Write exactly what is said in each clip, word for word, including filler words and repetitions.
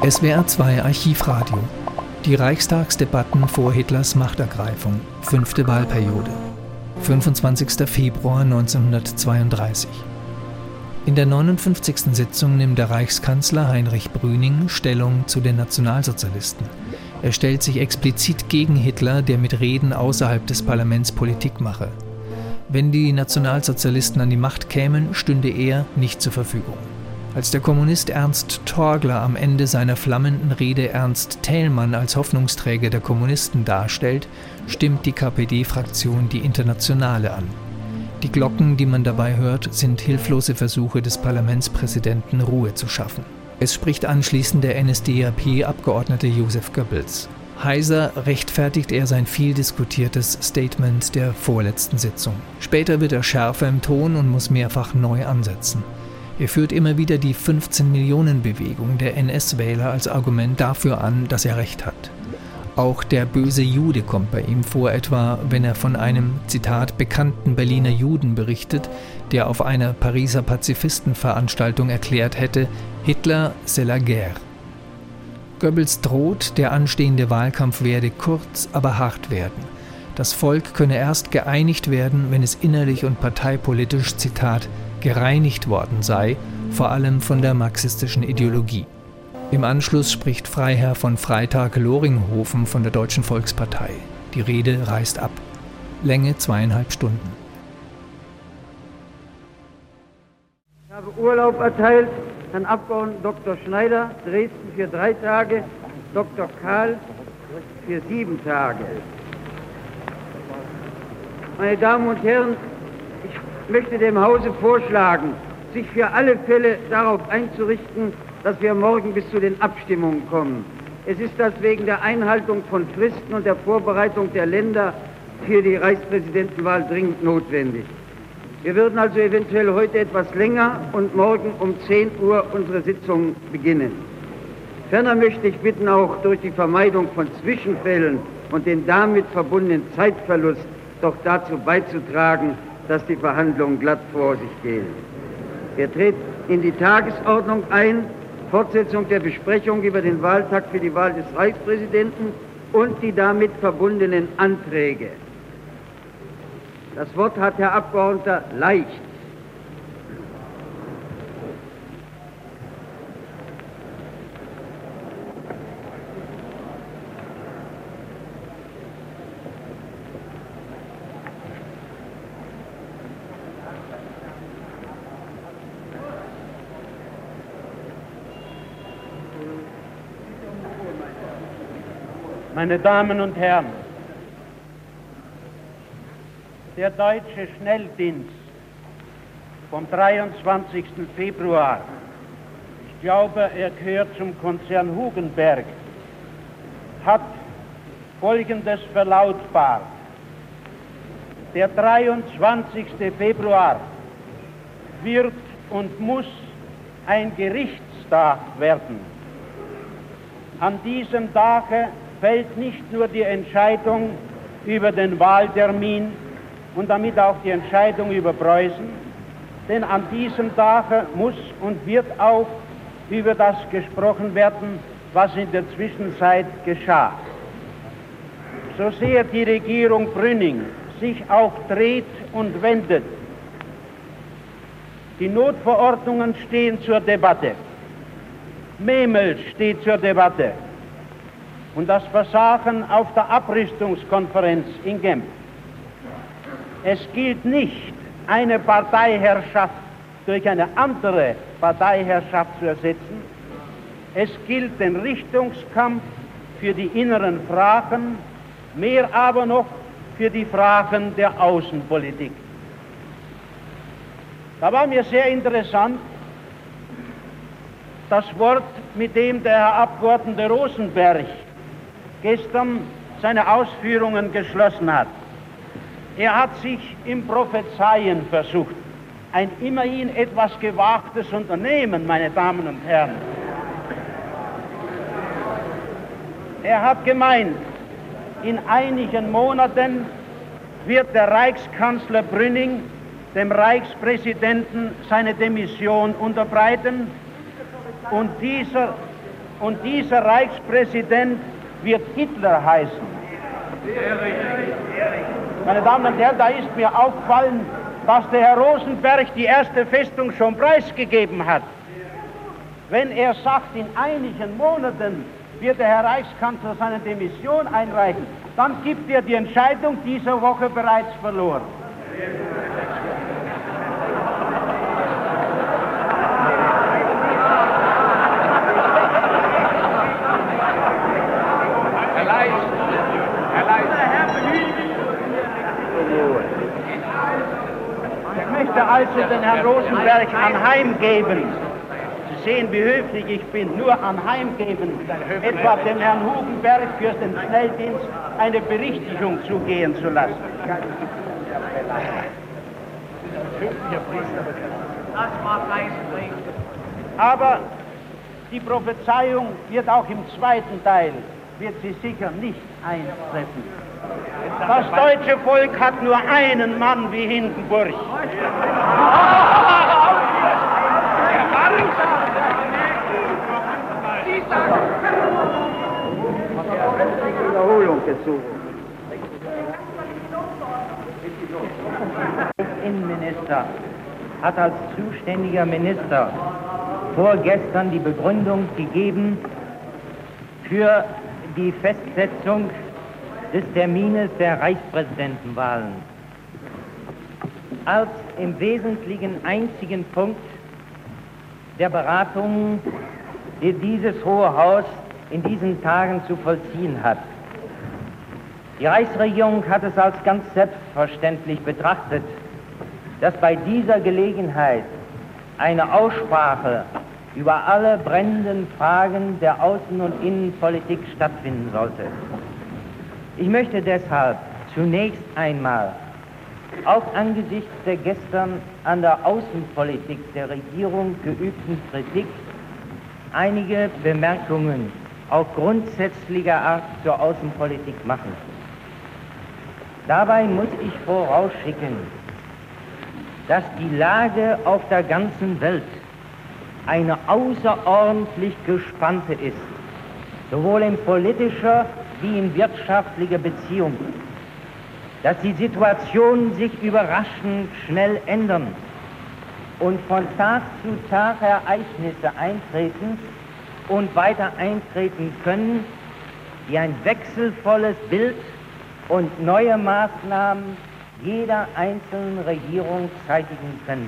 S W R zwei Archivradio. Die Reichstagsdebatten vor Hitlers Machtergreifung. Fünfte Wahlperiode. fünfundzwanzigster Februar neunzehnhundertzweiunddreißig. In der neunundfünfzigsten Sitzung nimmt der Reichskanzler Heinrich Brüning Stellung zu den Nationalsozialisten. Er stellt sich explizit gegen Hitler, der mit Reden außerhalb des Parlaments Politik mache. Wenn die Nationalsozialisten an die Macht kämen, stünde er nicht zur Verfügung. Als der Kommunist Ernst Torgler am Ende seiner flammenden Rede Ernst Thälmann als Hoffnungsträger der Kommunisten darstellt, stimmt die K P D-Fraktion die Internationale an. Die Glocken, die man dabei hört, sind hilflose Versuche des Parlamentspräsidenten, Ruhe zu schaffen. Es spricht anschließend der N S D A P-Abgeordnete Joseph Goebbels. Heiser rechtfertigt er sein viel diskutiertes Statement der vorletzten Sitzung. Später wird er schärfer im Ton und muss mehrfach neu ansetzen. Er führt immer wieder die fünfzehn-Millionen-Bewegung der N S-Wähler als Argument dafür an, dass er recht hat. Auch der böse Jude kommt bei ihm vor, etwa wenn er von einem, Zitat, bekannten Berliner Juden berichtet, der auf einer Pariser Pazifistenveranstaltung erklärt hätte, Hitler c'est la guerre. Goebbels droht, der anstehende Wahlkampf werde kurz, aber hart werden. Das Volk könne erst geeinigt werden, wenn es innerlich und parteipolitisch, Zitat, gereinigt worden sei, vor allem von der marxistischen Ideologie. Im Anschluss spricht Freiherr von Freytag-Loringhofen von der Deutschen Volkspartei. Die Rede reißt ab. Länge zweieinhalb Stunden. Ich habe Urlaub erteilt, Herrn Abgeordneten Doktor Schneider, Dresden für drei Tage, Doktor Kahl für sieben Tage. Meine Damen und Herren, ich möchte dem Hause vorschlagen, sich für alle Fälle darauf einzurichten, dass wir morgen bis zu den Abstimmungen kommen. Es ist das wegen der Einhaltung von Fristen und der Vorbereitung der Länder für die Reichspräsidentenwahl dringend notwendig. Wir würden also eventuell heute etwas länger und morgen um zehn Uhr unsere Sitzung beginnen. Ferner möchte ich bitten, auch durch die Vermeidung von Zwischenfällen und den damit verbundenen Zeitverlust doch dazu beizutragen, dass die Verhandlungen glatt vor sich gehen. Wir treten in die Tagesordnung ein, Fortsetzung der Besprechung über den Wahltag für die Wahl des Reichspräsidenten und die damit verbundenen Anträge. Das Wort hat Herr Abgeordneter Leicht. Meine Damen und Herren, der deutsche Schnelldienst vom dreiundzwanzigsten Februar, ich glaube, er gehört zum Konzern Hugenberg, hat Folgendes verlautbart. Der dreiundzwanzigste Februar wird und muss ein Gerichtstag werden. An diesem Tage fällt nicht nur die Entscheidung über den Wahltermin und damit auch die Entscheidung über Preußen, denn an diesem Tage muss und wird auch über das gesprochen werden, was in der Zwischenzeit geschah. So sehr die Regierung Brüning sich auch dreht und wendet, die Notverordnungen stehen zur Debatte, Memel steht zur Debatte, und das Versagen auf der Abrüstungskonferenz in Genf. Es gilt nicht, eine Parteiherrschaft durch eine andere Parteiherrschaft zu ersetzen. Es gilt den Richtungskampf für die inneren Fragen, mehr aber noch für die Fragen der Außenpolitik. Da war mir sehr interessant das Wort, mit dem der Herr Abgeordnete Rosenberg gestern seine Ausführungen geschlossen hat. Er hat sich im Prophezeien versucht. Ein immerhin etwas gewagtes Unternehmen, meine Damen und Herren. Er hat gemeint, in einigen Monaten wird der Reichskanzler Brüning dem Reichspräsidenten seine Demission unterbreiten und dieser und dieser Reichspräsident wird Hitler heißen. Meine Damen und Herren, da ist mir aufgefallen, dass der Herr Rosenberg die erste Festung schon preisgegeben hat. Wenn er sagt, in einigen Monaten wird der Herr Reichskanzler seine Demission einreichen, dann gibt er die Entscheidung dieser Woche bereits verloren. Herr Leis, Herr Leis. Ich möchte also den Herrn Rosenberg anheimgeben. Sie sehen, wie höflich ich bin, nur anheimgeben, etwa dem Herrn Hugenberg für den Schnelldienst eine Berichtigung zugehen zu lassen. Aber die Prophezeiung wird auch im zweiten Teil, wird sie sicher nicht eintreffen. Das deutsche Volk hat nur einen Mann wie Hindenburg. Wiederholung gesucht. Der Innenminister hat als zuständiger Minister vorgestern die Begründung gegeben für die Festsetzung des Termines der Reichspräsidentenwahlen. Als im Wesentlichen einzigen Punkt der Beratungen, die dieses Hohe Haus in diesen Tagen zu vollziehen hat. Die Reichsregierung hat es als ganz selbstverständlich betrachtet, dass bei dieser Gelegenheit eine Aussprache über alle brennenden Fragen der Außen- und Innenpolitik stattfinden sollte. Ich möchte deshalb zunächst einmal auch angesichts der gestern an der Außenpolitik der Regierung geübten Kritik einige Bemerkungen auch grundsätzlicher Art zur Außenpolitik machen. Dabei muss ich vorausschicken, dass die Lage auf der ganzen Welt eine außerordentlich gespannte ist, sowohl in politischer wie in wirtschaftlicher Beziehung, dass die Situationen sich überraschend schnell ändern und von Tag zu Tag Ereignisse eintreten und weiter eintreten können, die ein wechselvolles Bild und neue Maßnahmen jeder einzelnen Regierung zeitigen können.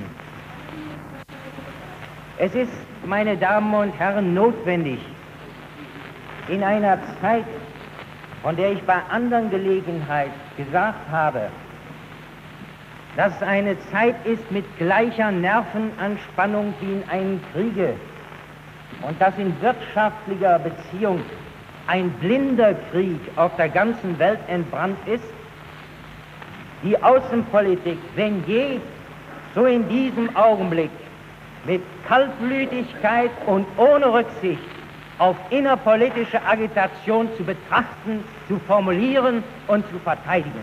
Es ist, meine Damen und Herren, notwendig, in einer Zeit, von der ich bei anderen Gelegenheiten gesagt habe, dass es eine Zeit ist mit gleicher Nervenanspannung wie in einem Kriege und dass in wirtschaftlicher Beziehung ein blinder Krieg auf der ganzen Welt entbrannt ist, die Außenpolitik, wenn je, so in diesem Augenblick mit Kaltblütigkeit und ohne Rücksicht auf innerpolitische Agitation zu betrachten, zu formulieren und zu verteidigen.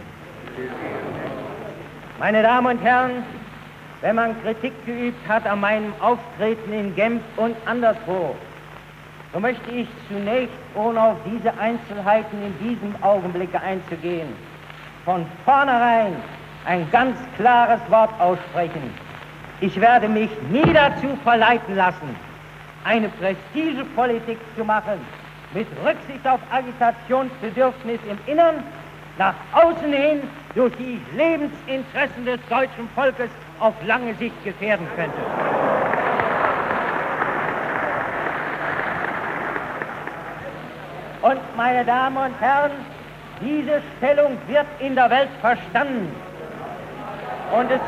Meine Damen und Herren, wenn man Kritik geübt hat an meinem Auftreten in Genf und anderswo, so möchte ich zunächst, ohne auf diese Einzelheiten in diesem Augenblick einzugehen, von vornherein ein ganz klares Wort aussprechen. Ich werde mich nie dazu verleiten lassen, eine Prestigepolitik zu machen, mit Rücksicht auf Agitationsbedürfnis im Innern, nach außen hin durch die Lebensinteressen des deutschen Volkes auf lange Sicht gefährden könnte. Und meine Damen und Herren, diese Stellung wird in der Welt verstanden. Und es,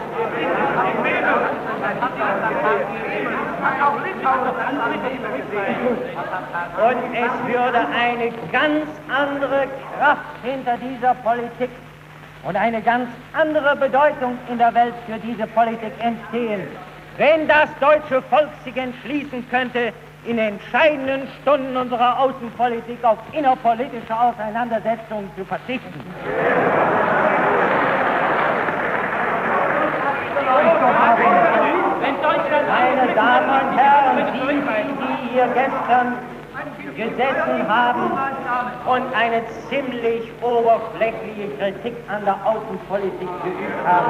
und es würde eine ganz andere Kraft hinter dieser Politik und eine ganz andere Bedeutung in der Welt für diese Politik entstehen, wenn das deutsche Volk sich entschließen könnte, in entscheidenden Stunden unserer Außenpolitik auf innerpolitische Auseinandersetzungen zu verzichten. Meine Damen und Herren, die, die hier gestern gesessen haben und eine ziemlich oberflächliche Kritik an der Außenpolitik geübt haben.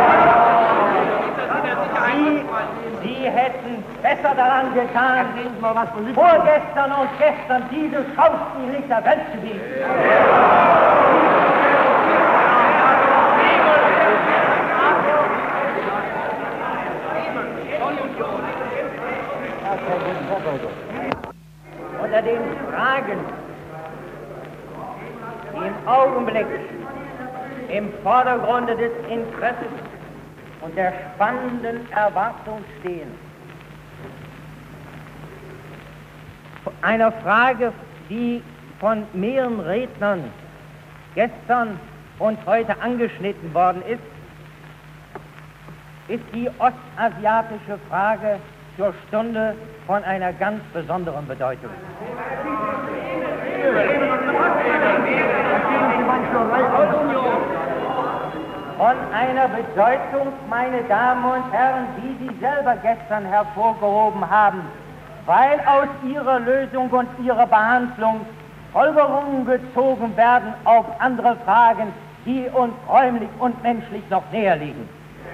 Sie, Sie hätten besser daran getan, vorgestern und gestern dieses Schauspiel nicht der Welt zu bieten. Unter den Fragen, die im Augenblick im Vordergrunde des Interesses und der spannenden Erwartung stehen, einer Frage, die von mehreren Rednern gestern und heute angeschnitten worden ist, ist die ostasiatische Frage zur Stunde von einer ganz besonderen Bedeutung. Von einer Bedeutung, meine Damen und Herren, die Sie selber gestern hervorgehoben haben, weil aus Ihrer Lösung und Ihrer Behandlung Folgerungen gezogen werden auf andere Fragen, die uns räumlich und menschlich noch näher liegen.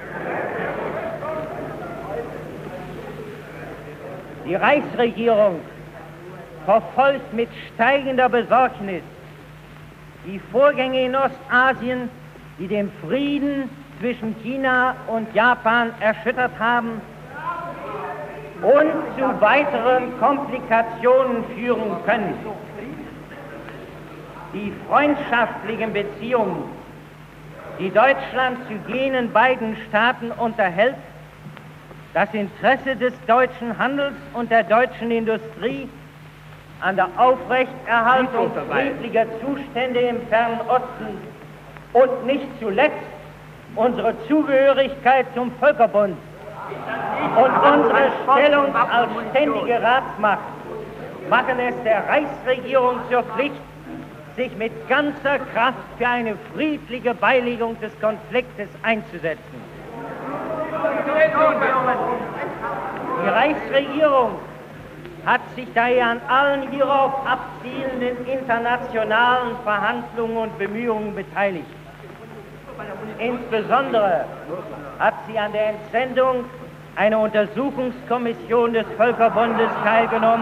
Die Reichsregierung verfolgt mit steigender Besorgnis die Vorgänge in Ostasien, die den Frieden zwischen China und Japan erschüttert haben und zu weiteren Komplikationen führen können. Die freundschaftlichen Beziehungen, die Deutschland zu jenen beiden Staaten unterhält, das Interesse des deutschen Handels und der deutschen Industrie an der Aufrechterhaltung friedlicher Zustände im Fernen Osten und nicht zuletzt unsere Zugehörigkeit zum Völkerbund und unsere Stellung als ständige Ratsmacht machen es der Reichsregierung zur Pflicht, sich mit ganzer Kraft für eine friedliche Beilegung des Konfliktes einzusetzen. Die Reichsregierung hat sich daher an allen hierauf abzielenden internationalen Verhandlungen und Bemühungen beteiligt. Insbesondere hat sie an der Entsendung einer Untersuchungskommission des Völkerbundes teilgenommen,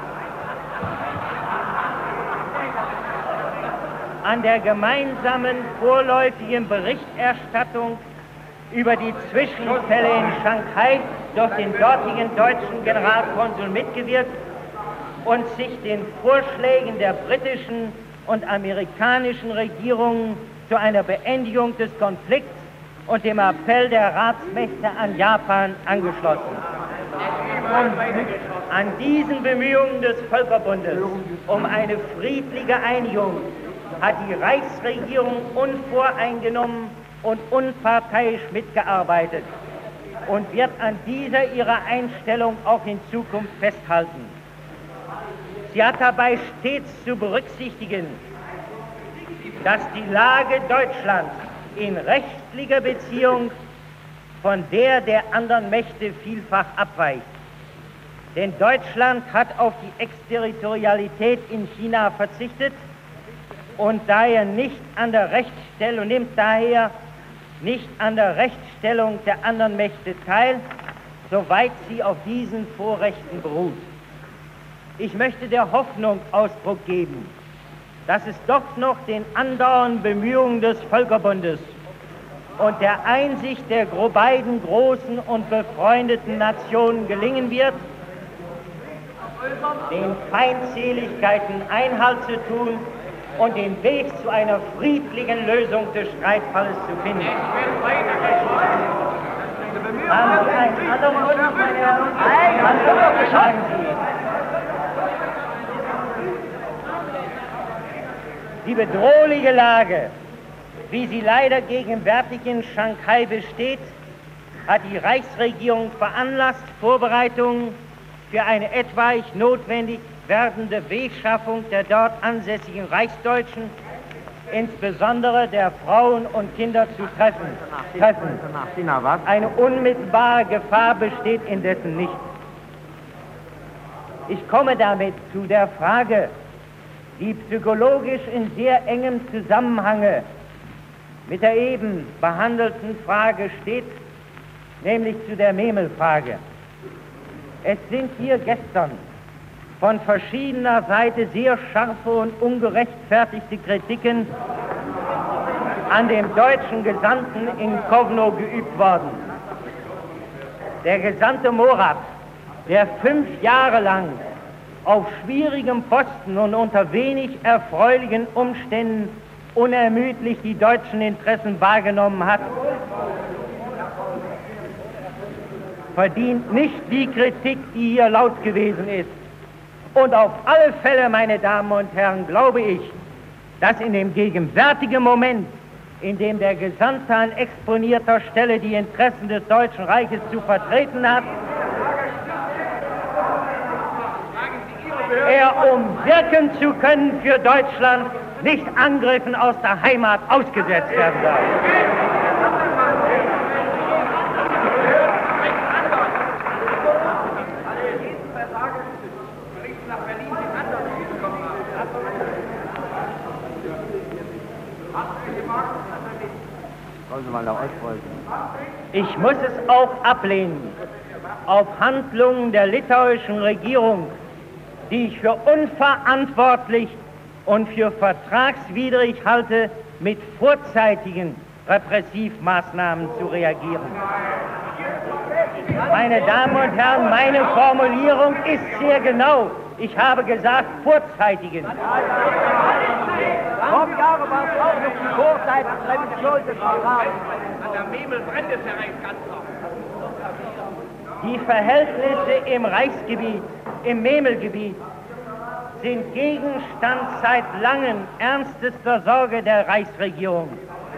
an der gemeinsamen vorläufigen Berichterstattung über die Zwischenfälle in Shanghai durch den dortigen deutschen Generalkonsul mitgewirkt und sich den Vorschlägen der britischen und amerikanischen Regierungen zu einer Beendigung des Konflikts und dem Appell der Ratsmächte an Japan angeschlossen. An diesen Bemühungen des Völkerbundes um eine friedliche Einigung hat die Reichsregierung unvoreingenommen und unparteiisch mitgearbeitet und wird an dieser ihrer Einstellung auch in Zukunft festhalten. Sie hat dabei stets zu berücksichtigen, dass die Lage Deutschlands in rechtlicher Beziehung von der der anderen Mächte vielfach abweicht. Denn Deutschland hat auf die Exterritorialität in China verzichtet und daher nicht an der Rechtsstellung, nimmt daher nicht an der Rechtsstellung der anderen Mächte teil, soweit sie auf diesen Vorrechten beruht. Ich möchte der Hoffnung Ausdruck geben, dass es doch noch den andauernden Bemühungen des Völkerbundes und der Einsicht der beiden großen und befreundeten Nationen gelingen wird, den Feindseligkeiten Einhalt zu tun und den Weg zu einer friedlichen Lösung des Streitfalles zu finden. Haben Sie einen anderen Wunsch, meine Herren? Nein, sagen Sie. Die bedrohliche Lage, wie sie leider gegenwärtig in Shanghai besteht, hat die Reichsregierung veranlasst, Vorbereitungen für eine etwaig notwendig werdende Wegschaffung der dort ansässigen Reichsdeutschen, insbesondere der Frauen und Kinder, zu treffen. treffen. Eine unmittelbare Gefahr besteht indessen nicht. Ich komme damit zu der Frage, die psychologisch in sehr engem Zusammenhange mit der eben behandelten Frage steht, nämlich zu der Memel-Frage. Es sind hier gestern von verschiedener Seite sehr scharfe und ungerechtfertigte Kritiken an dem deutschen Gesandten in Kowno geübt worden. Der Gesandte Morath, der fünf Jahre lang auf schwierigem Posten und unter wenig erfreulichen Umständen unermüdlich die deutschen Interessen wahrgenommen hat, verdient nicht die Kritik, die hier laut gewesen ist. Und auf alle Fälle, meine Damen und Herren, glaube ich, dass in dem gegenwärtigen Moment, in dem der Gesandte an exponierter Stelle die Interessen des Deutschen Reiches zu vertreten hat, er, um wirken zu können für Deutschland, nicht Angriffen aus der Heimat ausgesetzt werden darf. Ich muss es auch ablehnen, auf Handlungen der litauischen Regierung, die ich für unverantwortlich und für vertragswidrig halte, mit vorzeitigen Repressivmaßnahmen zu reagieren. Meine Damen und Herren, meine Formulierung ist sehr genau. Ich habe gesagt, vorzeitigen. Vor Jahren war es auch noch die Vorzeitrevision des Vertrags. An der Memel brennt es, Herr Reichskanzler. Die Verhältnisse im Reichsgebiet, im Memelgebiet, sind Gegenstand seit langem ernstester Sorge der Reichsregierung.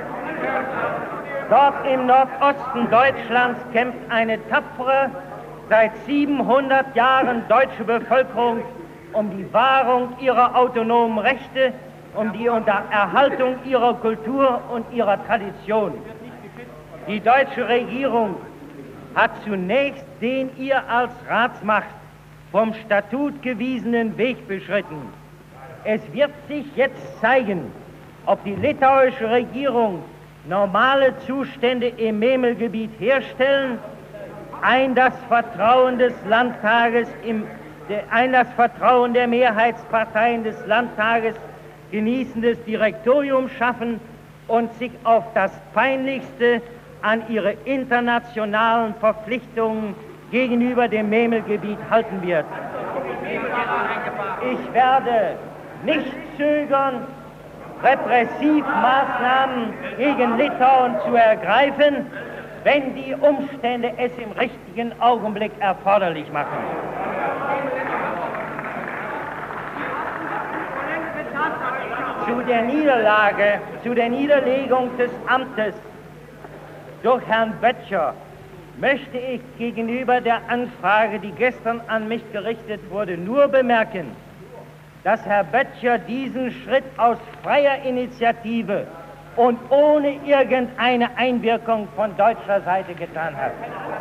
Dort im Nordosten Deutschlands kämpft eine tapfere, seit siebenhundert Jahren deutsche Bevölkerung um die Wahrung ihrer autonomen Rechte, um die Erhaltung ihrer Kultur und ihrer Tradition. Die deutsche Regierung hat zunächst den ihr als Ratsmacht vom Statut gewiesenen Weg beschritten. Es wird sich jetzt zeigen, ob die litauische Regierung normale Zustände im Memelgebiet herstellen, ein das Vertrauen des Landtages, im, ein das Vertrauen der Mehrheitsparteien des Landtages genießendes Direktorium schaffen und sich auf das Peinlichste an ihre internationalen Verpflichtungen gegenüber dem Memelgebiet halten wird. Ich werde nicht zögern, Repressivmaßnahmen gegen Litauen zu ergreifen, wenn die Umstände es im richtigen Augenblick erforderlich machen. Zu der Niederlage, zu der Niederlegung des Amtes durch Herrn Böttcher möchte ich gegenüber der Anfrage, die gestern an mich gerichtet wurde, nur bemerken, dass Herr Böttcher diesen Schritt aus freier Initiative und ohne irgendeine Einwirkung von deutscher Seite getan hat.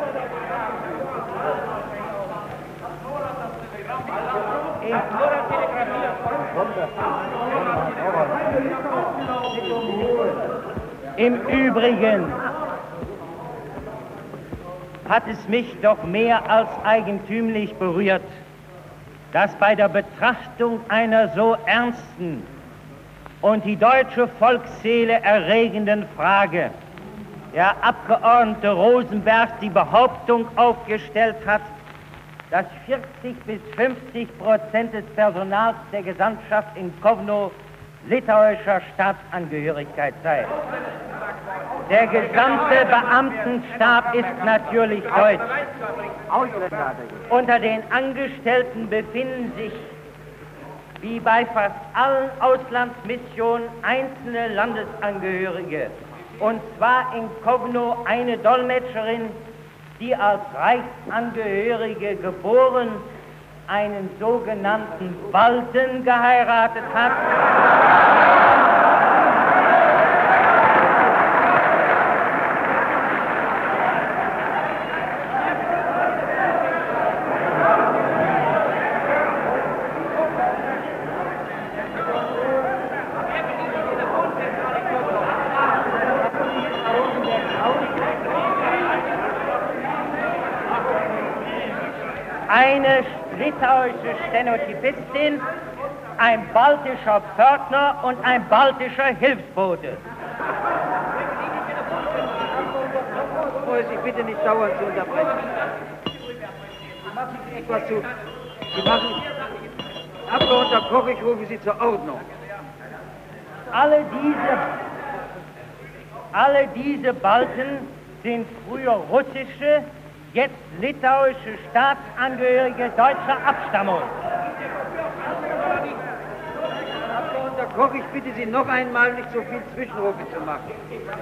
Im Übrigen hat es mich doch mehr als eigentümlich berührt, dass bei der Betrachtung einer so ernsten und die deutsche Volksseele erregenden Frage der Abgeordnete Rosenberg die Behauptung aufgestellt hat, dass vierzig bis fünfzig Prozent des Personals der Gesandtschaft in Kowno litauischer Staatsangehörigkeit sei. Der gesamte Beamtenstab ist natürlich deutsch. Unter den Angestellten befinden sich, wie bei fast allen Auslandsmissionen, einzelne Landesangehörige. Und zwar in Kowno eine Dolmetscherin, die als Reichsangehörige geboren, einen sogenannten Balten geheiratet hat. litauische Stenotypistin, ein baltischer Pförtner und ein baltischer Hilfsbote. Ich bitte nicht dauernd zu unterbrechen. Sie machen etwas zu. Sie machen. Abgeordneter Koch, ich rufe Sie zur Ordnung. Alle diese, alle diese Balten sind früher russische, jetzt litauische Staatsangehörige deutscher Abstammung. Abgeordneter Koch, ich bitte Sie noch einmal, nicht so viel Zwischenrufe zu machen.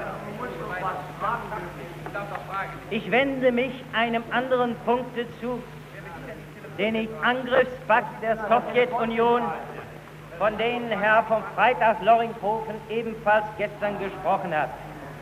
Ich wende mich einem anderen Punkte zu, den ich Angriffspakt der Sowjetunion, von denen Herr vom Freitag Loringhofen ebenfalls gestern gesprochen hat.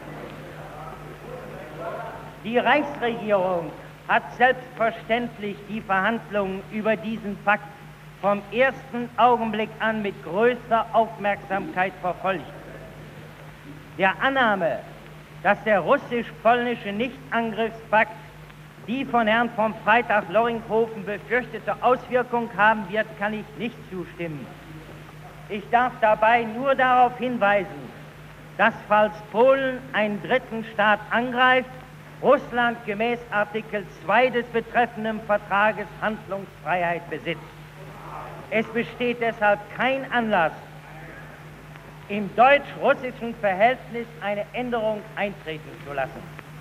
Die Reichsregierung hat selbstverständlich die Verhandlungen über diesen Pakt vom ersten Augenblick an mit größter Aufmerksamkeit verfolgt. Der Annahme, dass der russisch-polnische Nichtangriffspakt die von Herrn vom Freitag Loringhofen befürchtete Auswirkung haben wird, kann ich nicht zustimmen. Ich darf dabei nur darauf hinweisen, dass falls Polen einen dritten Staat angreift, Russland gemäß Artikel zwei des betreffenden Vertrages Handlungsfreiheit besitzt. Es besteht deshalb kein Anlass, im deutsch-russischen Verhältnis eine Änderung eintreten zu lassen.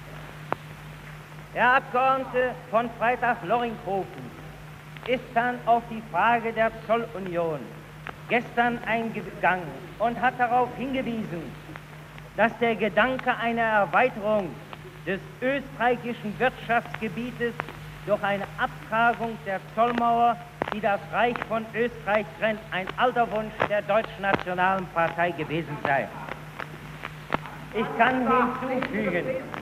Herr Abgeordnete von Freitag Loringhofen ist dann auf die Frage der Zollunion gestern eingegangen und hat darauf hingewiesen, dass der Gedanke einer Erweiterung des österreichischen Wirtschaftsgebietes durch eine Abtragung der Zollmauer, die das Reich von Österreich trennt, ein alter Wunsch der Deutschnationalen Partei gewesen sei. Ich kann hinzufügen,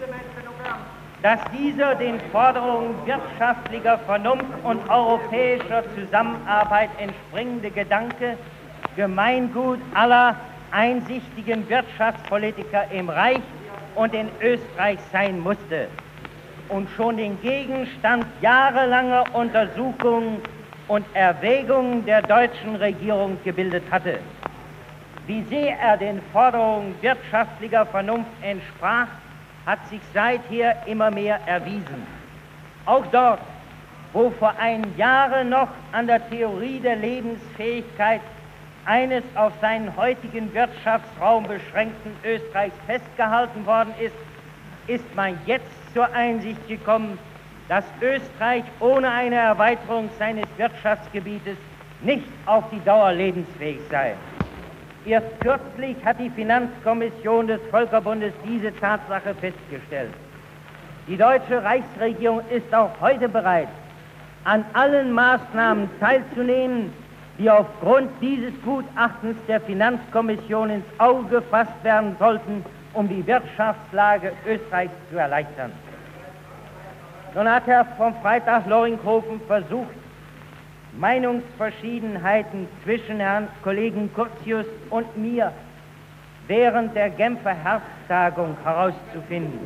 dass dieser den Forderungen wirtschaftlicher Vernunft und europäischer Zusammenarbeit entspringende Gedanke Gemeingut aller einsichtigen Wirtschaftspolitiker im Reich und in Österreich sein musste und schon den Gegenstand jahrelanger Untersuchungen und Erwägungen der deutschen Regierung gebildet hatte. Wie sehr er den Forderungen wirtschaftlicher Vernunft entsprach, hat sich seither immer mehr erwiesen. Auch dort, wo vor einem Jahre noch an der Theorie der Lebensfähigkeit eines auf seinen heutigen Wirtschaftsraum beschränkten Österreichs festgehalten worden ist, ist man jetzt zur Einsicht gekommen, dass Österreich ohne eine Erweiterung seines Wirtschaftsgebietes nicht auf die Dauer lebensfähig sei. Erst kürzlich hat die Finanzkommission des Völkerbundes diese Tatsache festgestellt. Die deutsche Reichsregierung ist auch heute bereit, an allen Maßnahmen teilzunehmen, die aufgrund dieses Gutachtens der Finanzkommission ins Auge gefasst werden sollten, um die Wirtschaftslage Österreichs zu erleichtern. Nun hat Herr vom Freitag Loringhofen versucht, Meinungsverschiedenheiten zwischen Herrn Kollegen Curtius und mir während der Genfer Herbsttagung herauszufinden.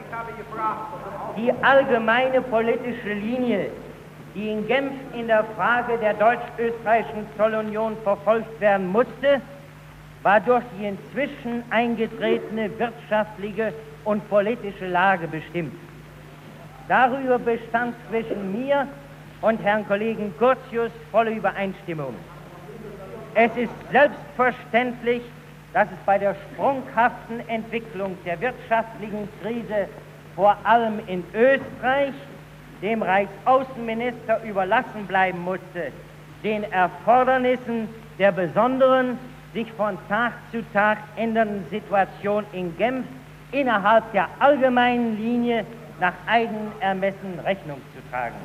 Die allgemeine politische Linie, die in Genf in der Frage der deutsch-österreichischen Zollunion verfolgt werden musste, war durch die inzwischen eingetretene wirtschaftliche und politische Lage bestimmt. Darüber bestand zwischen mir und Herrn Kollegen Curtius volle Übereinstimmung. Es ist selbstverständlich, dass es bei der sprunghaften Entwicklung der wirtschaftlichen Krise vor allem in Österreich dem Reichsaußenminister überlassen bleiben musste, den Erfordernissen der besonderen, sich von Tag zu Tag ändernden Situation in Genf innerhalb der allgemeinen Linie nach eigenem Ermessen Rechnung zu tragen.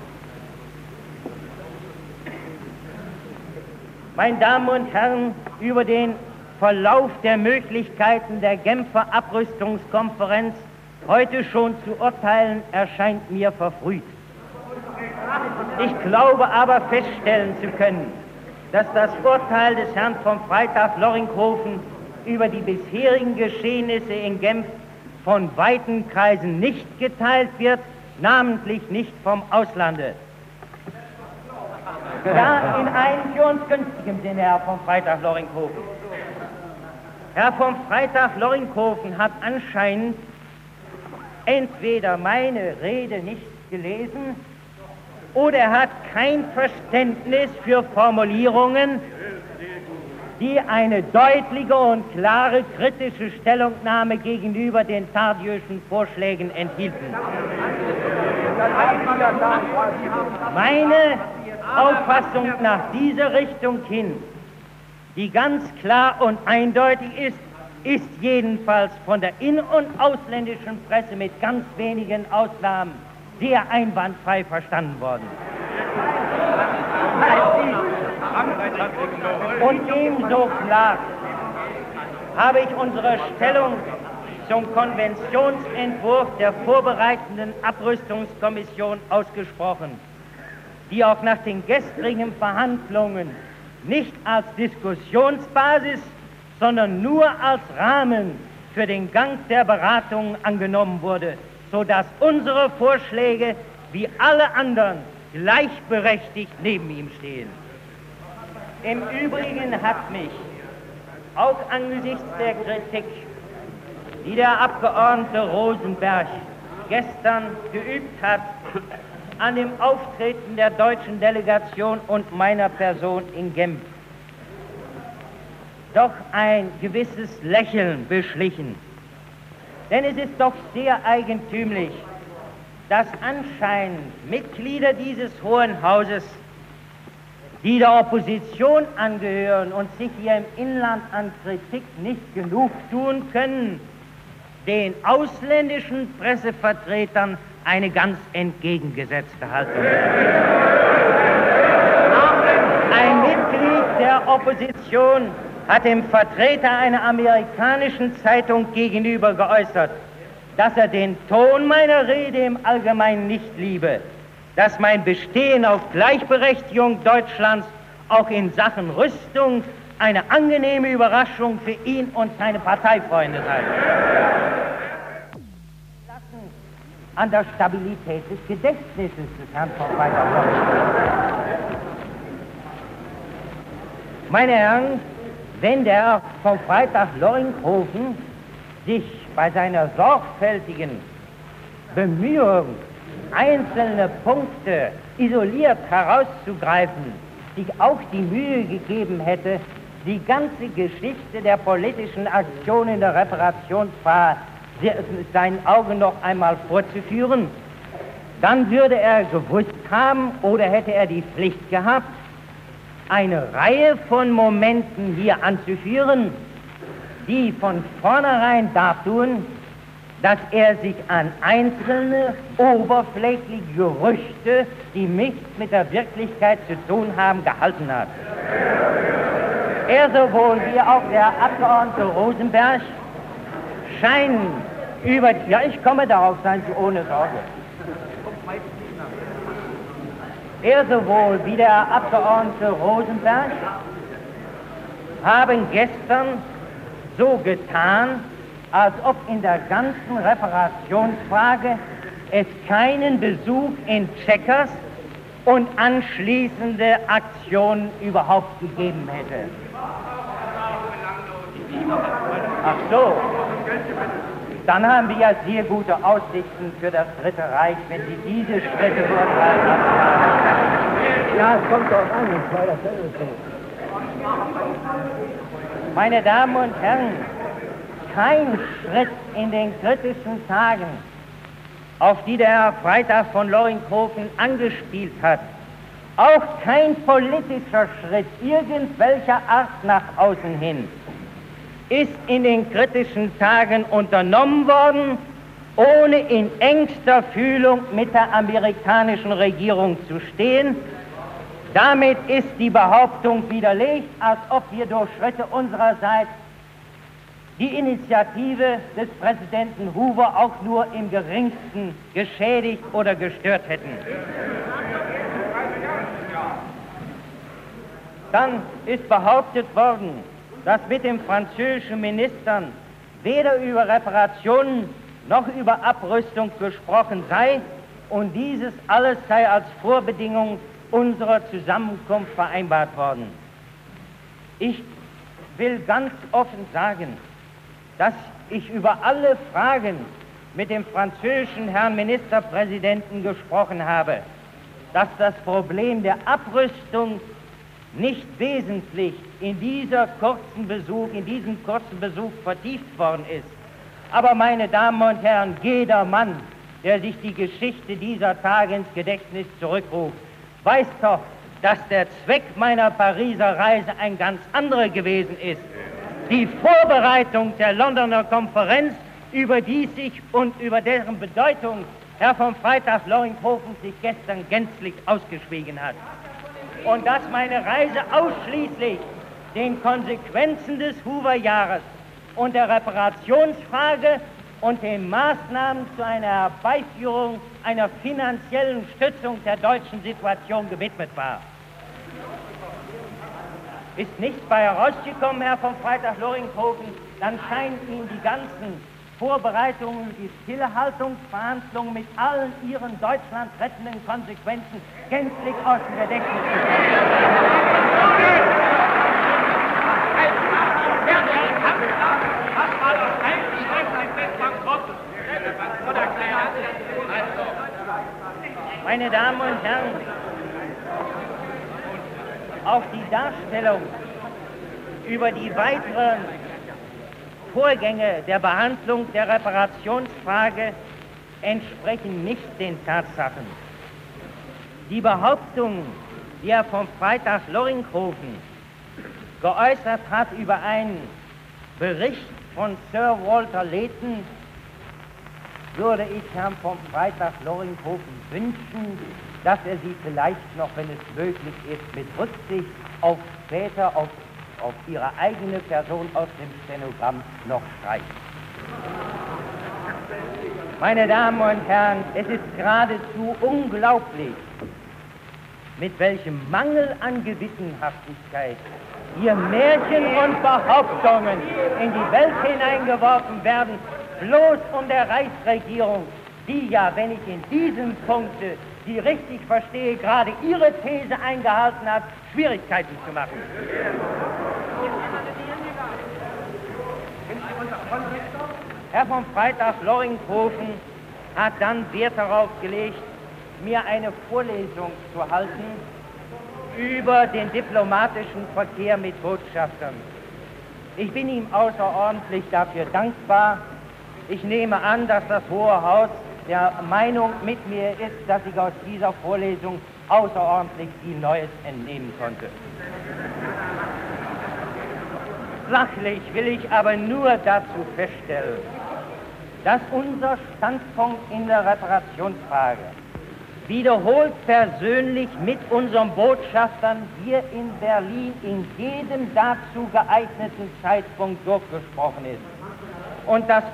Meine Damen und Herren, über den Verlauf der Möglichkeiten der Genfer Abrüstungskonferenz heute schon zu urteilen, erscheint mir verfrüht. Ich glaube aber feststellen zu können, dass das Urteil des Herrn vom Freitag Loringhofen über die bisherigen Geschehnisse in Genf von weiten Kreisen nicht geteilt wird, namentlich nicht vom Auslande. Ja, in einem für uns günstigen Sinne, Herr von Freytag-Loringhofen. Herr von Freytag-Loringhofen hat anscheinend entweder meine Rede nicht gelesen oder er hat kein Verständnis für Formulierungen, die eine deutliche und klare kritische Stellungnahme gegenüber den Tardieu'schen Vorschlägen enthielten. Meine Auffassung nach dieser Richtung hin, die ganz klar und eindeutig ist, ist jedenfalls von der in- und ausländischen Presse mit ganz wenigen Ausnahmen sehr einwandfrei verstanden worden. Und ebenso klar habe ich unsere Stellung zum Konventionsentwurf der vorbereitenden Abrüstungskommission ausgesprochen, die auch nach den gestrigen Verhandlungen nicht als Diskussionsbasis, sondern nur als Rahmen für den Gang der Beratungen angenommen wurde, sodass unsere Vorschläge wie alle anderen gleichberechtigt neben ihm stehen. Im Übrigen hat mich auch angesichts der Kritik, die der Abgeordnete Rosenberg gestern geübt hat, an dem Auftreten der deutschen Delegation und meiner Person in Genf, doch ein gewisses Lächeln beschlichen. Denn es ist doch sehr eigentümlich, dass anscheinend Mitglieder dieses Hohen Hauses, die der Opposition angehören und sich hier im Inland an Kritik nicht genug tun können, den ausländischen Pressevertretern eine ganz entgegengesetzte Haltung. Ein Mitglied der Opposition hat dem Vertreter einer amerikanischen Zeitung gegenüber geäußert, dass er den Ton meiner Rede im Allgemeinen nicht liebe, dass mein Bestehen auf Gleichberechtigung Deutschlands auch in Sachen Rüstung eine angenehme Überraschung für ihn und seine Parteifreunde sei. An der Stabilität des Gedächtnisses des Herrn von Freytag-Loringhofen. Meine Herren, wenn der von Freytag-Loringhofen sich bei seiner sorgfältigen Bemühung, einzelne Punkte isoliert herauszugreifen, sich auch die Mühe gegeben hätte, die ganze Geschichte der politischen Aktion in der Reparationsfrage seinen Augen noch einmal vorzuführen, dann würde er gewusst haben oder hätte er die Pflicht gehabt, eine Reihe von Momenten hier anzuführen, die von vornherein dartun, dass er sich an einzelne oberflächliche Gerüchte, die nichts mit der Wirklichkeit zu tun haben, gehalten hat. Er sowohl wie auch der Abgeordnete Rosenberg scheinen über... Ja, ich komme darauf, seien Sie ohne Sorge. Er sowohl wie der Abgeordnete Rosenberg haben gestern so getan, als ob in der ganzen Reparationsfrage es keinen Besuch in Chequers und anschließende Aktionen überhaupt gegeben hätte. Ach so, dann haben wir ja sehr gute Aussichten für das Dritte Reich, wenn Sie diese Schritte beurteilen. Ja, es kommt doch an, ich war dasselbe so. Meine Damen und Herren, kein Schritt in den kritischen Tagen, auf die der Herr Freytag von Loringhofen angespielt hat, auch kein politischer Schritt irgendwelcher Art nach außen hin, ist in den kritischen Tagen unternommen worden, ohne in engster Fühlung mit der amerikanischen Regierung zu stehen. Damit ist die Behauptung widerlegt, als ob wir durch Schritte unsererseits die Initiative des Präsidenten Hoover auch nur im geringsten geschädigt oder gestört hätten. Dann ist behauptet worden, dass mit den französischen Ministern weder über Reparationen noch über Abrüstung gesprochen sei und dieses alles sei als Vorbedingung unserer Zusammenkunft vereinbart worden. Ich will ganz offen sagen, dass ich über alle Fragen mit dem französischen Herrn Ministerpräsidenten gesprochen habe, dass das Problem der Abrüstung nicht wesentlich in dieser kurzen Besuch, in diesem kurzen Besuch vertieft worden ist. Aber meine Damen und Herren, jeder Mann, der sich die Geschichte dieser Tage ins Gedächtnis zurückruft, weiß doch, dass der Zweck meiner Pariser Reise ein ganz anderer gewesen ist. Die Vorbereitung der Londoner Konferenz, über die sich und über deren Bedeutung Herr von Freytag-Loringhofen sich gestern gänzlich ausgeschwiegen hat. Und dass meine Reise ausschließlich den Konsequenzen des Hoover-Jahres und der Reparationsfrage und den Maßnahmen zu einer Herbeiführung einer finanziellen Stützung der deutschen Situation gewidmet war. Ist nichts bei herausgekommen, Herr von Freytag-Loringhofen, dann scheinen Ihnen die ganzen Vorbereitungen, die Stillhaltungsverhandlungen mit allen ihren Deutschland rettenden Konsequenzen gänzlich aus dem Gedächtnis zu Meine Damen und Herren, auch die Darstellung über die weiteren Vorgänge der Behandlung der Reparationsfrage entsprechen nicht den Tatsachen. Die Behauptung, die Herr von Freytag-Loringhofen geäußert hat über einen Bericht von Sir Walter Leighton, würde ich Herrn von Freytag-Loringhofen wünschen, dass er sie vielleicht noch, wenn es möglich ist, mit Rücksicht auf später, auf, auf ihre eigene Person aus dem Stenogramm noch streicht. Meine Damen und Herren, es ist geradezu unglaublich, mit welchem Mangel an Gewissenhaftigkeit hier Märchen und Behauptungen in die Welt hineingeworfen werden, bloß um der Reichsregierung, die ja, wenn ich in diesem Punkte die richtig verstehe, gerade ihre These eingehalten hat, Schwierigkeiten zu machen. Herr von Freytag-Loringhofen hat dann Wert darauf gelegt, mir eine Vorlesung zu halten über den diplomatischen Verkehr mit Botschaftern. Ich bin ihm außerordentlich dafür dankbar. Ich nehme an, dass das Hohe Haus der Meinung mit mir ist, dass ich aus dieser Vorlesung außerordentlich viel Neues entnehmen konnte. Sachlich will ich aber nur dazu feststellen, dass unser Standpunkt in der Reparationsfrage wiederholt persönlich mit unseren Botschaftern hier in Berlin in jedem dazu geeigneten Zeitpunkt durchgesprochen ist. Und das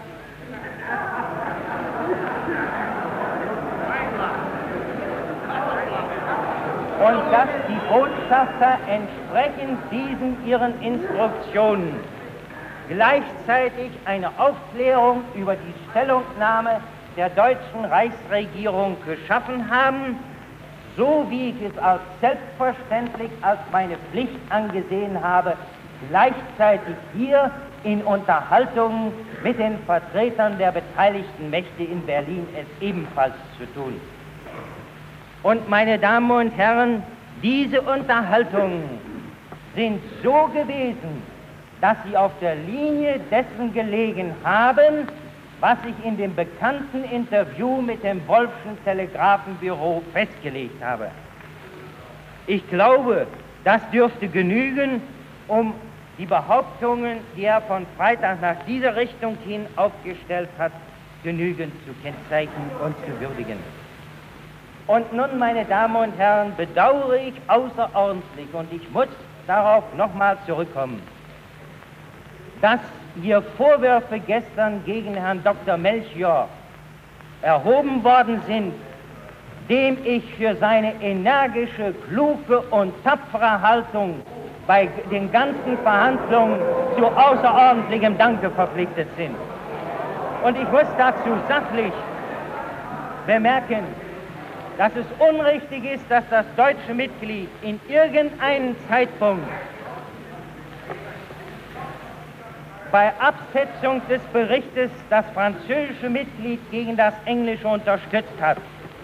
Und dass die Botschafter entsprechend diesen ihren Instruktionen gleichzeitig eine Aufklärung über die Stellungnahme der deutschen Reichsregierung geschaffen haben, so wie ich es als selbstverständlich als meine Pflicht angesehen habe, gleichzeitig hier in Unterhaltungen mit den Vertretern der beteiligten Mächte in Berlin es ebenfalls zu tun. Und meine Damen und Herren, diese Unterhaltungen sind so gewesen, dass sie auf der Linie dessen gelegen haben, was ich in dem bekannten Interview mit dem Wolffschen Telegrafenbüro festgelegt habe. Ich glaube, das dürfte genügen, um die Behauptungen, die er von Freytag nach dieser Richtung hin aufgestellt hat, genügend zu kennzeichnen und zu würdigen. Und nun, meine Damen und Herren, bedauere ich außerordentlich, und ich muss darauf nochmal zurückkommen, dass hier Vorwürfe gestern gegen Herrn Doktor Melchior erhoben worden sind, dem ich für seine energische, kluge und tapfere Haltung bei den ganzen Verhandlungen zu außerordentlichem Danke verpflichtet sind. Und ich muss dazu sachlich bemerken, dass es unrichtig ist, dass das deutsche Mitglied in irgendeinem Zeitpunkt bei Absetzung des Berichtes das französische Mitglied gegen das englische unterstützt hat.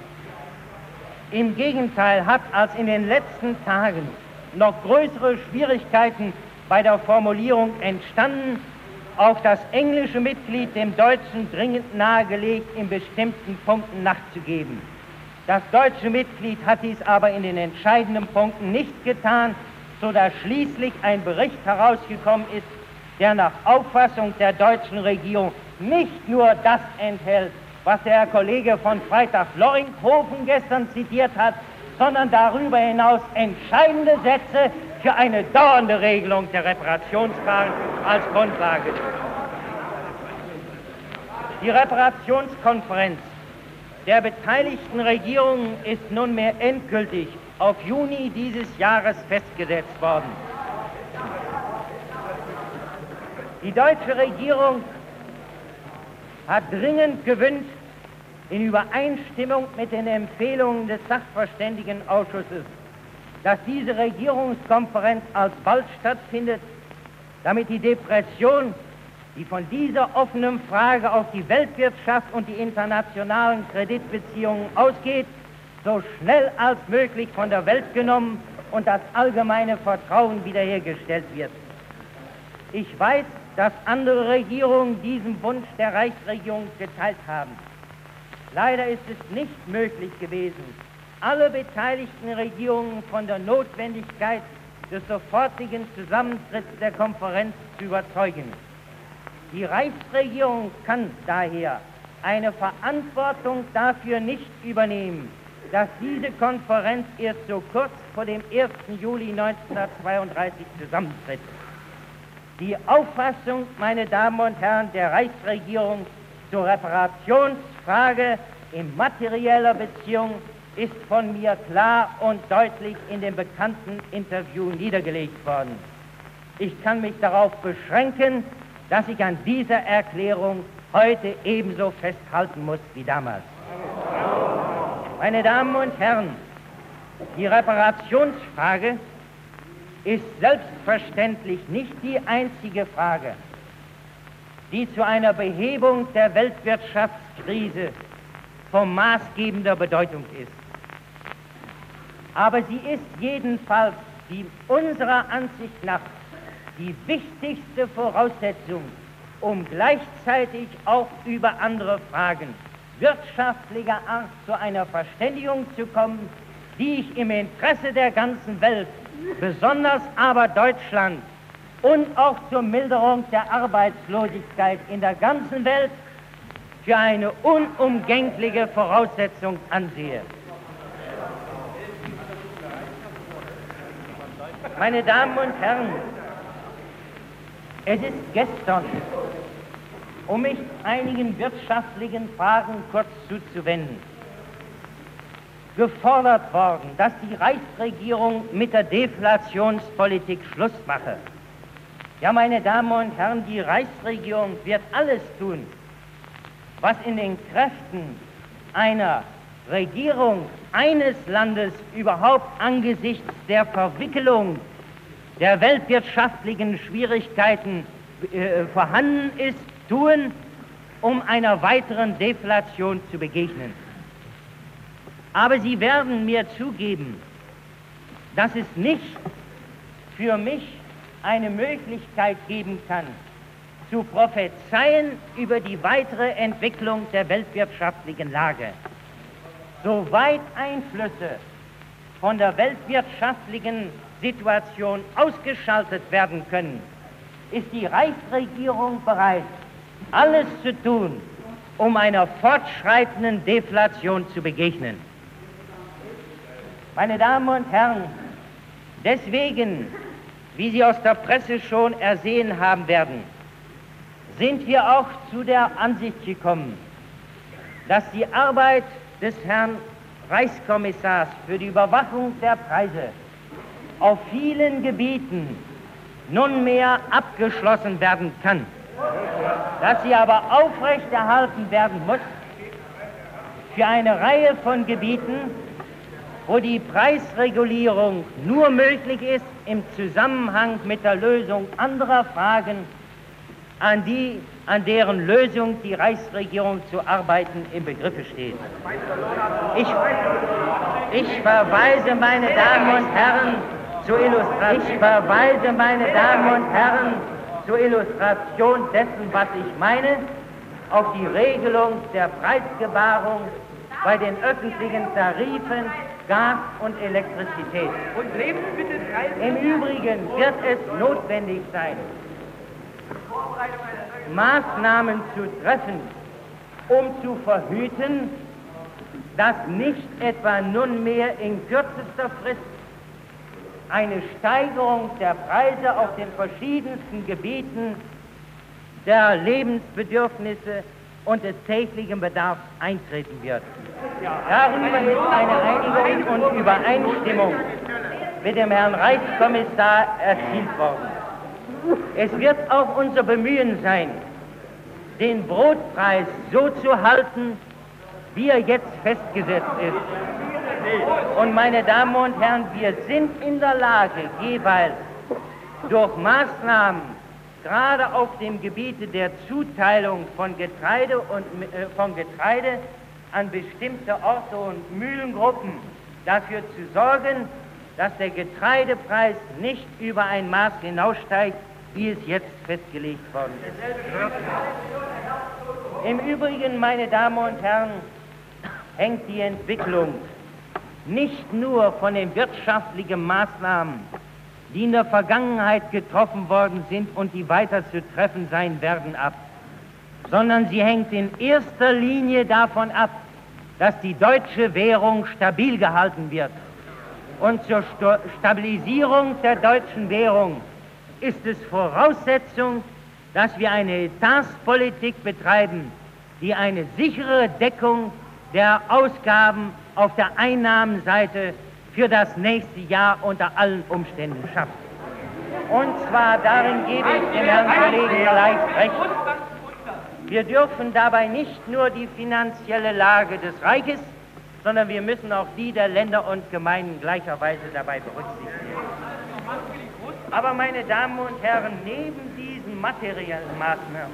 Im Gegenteil hat als in den letzten Tagen noch größere Schwierigkeiten bei der Formulierung entstanden, auch das englische Mitglied dem Deutschen dringend nahegelegt, in bestimmten Punkten nachzugeben. Das deutsche Mitglied hat dies aber in den entscheidenden Punkten nicht getan, sodass schließlich ein Bericht herausgekommen ist, der nach Auffassung der deutschen Regierung nicht nur das enthält, was der Herr Kollege von Freitag-Loringhofen gestern zitiert hat, sondern darüber hinaus entscheidende Sätze für eine dauernde Regelung der Reparationsfragen als Grundlage. Die Reparationskonferenz der beteiligten Regierungen ist nunmehr endgültig auf Juni dieses Jahres festgesetzt worden. Die deutsche Regierung hat dringend gewünscht, in Übereinstimmung mit den Empfehlungen des Sachverständigenausschusses, dass diese Regierungskonferenz alsbald stattfindet, damit die Depression, die von dieser offenen Frage auf die Weltwirtschaft und die internationalen Kreditbeziehungen ausgeht, so schnell als möglich von der Welt genommen und das allgemeine Vertrauen wiederhergestellt wird. Ich weiß, dass andere Regierungen diesen Wunsch der Reichsregierung geteilt haben. Leider ist es nicht möglich gewesen, alle beteiligten Regierungen von der Notwendigkeit des sofortigen Zusammentritts der Konferenz zu überzeugen. Die Reichsregierung kann daher eine Verantwortung dafür nicht übernehmen, dass diese Konferenz erst so kurz vor dem ersten Juli neunzehnhundertzweiunddreißig zusammentritt. Die Auffassung, meine Damen und Herren, der Reichsregierung zur Reparationsfrage in materieller Beziehung ist von mir klar und deutlich in dem bekannten Interview niedergelegt worden. Ich kann mich darauf beschränken, dass ich an dieser Erklärung heute ebenso festhalten muss wie damals. Meine Damen und Herren, die Reparationsfrage ist selbstverständlich nicht die einzige Frage, die zu einer Behebung der Weltwirtschaftskrise von maßgebender Bedeutung ist. Aber sie ist jedenfalls die unserer Ansicht nach die wichtigste Voraussetzung, um gleichzeitig auch über andere Fragen wirtschaftlicher Art zu einer Verständigung zu kommen, die ich im Interesse der ganzen Welt, besonders aber Deutschland und auch zur Milderung der Arbeitslosigkeit in der ganzen Welt für eine unumgängliche Voraussetzung ansehe. Meine Damen und Herren, es ist gestern, um mich einigen wirtschaftlichen Fragen kurz zuzuwenden, gefordert worden, dass die Reichsregierung mit der Deflationspolitik Schluss mache. Ja, meine Damen und Herren, die Reichsregierung wird alles tun, was in den Kräften einer Regierung eines Landes überhaupt angesichts der Verwickelung der weltwirtschaftlichen Schwierigkeiten äh, vorhanden ist, tun, um einer weiteren Deflation zu begegnen. Aber Sie werden mir zugeben, dass es nicht für mich eine Möglichkeit geben kann, zu prophezeien über die weitere Entwicklung der weltwirtschaftlichen Lage. Soweit Einflüsse von der weltwirtschaftlichen Situation ausgeschaltet werden können, ist die Reichsregierung bereit, alles zu tun, um einer fortschreitenden Deflation zu begegnen. Meine Damen und Herren, deswegen, wie Sie aus der Presse schon ersehen haben werden, sind wir auch zu der Ansicht gekommen, dass die Arbeit des Herrn Reichskommissars für die Überwachung der Preise auf vielen Gebieten nunmehr abgeschlossen werden kann, dass sie aber aufrechterhalten werden muss für eine Reihe von Gebieten, wo die Preisregulierung nur möglich ist im Zusammenhang mit der Lösung anderer Fragen, an die, an deren Lösung die Reichsregierung zu arbeiten im Begriffe steht. Ich, ich verweise, meine Damen und Herren, zur Illustration, ich verweise, meine Damen und Herren, zur Illustration dessen, was ich meine, auf die Regelung der Preisgebarung bei den öffentlichen Tarifen Gas und Elektrizität. Und Lebensmittel Im Übrigen wird es notwendig sein, Maßnahmen zu treffen, um zu verhüten, dass nicht etwa nunmehr in kürzester Frist eine Steigerung der Preise auf den verschiedensten Gebieten der Lebensbedürfnisse und des täglichen Bedarfs eintreten wird. Darüber ist eine Einigung und Übereinstimmung mit dem Herrn Reichskommissar erzielt worden. Es wird auch unser Bemühen sein, den Brotpreis so zu halten, wie er jetzt festgesetzt ist. Und meine Damen und Herren, wir sind in der Lage, jeweils durch Maßnahmen, gerade auf dem Gebiete der Zuteilung von Getreide und äh, von Getreide an bestimmte Orte und Mühlengruppen, dafür zu sorgen, dass der Getreidepreis nicht über ein Maß hinaussteigt, wie es jetzt festgelegt worden ist. Im Übrigen, meine Damen und Herren, hängt die Entwicklung nicht nur von den wirtschaftlichen Maßnahmen, die in der Vergangenheit getroffen worden sind und die weiter zu treffen sein werden, ab, sondern sie hängt in erster Linie davon ab, dass die deutsche Währung stabil gehalten wird. Und zur Sto- Stabilisierung der deutschen Währung ist es Voraussetzung, dass wir eine Etatspolitik betreiben, die eine sichere Deckung der Ausgaben auf der Einnahmenseite für das nächste Jahr unter allen Umständen schafft. Und zwar darin gebe ich dem Herrn Kollegen leicht recht. Wir dürfen dabei nicht nur die finanzielle Lage des Reiches, sondern wir müssen auch die der Länder und Gemeinden gleicherweise dabei berücksichtigen. Aber meine Damen und Herren, neben diesen materiellen Maßnahmen,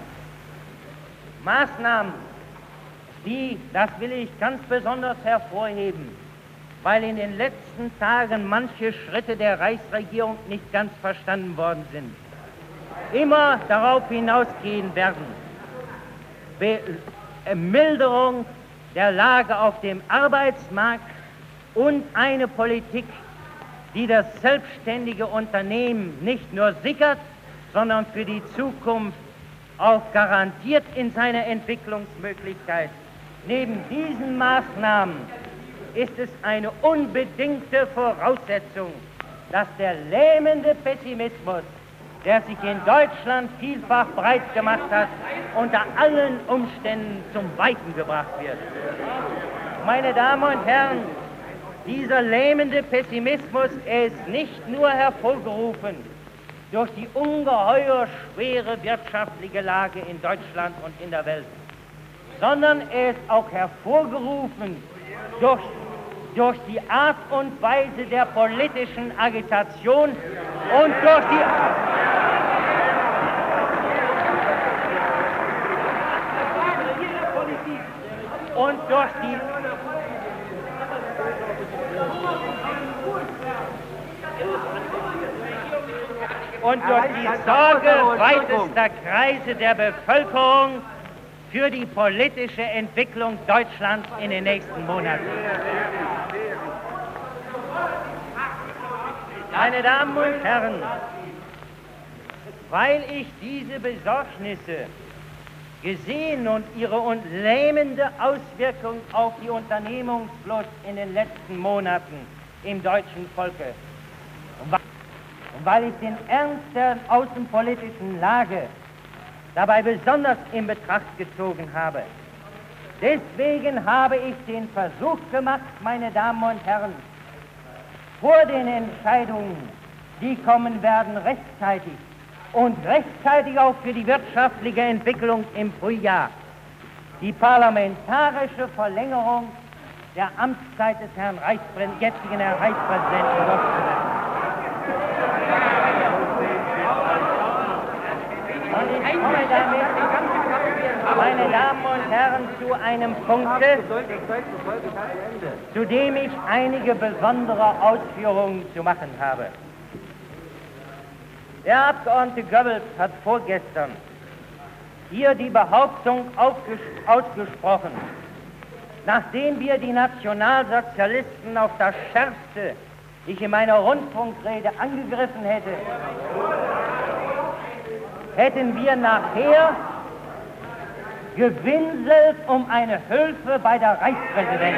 Maßnahmen, die, das will ich ganz besonders hervorheben, weil in den letzten Tagen manche Schritte der Reichsregierung nicht ganz verstanden worden sind, immer darauf hinausgehen werden, Be- äh, Milderung der Lage auf dem Arbeitsmarkt und eine Politik, die das selbstständige Unternehmen nicht nur sichert, sondern für die Zukunft auch garantiert in seiner Entwicklungsmöglichkeit. Neben diesen Maßnahmen ist es eine unbedingte Voraussetzung, dass der lähmende Pessimismus, der sich in Deutschland vielfach breit gemacht hat, unter allen Umständen zum Weichen gebracht wird. Meine Damen und Herren, dieser lähmende Pessimismus ist nicht nur hervorgerufen durch die ungeheuer schwere wirtschaftliche Lage in Deutschland und in der Welt, sondern er ist auch hervorgerufen durch, durch die Art und Weise der politischen Agitation und durch die und durch die und durch die Sorge weitester Kreise der Bevölkerung für die politische Entwicklung Deutschlands in den nächsten Monaten. Meine Damen und Herren, weil ich diese Besorgnisse gesehen und ihre lähmende Auswirkung auf die Unternehmungslust in den letzten Monaten im deutschen Volke, und weil ich den Ernst der außenpolitischen Lage dabei besonders in Betracht gezogen habe, deswegen habe ich den Versuch gemacht, meine Damen und Herren, vor den Entscheidungen, die kommen werden, rechtzeitig und rechtzeitig auch für die wirtschaftliche Entwicklung im Frühjahr, die parlamentarische Verlängerung der Amtszeit des Herrn Reichspräs- jetzigen Herrn Reichspräsidenten durchzusetzen. Und ich komme damit, meine Damen und Herren, zu einem Punkte, zu dem ich einige besondere Ausführungen zu machen habe. Der Abgeordnete Goebbels hat vorgestern hier die Behauptung aufges- ausgesprochen, nachdem wir die Nationalsozialisten auf das Schärfste, ich in meiner Rundfunkrede angegriffen hätte, hätten wir nachher gewinselt um eine Hilfe bei der Reichspräsidentin.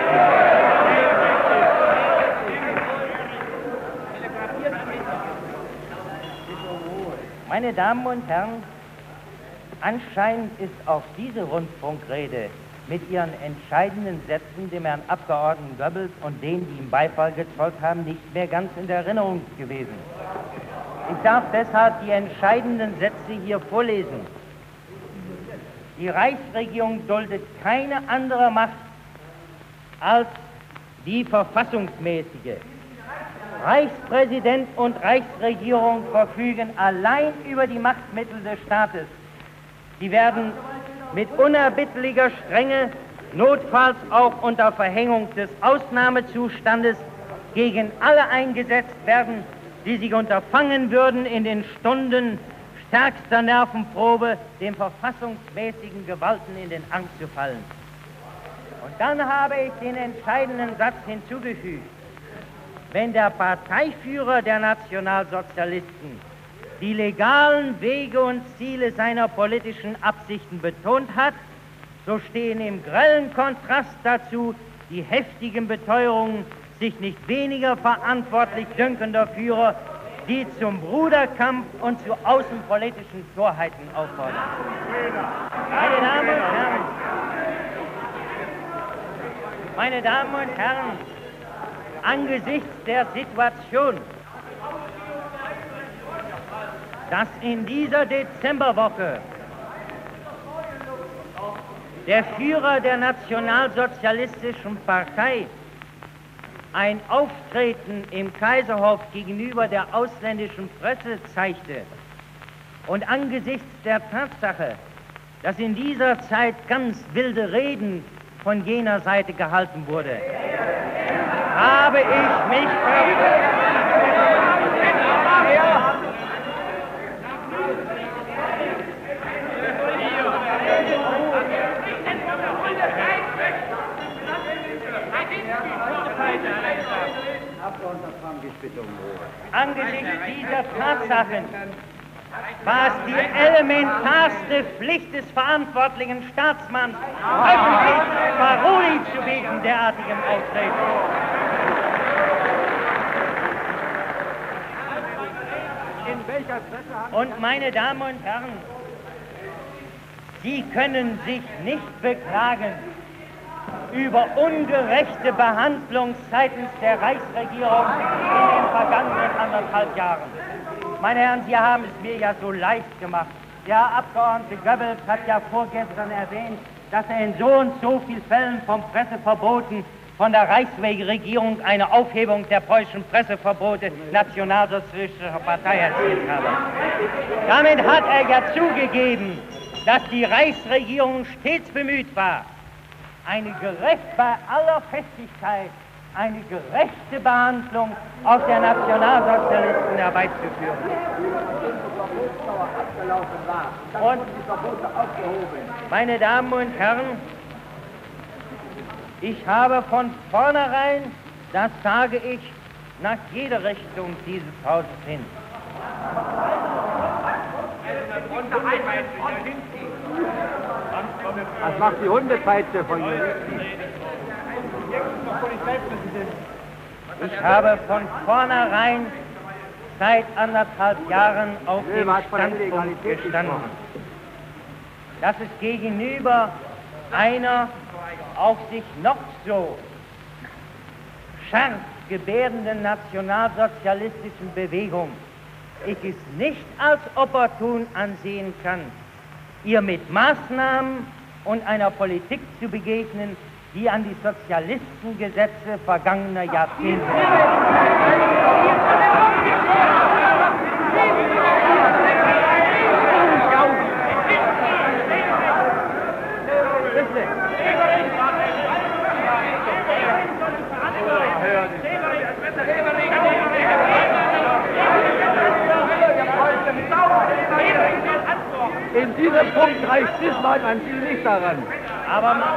Meine Damen und Herren, anscheinend ist auch diese Rundfunkrede mit ihren entscheidenden Sätzen dem Herrn Abgeordneten Goebbels und denen, die ihm Beifall gezollt haben, nicht mehr ganz in der Erinnerung gewesen. Ich darf deshalb die entscheidenden Sätze hier vorlesen. Die Reichsregierung duldet keine andere Macht als die verfassungsmäßige. Reichspräsident und Reichsregierung verfügen allein über die Machtmittel des Staates. Sie werden mit unerbittlicher Strenge, notfalls auch unter Verhängung des Ausnahmezustandes, gegen alle eingesetzt werden, die sich unterfangen würden, in den Stunden stärkster Nervenprobe den verfassungsmäßigen Gewalten in den Arm zu fallen. Und dann habe ich den entscheidenden Satz hinzugefügt. Wenn der Parteiführer der Nationalsozialisten die legalen Wege und Ziele seiner politischen Absichten betont hat, so stehen im grellen Kontrast dazu die heftigen Beteuerungen sich nicht weniger verantwortlich dünkender Führer, die zum Bruderkampf und zu außenpolitischen Torheiten auffordern. Meine Damen und Herren, meine Damen und Herren, angesichts der Situation, dass in dieser Dezemberwoche der Führer der Nationalsozialistischen Partei ein Auftreten im Kaiserhof gegenüber der ausländischen Presse zeigte und angesichts der Tatsache, dass in dieser Zeit ganz wilde Reden von jener Seite gehalten wurde, habe ich mich angesichts dieser Tatsachen war es die elementarste Pflicht des verantwortlichen Staatsmanns, öffentlich Paroli zu bieten, derartigem Auftreten. Und meine Damen und Herren, Sie können sich nicht beklagen über ungerechte Behandlung seitens der Reichsregierung in den vergangenen anderthalb Jahren. Meine Herren, Sie haben es mir ja so leicht gemacht. Der Abgeordnete Goebbels hat ja vorgestern erwähnt, dass er in so und so vielen Fällen vom Presseverboten von der Reichsregierung eine Aufhebung der preußischen Presseverbote nationalsozialistischer Partei erzielt habe. Damit hat er ja zugegeben, dass die Reichsregierung stets bemüht war, eine gerecht, bei aller Festigkeit, eine gerechte Behandlung auch der Nationalsozialisten herbeizuführen. Und, meine Damen und Herren, ich habe von vornherein, das sage ich, nach jeder Richtung dieses Hauses hin. Was macht die Hundepeitsche von Ihnen? Ich habe von vornherein seit anderthalb Jahren auf Nö, dem was von der Standpunkt Illegalität gestanden, gesprochen. dass es gegenüber einer auch sich noch so scharf gebärdenden nationalsozialistischen Bewegung ich es nicht als opportun ansehen kann, ihr mit Maßnahmen und einer Politik zu begegnen, die an die Sozialistengesetze vergangener Jahrzehnte In diesem Punkt reicht Bismarck an Sie nicht daran. Aber man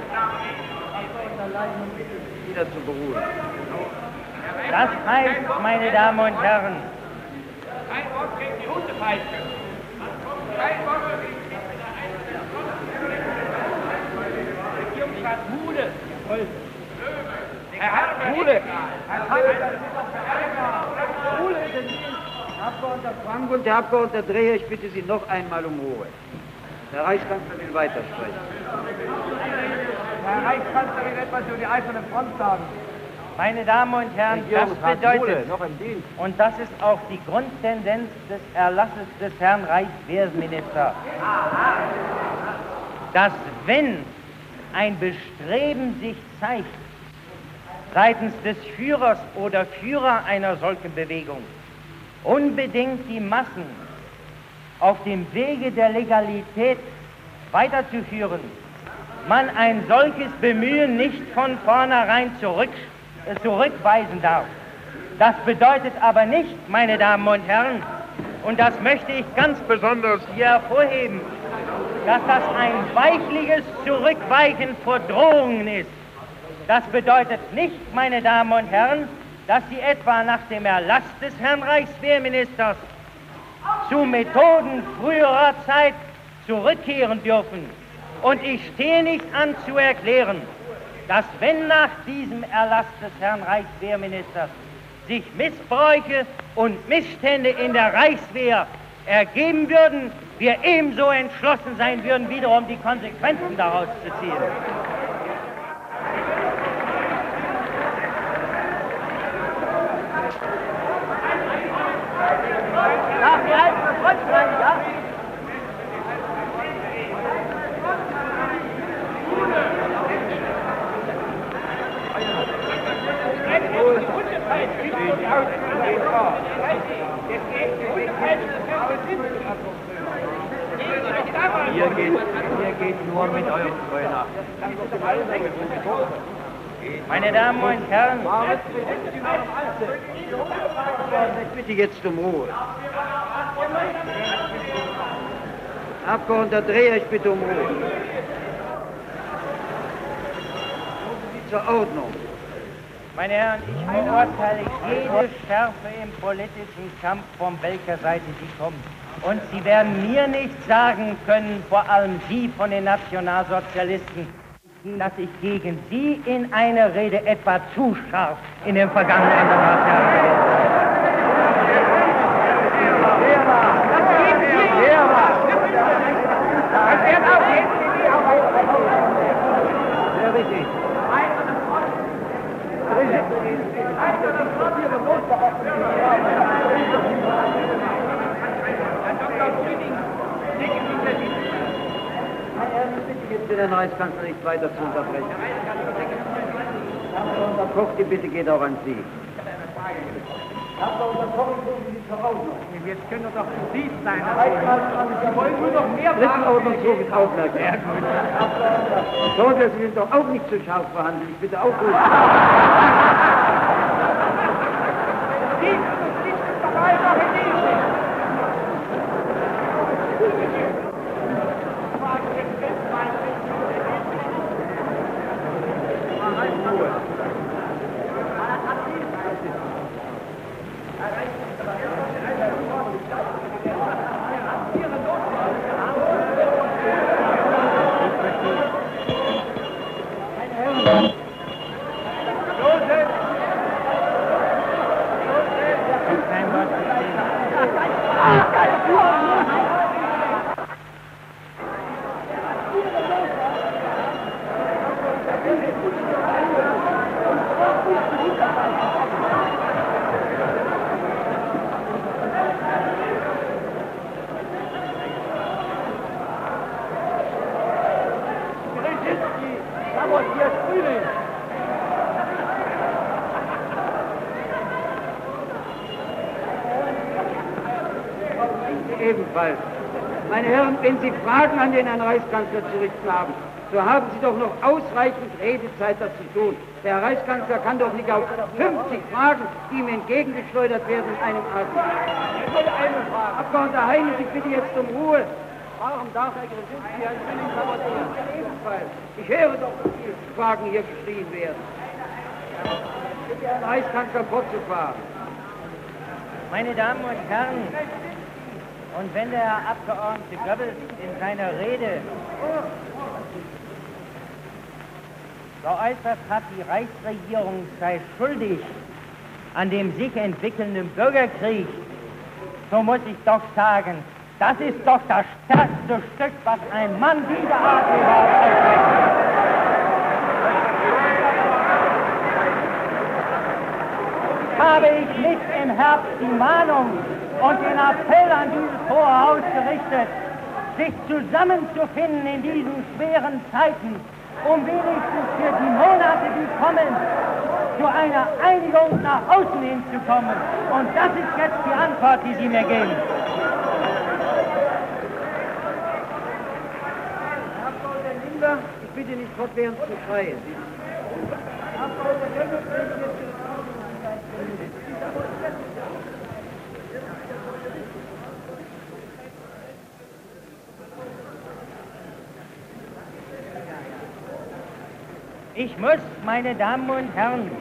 wieder zu beruhigen. das heißt, meine Damen und Herren, Kein Wort gegen die Hundepeitsche. Kein Wort gegen die Regierungsrat Muhle. Herr Herr Muhle. Abgeordneter Frank und der Abgeordnete Dreher, ich bitte Sie noch einmal um Ruhe. Der Reichskanzler will weitersprechen. Herr Reichskanzler will etwas über die Eiserne Front sagen. meine Damen und Herren, das bedeutet, noch im Dienst. und das ist auch die Grundtendenz des Erlasses des Herrn Reichswehrministers, dass wenn ein Bestreben sich zeigt, seitens des Führers oder Führer einer solchen Bewegung, unbedingt die Massen auf dem Wege der Legalität weiterzuführen, man ein solches Bemühen nicht von vornherein zurück, äh, zurückweisen darf. Das bedeutet aber nicht, meine Damen und Herren, und das möchte ich ganz besonders hier hervorheben, dass das ein weichliches Zurückweichen vor Drohungen ist. Das bedeutet nicht, meine Damen und Herren, dass Sie etwa nach dem Erlass des Herrn Reichswehrministers zu Methoden früherer Zeit zurückkehren dürfen. Und ich stehe nicht an zu erklären, dass wenn nach diesem Erlass des Herrn Reichswehrministers sich Missbräuche und Missstände in der Reichswehr ergeben würden, wir ebenso entschlossen sein würden, wiederum die Konsequenzen daraus zu ziehen. Nach die Eiserne Front sprechen, ja? Hier geht, hier geht nur mit eurem Treuner. Meine Damen und Herren, Ich bitte jetzt um Ruhe. Abgeordneter Dreher, ich bitte um Ruhe. Zur Ordnung. meine Herren, ich verurteile jede Schärfe im politischen Kampf, von welcher Seite sie kommt. Und Sie werden mir nicht sagen können, vor allem Sie von den Nationalsozialisten, dass ich gegen Sie in einer Rede etwa zu scharf in den vergangenen anderthalb Jahren gewesen Sehr richtig. Ich bitte den Reichskanzler nicht weiter zu unterbrechen. Herr Koch, die Bitte geht auch an Sie. Jetzt können wir doch zu Sie sein. Sie wollen nur noch mehr Dritten Ordnungshof ist aufmerksam. So, Sie sind doch auch nicht zu scharf verhandeln. Ich bitte auch ruhig. ebenfalls. Meine Herren, wenn Sie Fragen an den Herrn Reichskanzler zu richten haben, so haben Sie doch noch ausreichend Redezeit, das zu tun. Der Herr Reichskanzler kann doch nicht auf fünfzig Fragen, die ihm entgegengeschleudert werden, in einem Atem. Ich will eine Frage. Abgeordneter Heines, ich bitte jetzt um Ruhe. Warum darf Herr Grzelski ein Zwilling sabotieren? Ebenfalls. Ich höre doch, dass die Fragen hier geschrien werden. Ich bitte Herrn Reichskanzler fortzufahren. Meine Damen und Herren, und wenn der Herr Abgeordnete Goebbels in seiner Rede geäußert hat, die Reichsregierung sei schuldig an dem sich entwickelnden Bürgerkrieg, so muss ich doch sagen, das ist doch das stärkste Stück, was ein Mann dieser Art überhaupt ausspricht. Habe ich nicht im Herbst die Mahnung und den Appell an dieses Hohe Haus gerichtet, sich zusammenzufinden in diesen schweren Zeiten, um wenigstens für die Monate, die kommen, zu einer Einigung nach außen hinzukommen. Und das ist jetzt die Antwort, die Sie mir geben. Herr Abgeordneter Linder, ich bitte nicht fortwährend zu schreien. Herr Abgeordneter Goebbels, wenn Sie jetzt Ich muss, meine Damen und Herren,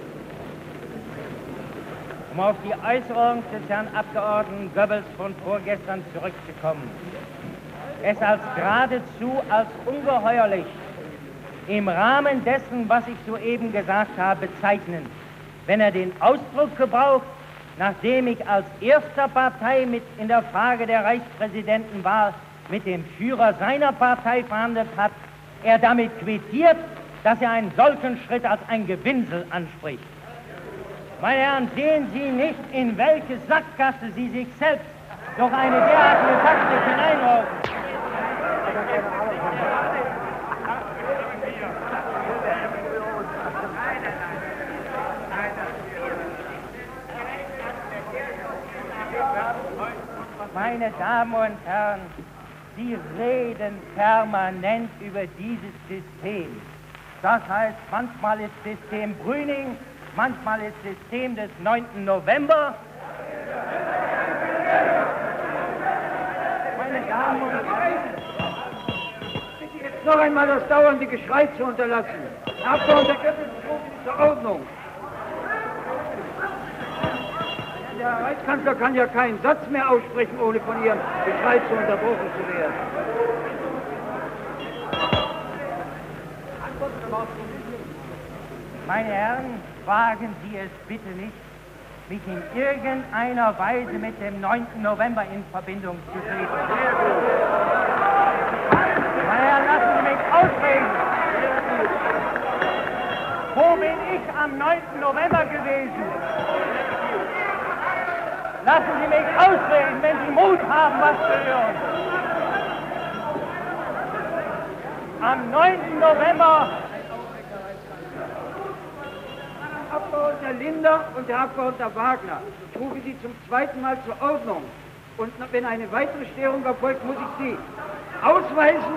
um auf die Äußerung des Herrn Abgeordneten Goebbels von vorgestern zurückzukommen, es als geradezu als ungeheuerlich im Rahmen dessen, was ich soeben gesagt habe, bezeichnen, wenn er den Ausdruck gebraucht, nachdem ich als erster Partei mit in der Frage der Reichspräsidentenwahl mit dem Führer seiner Partei verhandelt hat, er damit quittiert, dass er einen solchen Schritt als ein Gewinsel anspricht. Meine Herren, sehen Sie nicht, in welche Sackgasse Sie sich selbst durch eine derartige Taktik hineinraufen? Meine Damen und Herren, Sie reden permanent über dieses System. Das heißt, manchmal ist System Brüning, manchmal ist System des neunten November. Meine Damen und Herren, bitte jetzt noch einmal das dauernde Geschrei zu unterlassen. Herr Abgeordneter Goebbels, zur Ordnung. Der Reichskanzler kann ja keinen Satz mehr aussprechen, ohne von Ihrem Geschrei zu unterbrochen zu werden. Meine Herren, wagen Sie es bitte nicht, mich in irgendeiner Weise mit dem neunten November in Verbindung zu treten. Meine Herren, lassen Sie mich ausreden. Wo bin ich am neunten November gewesen? Lassen Sie mich ausreden, wenn Sie Mut haben, was zu hören. Am neunten November Herr Abgeordneter Linder und Herr Abgeordneter Wagner, ich rufe Sie zum zweiten Mal zur Ordnung. Und wenn eine weitere Störung erfolgt, muss ich Sie ausweisen.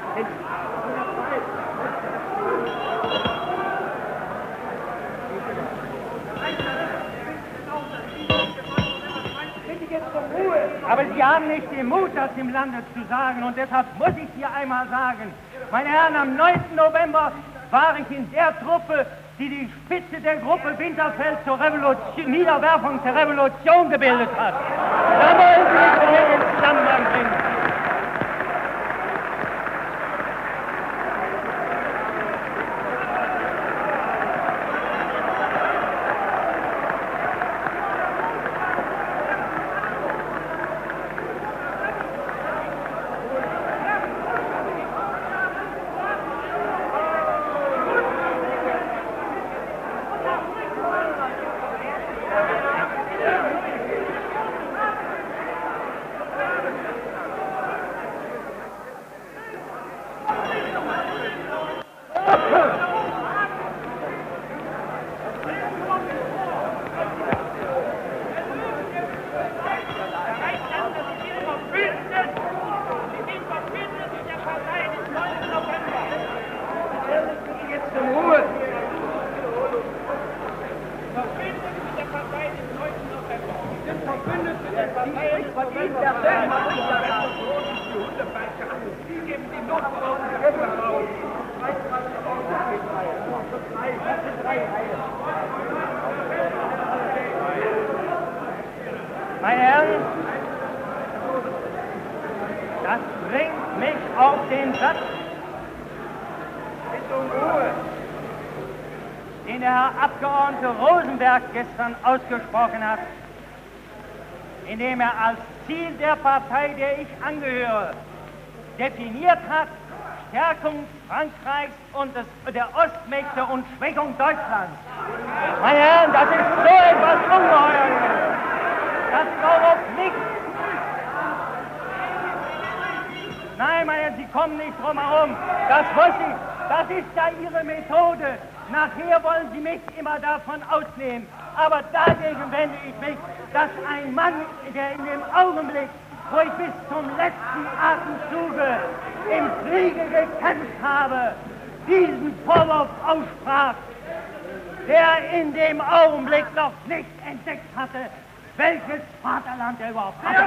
Aber Sie haben nicht den Mut, das im Lande zu sagen, und deshalb muss ich hier einmal sagen, meine Herren, am neunten November war ich in der Truppe, die die Spitze der Gruppe Winterfeld zur Revolution, Niederwerfung der Revolution gebildet hat. Da wollen Sie mich hier in den Zusammenhang bringen. Von Ihnen persönlich habe ich ja gar nicht. Sie geben die Notverordnung raus. Meine Herren, das bringt mich auf den Satz, den der Herr Abgeordnete Rosenberg gestern ausgesprochen hat, indem er als Ziel der Partei, der ich angehöre, definiert hat, Stärkung Frankreichs und des, der Ostmächte und Schwächung Deutschlands. Meine Herren, das ist so etwas Ungeheuerliches. Das überhaupt nicht. Nein, meine Herren, Sie kommen nicht drum herum. Das wusste ich. Das ist ja Ihre Methode. Nachher wollen Sie mich immer davon ausnehmen. Aber dagegen wende ich mich, dass ein Mann, der in dem Augenblick, wo ich bis zum letzten Atemzuge im Kriege gekämpft habe, diesen Vorwurf aussprach, der in dem Augenblick noch nicht entdeckt hatte, welches Vaterland er überhaupt hatte.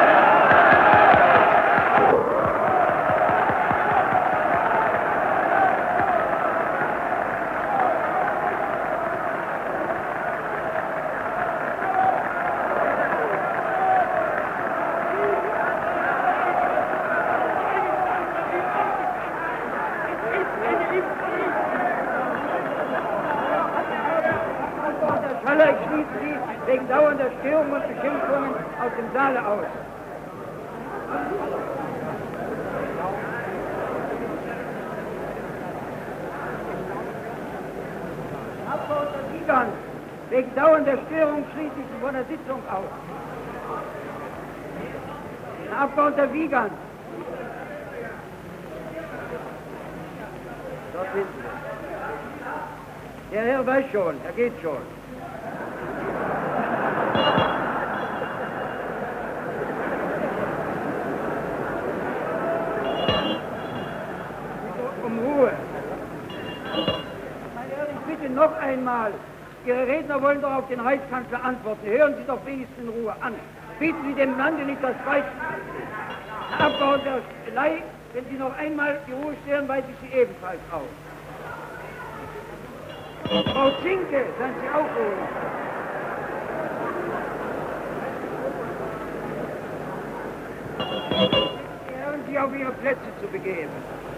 Schaller, ich schließe Sie wegen dauernder Störungen und Beschimpfungen aus dem Saale aus. Abgeordneter Wiegand, wegen dauernder Störung schließe ich Sie von der Sitzung aus. Herr Abgeordneter Wiegand. Dort sind Sie. Der Herr weiß schon, er geht schon. Um Ruhe. Meine Herren, ich bitte noch einmal, Ihre Redner wollen doch auf den Reichskanzler antworten. Hören Sie doch wenigstens in Ruhe an. Bieten Sie dem Lande nicht das Recht. Herr Abgeordneter Ley, wenn Sie noch einmal die Ruhe stören, weise ich Sie ebenfalls auf. Frau Zinke, seien Sie auch ruhig. Hören Sie auf Ihre Plätze zu begeben.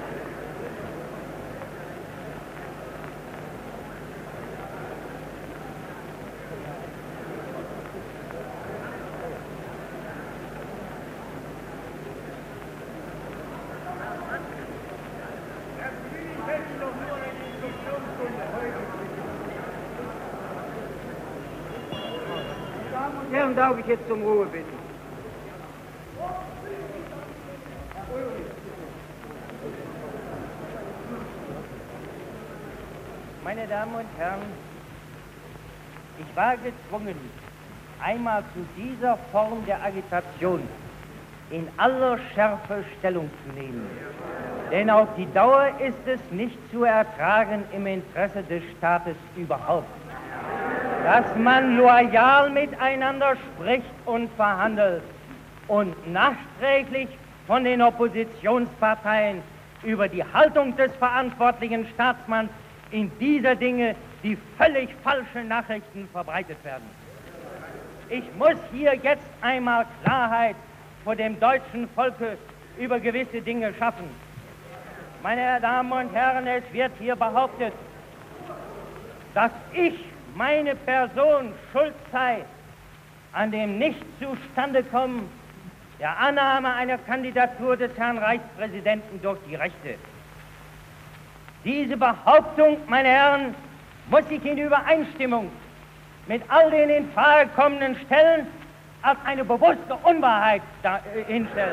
Herren, darf ich jetzt um Ruhe bitten? Meine Damen und Herren, ich war gezwungen, einmal zu dieser Form der Agitation in aller Schärfe Stellung zu nehmen. Denn auf die Dauer ist es nicht zu ertragen im Interesse des Staates überhaupt, dass man loyal miteinander spricht und verhandelt und nachträglich von den Oppositionsparteien über die Haltung des verantwortlichen Staatsmanns in dieser Dinge die völlig falschen Nachrichten verbreitet werden. Ich muss hier jetzt einmal Klarheit vor dem deutschen Volke über gewisse Dinge schaffen. Meine Damen und Herren, es wird hier behauptet, dass ich, meine Person, schuld sei an dem Nicht-Zustandekommen der Annahme einer Kandidatur des Herrn Reichspräsidenten durch die Rechte. Diese Behauptung, meine Herren, muss ich in Übereinstimmung mit all den in Frage kommenden Stellen als eine bewusste Unwahrheit da, äh, hinstellen.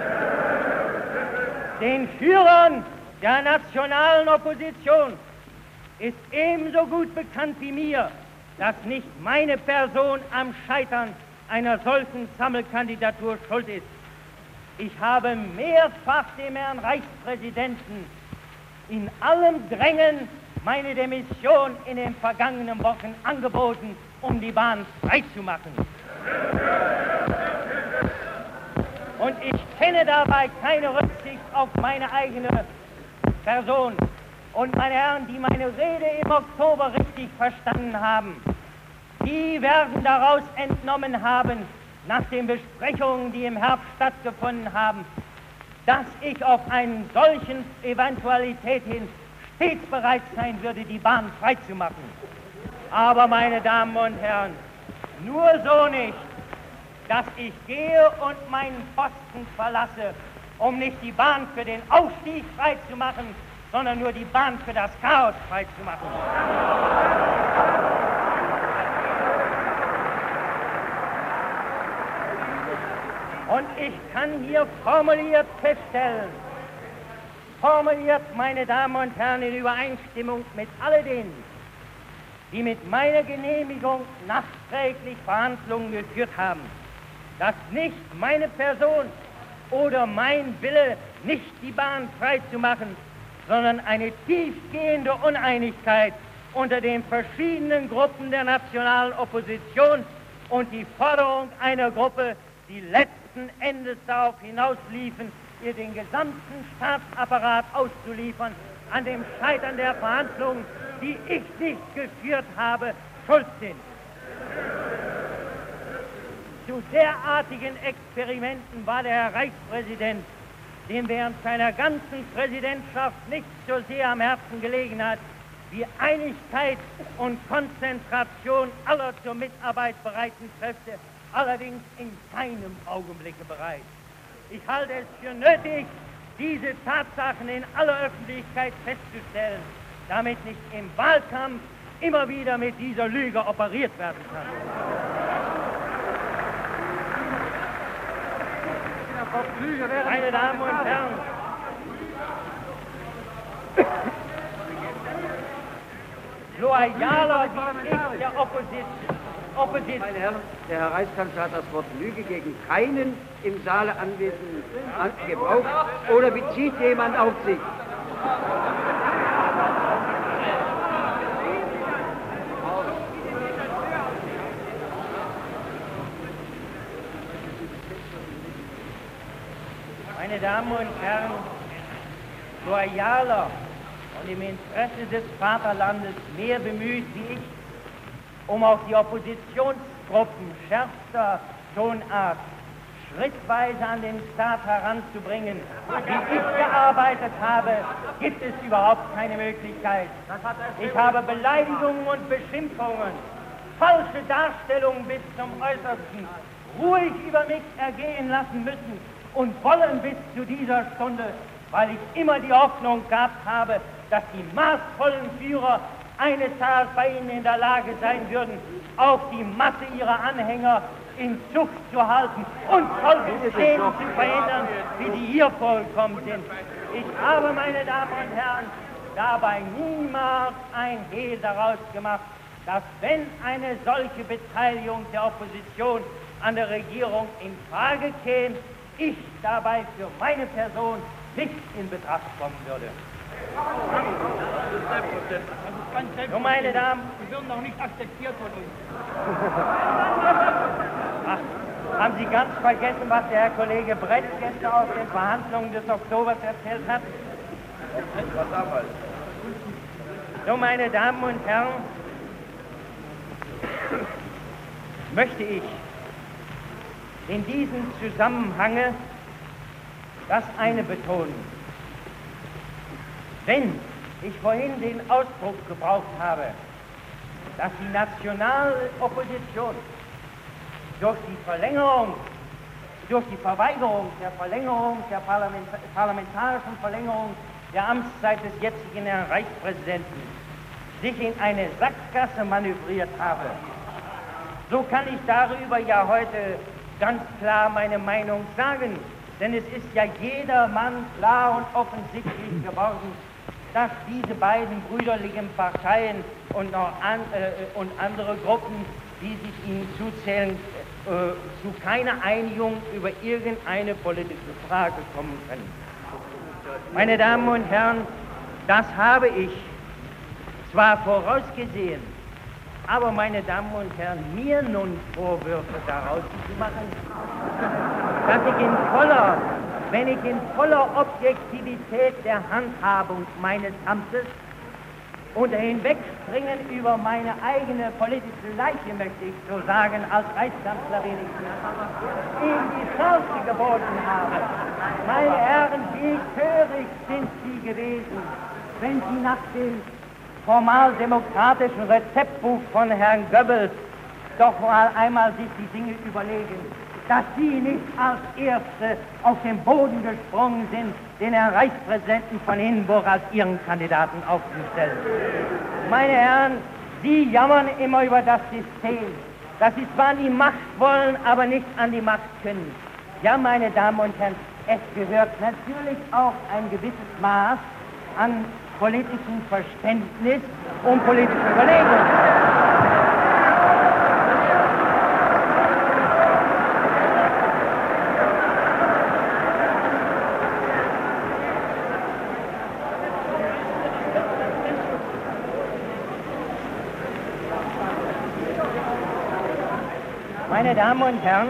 Den Führern der nationalen Opposition ist ebenso gut bekannt wie mir, dass nicht meine Person am Scheitern einer solchen Sammelkandidatur schuld ist. Ich habe mehrfach dem Herrn Reichspräsidenten in allem Drängen meine Demission in den vergangenen Wochen angeboten, um die Bahn freizumachen. kenne dabei keine Rücksicht auf meine eigene Person. Und meine Herren, die meine Rede im Oktober richtig verstanden haben, die werden daraus entnommen haben, nach den Besprechungen, die im Herbst stattgefunden haben, dass ich auf einen solchen Eventualität hin stets bereit sein würde, die Bahn freizumachen. Aber, meine Damen und Herren, nur so nicht, dass ich gehe und meinen Posten verlasse, um nicht die Bahn für den Aufstieg freizumachen, sondern nur die Bahn für das Chaos freizumachen. Und ich kann hier formuliert feststellen, formuliert, meine Damen und Herren, in Übereinstimmung mit all denen, die mit meiner Genehmigung nachträglich Verhandlungen geführt haben, dass nicht meine Person oder mein Wille, nicht die Bahn freizumachen, sondern eine tiefgehende Uneinigkeit unter den verschiedenen Gruppen der nationalen Opposition und die Forderung einer Gruppe, die letzten Endes darauf hinausliefen, ihr den gesamten Staatsapparat auszuliefern, an dem Scheitern der Verhandlungen, die ich nicht geführt habe, schuld sind. Zu derartigen Experimenten war der Herr Reichspräsident, dem während seiner ganzen Präsidentschaft nichts so sehr am Herzen gelegen hat, wie Einigkeit und Konzentration aller zur Mitarbeit bereiten Kräfte, allerdings in keinem Augenblicke bereit. Ich halte es für nötig, diese Tatsachen in aller Öffentlichkeit festzustellen, damit nicht im Wahlkampf immer wieder mit dieser Lüge operiert werden kann. Meine Damen und Herren, loyaler wie ich der Opposition, Opposition. Meine Herren, der Herr Reichskanzler hat das Wort Lüge gegen keinen im Saale Anwesenden gebraucht oder bezieht jemand auf sich? Meine Damen und Herren, loyaler und im Interesse des Vaterlandes mehr bemüht wie ich, um auch die Oppositionsgruppen schärfster Tonart schrittweise an den Staat heranzubringen, wie ich gearbeitet habe, gibt es überhaupt keine Möglichkeit. Ich habe Beleidigungen und Beschimpfungen, falsche Darstellungen bis zum Äußersten ruhig über mich ergehen lassen müssen und wollen bis zu dieser Stunde, weil ich immer die Hoffnung gehabt habe, dass die maßvollen Führer eines Tages bei Ihnen in der Lage sein würden, auch die Masse ihrer Anhänger in Zucht zu halten und solche Szenen zu verhindern, wie die hier vorgekommen sind. Ich habe, meine Damen und Herren, dabei niemals ein Hehl daraus gemacht, dass wenn eine solche Beteiligung der Opposition an der Regierung in Frage käme, ich dabei für meine Person nicht in Betracht kommen würde. Nun, meine Damen, Sie würden auch nicht akzeptiert von uns. Ach, haben Sie ganz vergessen, was der Herr Kollege Brett gestern aus den Verhandlungen des Oktobers erzählt hat? Was damals? Nun, meine Damen und Herren, möchte ich in diesem Zusammenhange das eine betonen. Wenn ich vorhin den Ausdruck gebraucht habe, dass die nationale Opposition durch die Verlängerung, durch die Verweigerung der Verlängerung, der Parlamentar parlamentarischen Verlängerung der Amtszeit des jetzigen Herrn Reichspräsidenten sich in eine Sackgasse manövriert habe, so kann ich darüber ja heute ganz klar meine Meinung sagen, denn es ist ja jedermann klar und offensichtlich geworden, dass diese beiden brüderlichen Parteien und noch an, äh, und andere Gruppen, die sich ihnen zuzählen, äh, zu keiner Einigung über irgendeine politische Frage kommen können. Meine Damen und Herren, das habe ich zwar vorausgesehen, aber, meine Damen und Herren, mir nun Vorwürfe daraus zu machen, dass ich in voller wenn ich in voller Objektivität der Handhabung meines Amtes und hinwegspringen über meine eigene politische Leiche, möchte ich so sagen, als Reichskanzler wenigstens, Ihnen die Chance geboten habe. Meine Herren, wie töricht sind Sie gewesen, wenn Sie nach dem formal-demokratischen Rezeptbuch von Herrn Goebbels doch mal einmal sich die Dinge überlegen, dass Sie nicht als Erste auf den Boden gesprungen sind, den Herrn Reichspräsidenten von Hindenburg als Ihren Kandidaten aufzustellen. Meine Herren, Sie jammern immer über das System, dass Sie zwar an die Macht wollen, aber nicht an die Macht können. Ja, meine Damen und Herren, es gehört natürlich auch ein gewisses Maß an politischem Verständnis und politischer Überlegung. Meine Damen und Herren,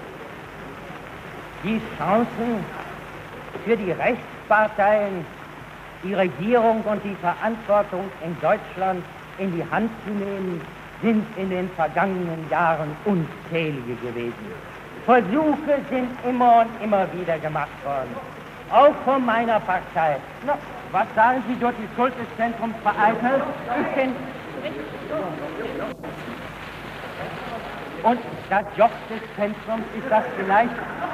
die Chancen für die Rechtsparteien, die Regierung und die Verantwortung in Deutschland in die Hand zu nehmen, sind in den vergangenen Jahren unzählige gewesen. Versuche sind immer und immer wieder gemacht worden, auch von meiner Partei. Na, was sagen Sie dort, die Schuld des Zentrums vereitelt? Ich kenne... Und das Job des Zentrums, ist das vielleicht,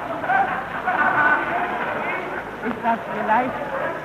ist das vielleicht,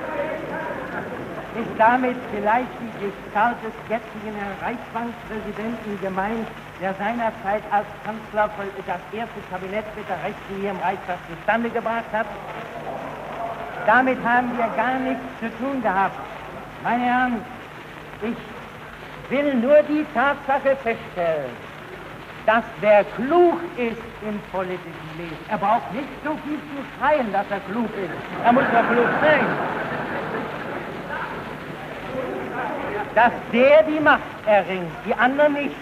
ist damit vielleicht die Gestalt des jetzigen Herrn Reichsbankpräsidenten gemeint, der seinerzeit als Kanzler das erste Kabinett mit der Rechten hier im Reichstag zustande gebracht hat? Damit haben wir gar nichts zu tun gehabt. Meine Herren, ich will nur die Tatsache feststellen, dass wer klug ist im politischen Leben, er braucht nicht so viel zu schreien, dass er klug ist. Er muss ja klug sein. Dass der die Macht erringt, die anderen nicht.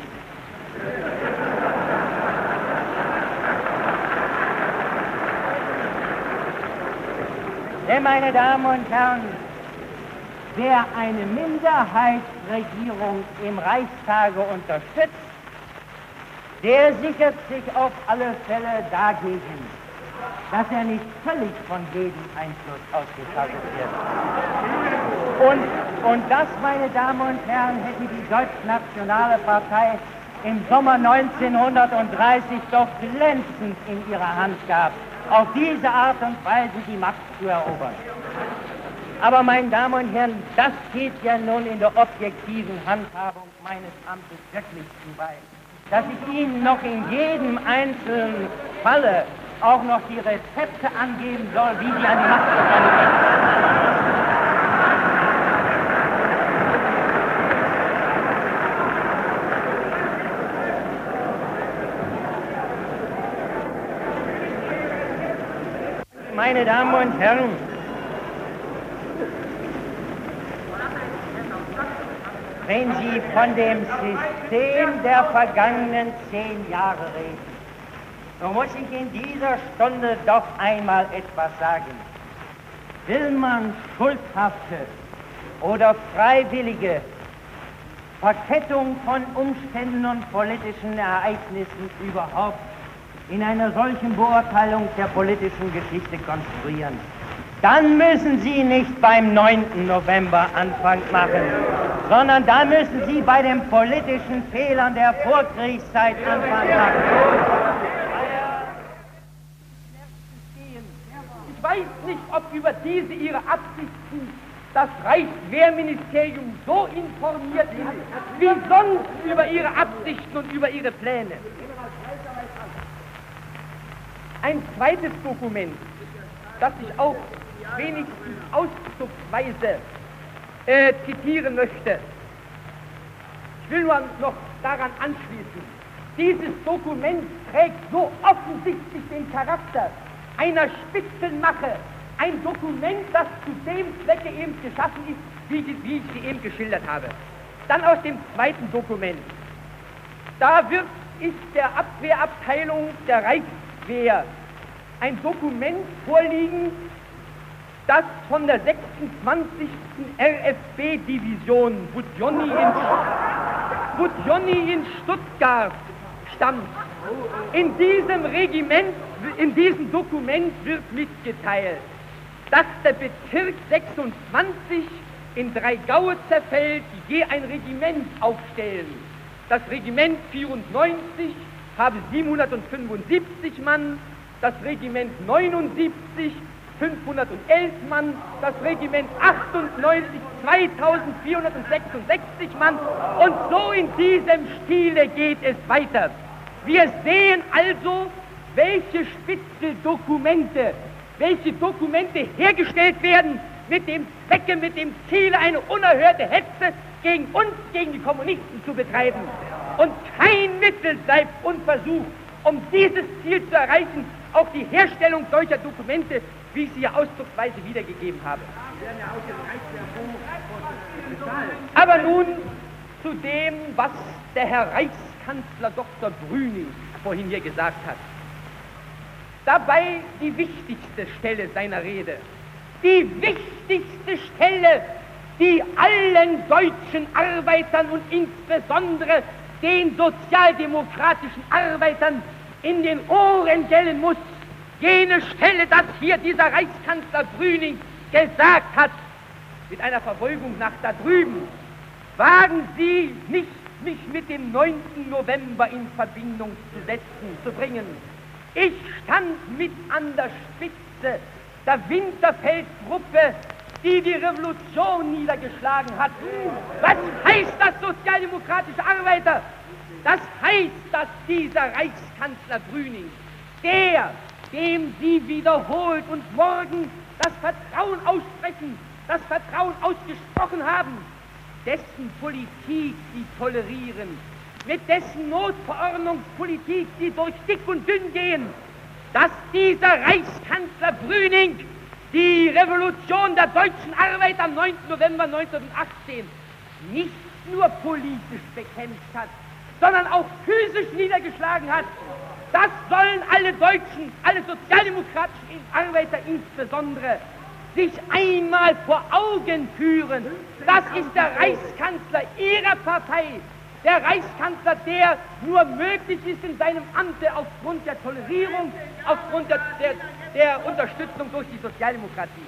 Denn, meine Damen und Herren, wer eine Minderheitsregierung im Reichstage unterstützt, der sichert sich auf alle Fälle dagegen, dass er nicht völlig von jedem Einfluss ausgeschaltet wird. Und, und das, meine Damen und Herren, hätte die Deutschnationale Partei im Sommer neunzehnhundertdreißig doch glänzend in ihrer Hand gehabt, auf diese Art und Weise die Macht zu erobern. Aber, meine Damen und Herren, das geht ja nun in der objektiven Handhabung meines Amtes wirklich zu weit, dass ich Ihnen noch in jedem einzelnen Falle auch noch die Rezepte angeben soll, wie Sie an die Macht gekommen sind. Meine Damen und Herren, wenn Sie von dem System der vergangenen zehn Jahre reden, so muss ich in dieser Stunde doch einmal etwas sagen. Will man schuldhafte oder freiwillige Verkettung von Umständen und politischen Ereignissen überhaupt in einer solchen Beurteilung der politischen Geschichte konstruieren, dann müssen Sie nicht beim neunten November Anfang machen, sondern dann müssen Sie bei den politischen Fehlern der Vorkriegszeit Anfang machen. Ich weiß nicht, ob über diese Ihre Absichten das Reichswehrministerium so informiert ist, wie sonst über Ihre Absichten und über Ihre Pläne. Ein zweites Dokument, das ich auch wenigstens ausdrucksweise äh, zitieren möchte. Ich will nur noch daran anschließen. Dieses Dokument trägt so offensichtlich den Charakter einer Spitzenmache. Ein Dokument, das zu dem Zwecke eben geschaffen ist, wie, wie ich sie eben geschildert habe. Dann aus dem zweiten Dokument. Da wird, ist der Abwehrabteilung der Reichswehr ein Dokument vorliegen, das von der sechsundzwanzigsten R F B-Division Budjonni in, Budjonni in Stuttgart stammt. In diesem Regiment, in diesem Dokument wird mitgeteilt, dass der Bezirk sechsundzwanzig in drei Gaue zerfällt, die je ein Regiment aufstellen. Das Regiment vierundneunzig habe siebenhundertfünfundsiebzig Mann, das Regiment neunundsiebzig fünfhundertelf Mann, das Regiment achtundneunzig zweitausendvierhundertsechsundsechzig Mann, und so in diesem Stile geht es weiter. Wir sehen also, welche Spitzeldokumente, welche Dokumente hergestellt werden mit dem Zwecke, mit dem Ziele, eine unerhörte Hetze gegen uns, gegen die Kommunisten zu betreiben. Und kein Mittel bleibt unversucht, um dieses Ziel zu erreichen, auch die Herstellung solcher Dokumente, wie ich sie ja ausdrucksweise wiedergegeben habe. Aber nun zu dem, was der Herr Reichskanzler Doktor Brüning vorhin hier gesagt hat. Dabei die wichtigste Stelle seiner Rede, die wichtigste Stelle, die allen deutschen Arbeitern und insbesondere den sozialdemokratischen Arbeitern in den Ohren gellen muss, jene Stelle, dass hier dieser Reichskanzler Brüning gesagt hat, mit einer Verbeugung nach da drüben: Wagen Sie nicht, mich mit dem neunten November in Verbindung zu setzen, zu bringen. Ich stand mit an der Spitze der Winterfeldtruppe, die die Revolution niedergeschlagen hat. Was heißt das, sozialdemokratische Arbeiter? Das heißt, dass dieser Reichskanzler Brüning, der, dem Sie wiederholt und morgen das Vertrauen aussprechen, das Vertrauen ausgesprochen haben, dessen Politik Sie tolerieren, mit dessen Notverordnungspolitik Sie durch dick und dünn gehen, dass dieser Reichskanzler Brüning die Revolution der deutschen Arbeiter am neunten November neunzehnhundertachtzehn nicht nur politisch bekämpft hat, sondern auch physisch niedergeschlagen hat. Das sollen alle Deutschen, alle sozialdemokratischen Arbeiter insbesondere, sich einmal vor Augen führen. Das ist der Reichskanzler Ihrer Partei, der Reichskanzler, der nur möglich ist in seinem Amte aufgrund der Tolerierung, aufgrund der, der, der Unterstützung durch die Sozialdemokratie.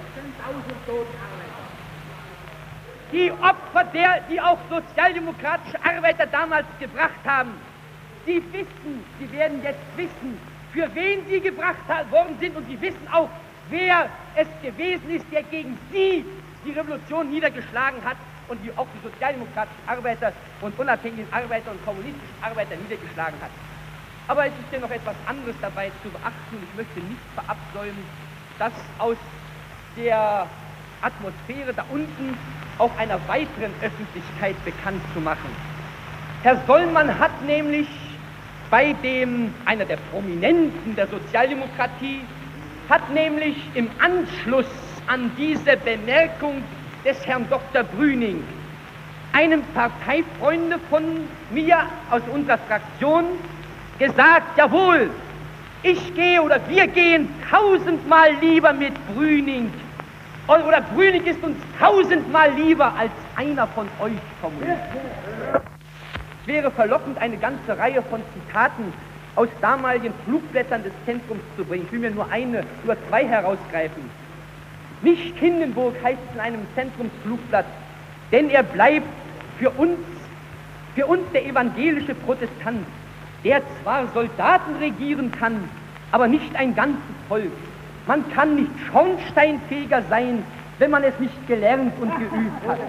Die Opfer, der, die auch sozialdemokratische Arbeiter damals gebracht haben, sie wissen, sie werden jetzt wissen, für wen sie gebracht worden sind, und sie wissen auch, wer es gewesen ist, der gegen sie die Revolution niedergeschlagen hat und die auch die sozialdemokratischen Arbeiter und unabhängigen Arbeiter und kommunistischen Arbeiter niedergeschlagen hat. Aber es ist ja noch etwas anderes dabei zu beachten, und ich möchte nicht verabsäumen, das aus der Atmosphäre da unten auch einer weiteren Öffentlichkeit bekannt zu machen. Herr Sollmann hat nämlich bei dem, einer der Prominenten der Sozialdemokratie, hat nämlich im Anschluss an diese Bemerkung des Herrn Doktor Brüning einem Parteifreunde von mir aus unserer Fraktion gesagt: Jawohl, ich gehe oder wir gehen tausendmal lieber mit Brüning, oder Brüning ist uns tausendmal lieber als einer von euch Kommunisten. Es wäre verlockend, eine ganze Reihe von Zitaten aus damaligen Flugblättern des Zentrums zu bringen. Ich will mir nur eine, nur zwei herausgreifen. Nicht Hindenburg heißt es in einem Zentrumsflugblatt, denn er bleibt für uns, für uns der evangelische Protestant, der zwar Soldaten regieren kann, aber nicht ein ganzes Volk. Man kann nicht schornsteinfeger sein, wenn man es nicht gelernt und geübt hat.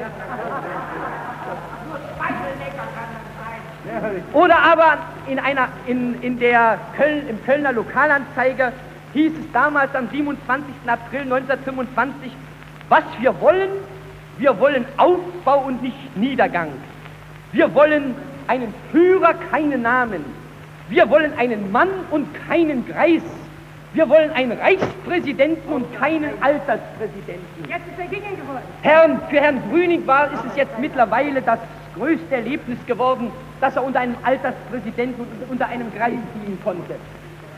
Oder aber in einer, in, in der Köln, im Kölner Lokalanzeiger hieß es damals am siebenundzwanzigsten April neunzehnhundertfünfundzwanzig, was wir wollen, wir wollen Aufbau und nicht Niedergang. Wir wollen einen Führer, keinen Namen. Wir wollen einen Mann und keinen Greis. Wir wollen einen Reichspräsidenten und keinen Alterspräsidenten. Jetzt ist er gegen geworden. Herrn, für Herrn Brüning war, ist es jetzt mittlerweile das größte Erlebnis geworden, dass er unter einem Alterspräsidenten und unter einem Greis dienen konnte.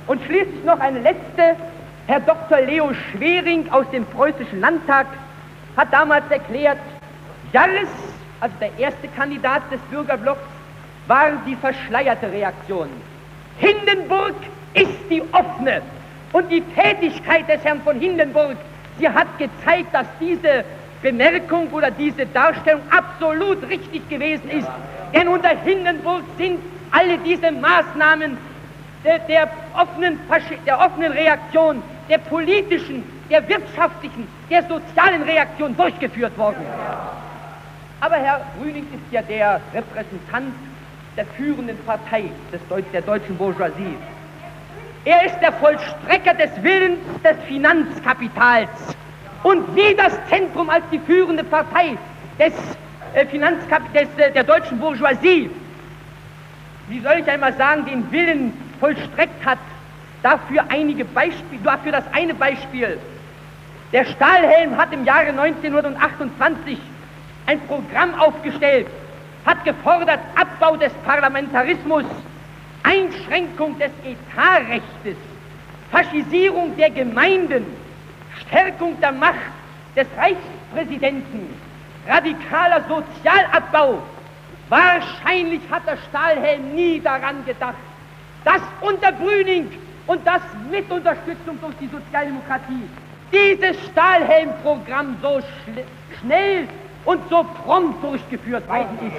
Und schließlich noch eine letzte. Herr Doktor Leo Schwering aus dem Preußischen Landtag hat damals erklärt, Jarres, also der erste Kandidat des Bürgerblocks, war die verschleierte Reaktion. Hindenburg ist die offene. Und die Tätigkeit des Herrn von Hindenburg, sie hat gezeigt, dass diese Bemerkung oder diese Darstellung absolut richtig gewesen ist. Denn unter Hindenburg sind alle diese Maßnahmen der, der, offenen, der offenen Reaktion, der politischen, der wirtschaftlichen, der sozialen Reaktion durchgeführt worden. Aber Herr Brüning ist ja der Repräsentant der führenden Partei des Deut der deutschen Bourgeoisie. Er ist der Vollstrecker des Willens des Finanzkapitals und wie das Zentrum als die führende Partei des, äh, Finanzkap des, äh, der deutschen Bourgeoisie, wie soll ich einmal sagen, den Willen vollstreckt hat, dafür einige Beispiele, dafür das eine Beispiel. Der Stahlhelm hat im Jahre neunzehnhundertachtundzwanzig ein Programm aufgestellt, hat gefordert Abbau des Parlamentarismus, Einschränkung des Etatrechts, Faschisierung der Gemeinden, Stärkung der Macht des Reichspräsidenten, radikaler Sozialabbau. Wahrscheinlich hat der Stahlhelm nie daran gedacht, dass unter Brüning und das mit Unterstützung durch die Sozialdemokratie dieses Stahlhelm-Programm so schnell und so prompt durchgeführt worden ist.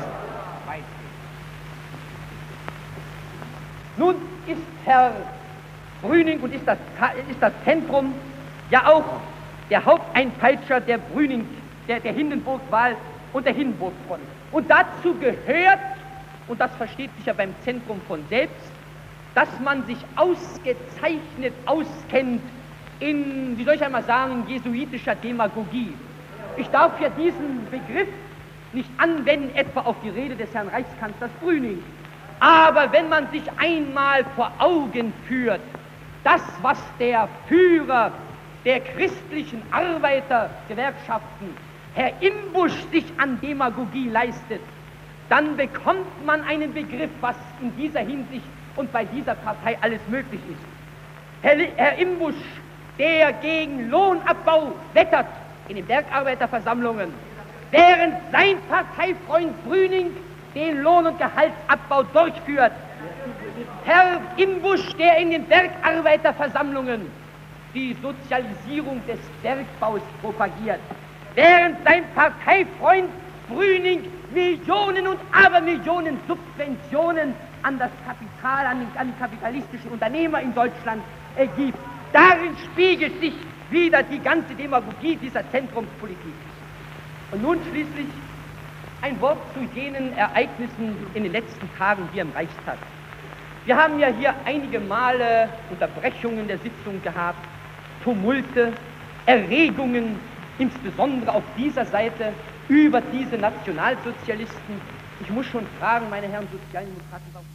Nun ist Herr Brüning und ist das, ist das Zentrum ja auch der Haupteinpeitscher der Brüning, der, der Hindenburg-Wahl und der Hindenburg-Front. Und dazu gehört, und das versteht sich ja beim Zentrum von selbst, dass man sich ausgezeichnet auskennt in, wie soll ich einmal sagen, jesuitischer Demagogie. Ich darf ja diesen Begriff nicht anwenden, etwa auf die Rede des Herrn Reichskanzlers Brüning. Aber wenn man sich einmal vor Augen führt, das, was der Führer der christlichen Arbeitergewerkschaften, Herr Imbusch, sich an Demagogie leistet, dann bekommt man einen Begriff, was in dieser Hinsicht und bei dieser Partei alles möglich ist. Herr, Herr Imbusch, der gegen Lohnabbau wettert in den Bergarbeiterversammlungen, während sein Parteifreund Brüning den Lohn- und Gehaltsabbau durchführt. Herr Imbusch, der in den Bergarbeiterversammlungen die Sozialisierung des Bergbaus propagiert, während sein Parteifreund Brüning Millionen und Abermillionen Subventionen an das Kapital, an, den, an die kapitalistischen Unternehmer in Deutschland äh, gibt. Darin spiegelt sich wieder die ganze Demagogie dieser Zentrumspolitik. Und nun schließlich ein Wort zu jenen Ereignissen in den letzten Tagen hier im Reichstag. Wir haben ja hier einige Male Unterbrechungen der Sitzung gehabt, Tumulte, Erregungen, insbesondere auf dieser Seite über diese Nationalsozialisten. Ich muss schon fragen, meine Herren Sozialdemokraten, warum?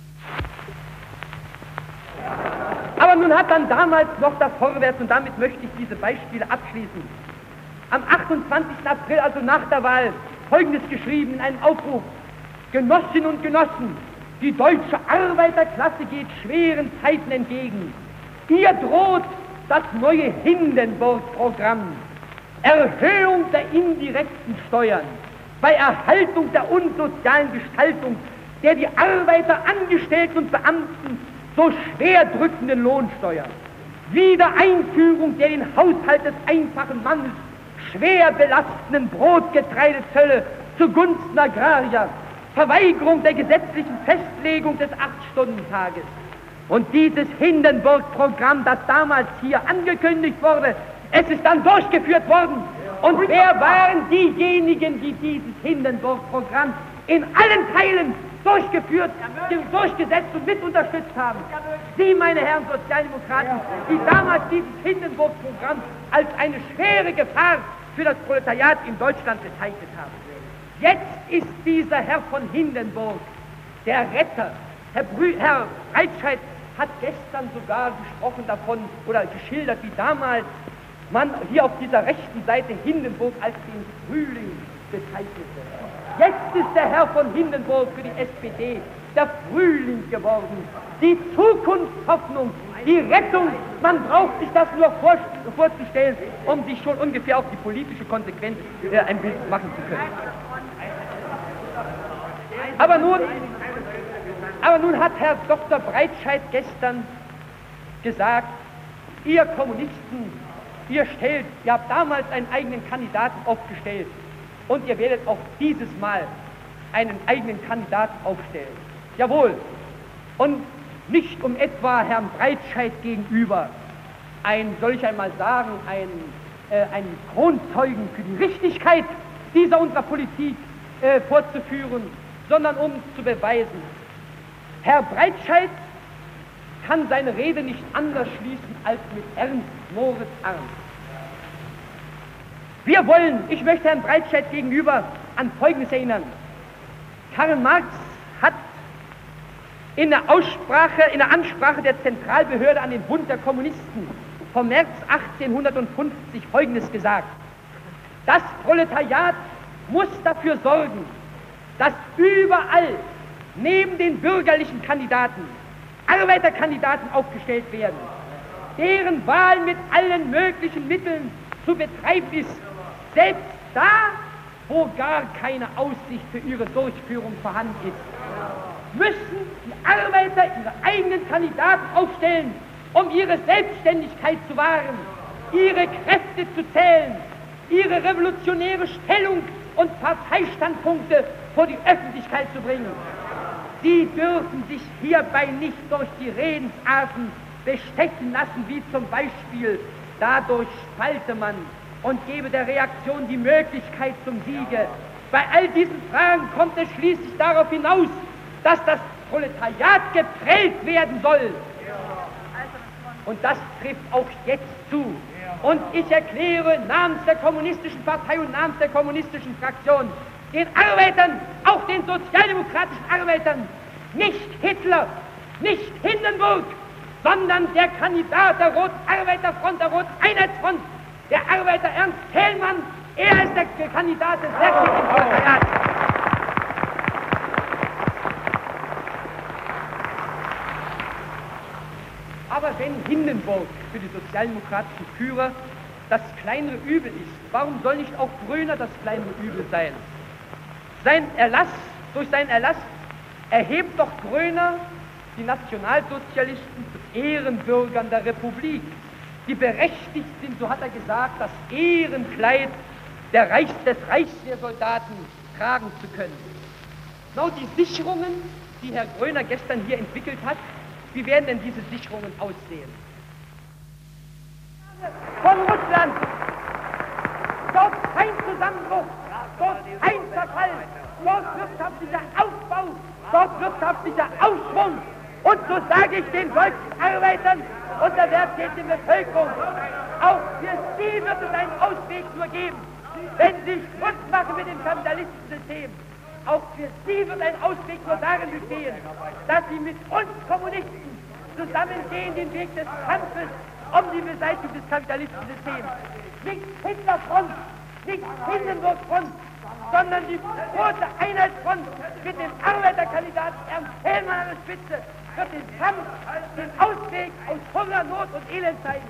Aber nun hat dann damals noch da vorwärts, und damit möchte ich diese Beispiele abschließen, am achtundzwanzigsten April, also nach der Wahl, Folgendes geschrieben in einem Aufruf: Genossinnen und Genossen, die deutsche Arbeiterklasse geht schweren Zeiten entgegen. Ihr droht das neue Hindenburg-Programm. Erhöhung der indirekten Steuern bei Erhaltung der unsozialen Gestaltung der die Arbeiter, Angestellten und Beamten so schwer drückenden Lohnsteuer. Wiedereinführung der den Haushalt des einfachen Mannes schwer belastenden Brotgetreidezölle zugunsten Agrarier, Verweigerung der gesetzlichen Festlegung des Acht-Stunden-Tages. Und dieses Hindenburg-Programm, das damals hier angekündigt wurde, es ist dann durchgeführt worden. Und wer waren diejenigen, die dieses Hindenburg-Programm in allen Teilen durchgeführt, durchgesetzt und mit unterstützt haben? Sie, meine Herren Sozialdemokraten, die damals dieses Hindenburg-Programm als eine schwere Gefahr für das Proletariat in Deutschland bezeichnet haben. Jetzt ist dieser Herr von Hindenburg der Retter. Herr, Brü Herr Breitscheid hat gestern sogar gesprochen davon oder geschildert, wie damals man hier auf dieser rechten Seite Hindenburg als den Frühling bezeichnete. Jetzt ist der Herr von Hindenburg für die S P D der Frühling geworden, die Zukunftshoffnung Die Rettung, man braucht sich das nur vor, vorzustellen, um sich schon ungefähr auf die politische Konsequenz äh, ein Bild machen zu können. Aber nun, aber nun hat Herr Doktor Breitscheid gestern gesagt, ihr Kommunisten, ihr stellt, ihr habt damals einen eigenen Kandidaten aufgestellt und ihr werdet auch dieses Mal einen eigenen Kandidaten aufstellen. Jawohl. Und nicht um etwa Herrn Breitscheid gegenüber ein, soll ich einmal sagen, ein, äh, ein Kronzeugen für die Richtigkeit dieser unserer Politik äh, vorzuführen, sondern um zu beweisen, Herr Breitscheid kann seine Rede nicht anders schließen als mit Ernst Moritz Arndt. Wir wollen, ich möchte Herrn Breitscheid gegenüber an Folgendes erinnern. Karl Marx hat in der Aussprache, in der Ansprache der Zentralbehörde an den Bund der Kommunisten vom März achtzehnhundertfünfzig Folgendes gesagt: Das Proletariat muss dafür sorgen, dass überall neben den bürgerlichen Kandidaten Arbeiterkandidaten aufgestellt werden, deren Wahl mit allen möglichen Mitteln zu betreiben ist, selbst da, wo gar keine Aussicht für ihre Durchführung vorhanden ist, müssen die Arbeiter ihre eigenen Kandidaten aufstellen, um ihre Selbstständigkeit zu wahren, ihre Kräfte zu zählen, ihre revolutionäre Stellung und Parteistandpunkte vor die Öffentlichkeit zu bringen. Sie dürfen sich hierbei nicht durch die Redensarten bestechen lassen, wie zum Beispiel: Dadurch spalte man und gebe der Reaktion die Möglichkeit zum Siege. Bei all diesen Fragen kommt es schließlich darauf hinaus, dass das Proletariat geprellt werden soll. Und das trifft auch jetzt zu. Und ich erkläre namens der Kommunistischen Partei und namens der Kommunistischen Fraktion den Arbeitern, auch den sozialdemokratischen Arbeitern, nicht Hitler, nicht Hindenburg, sondern der Kandidat der Rotarbeiterfront, der Roteinheitsfront, der Arbeiter Ernst Thälmann, er ist der Kandidat des wirklichen Proletariats. Aber wenn Hindenburg für die sozialdemokratischen Führer das kleinere Übel ist, warum soll nicht auch Gröner das kleinere Übel sein? Sein Erlass, durch seinen Erlass erhebt doch Gröner die Nationalsozialisten zu Ehrenbürgern der Republik, die berechtigt sind, so hat er gesagt, das Ehrenkleid der Reichs, des Reichswehrsoldaten tragen zu können. Genau die Sicherungen, die Herr Gröner gestern hier entwickelt hat, wie werden denn diese Sicherungen aussehen? Von Russland, dort kein Zusammenbruch, dort kein Zerfall, dort wirtschaftlicher Aufbau, dort wirtschaftlicher Aufschwung. Und so sage ich den deutschen Arbeitern und der wertschätzenden Bevölkerung, auch für sie wird es einen Ausweg nur geben, wenn sie Schluss machen mit dem kapitalistischen System. Auch für sie wird ein Ausweg nur darin bestehen, dass sie mit uns Kommunisten zusammengehen den Weg des Kampfes um die Beseitigung des kapitalistischen Systems. Nicht Hitlerfront, nicht Hindenburg-Front, sondern die große Einheitsfront mit dem Arbeiterkandidaten Ernst Thälmann an der Spitze wird den Kampf, den Ausweg aus Hunger, Not und Elend zeigen.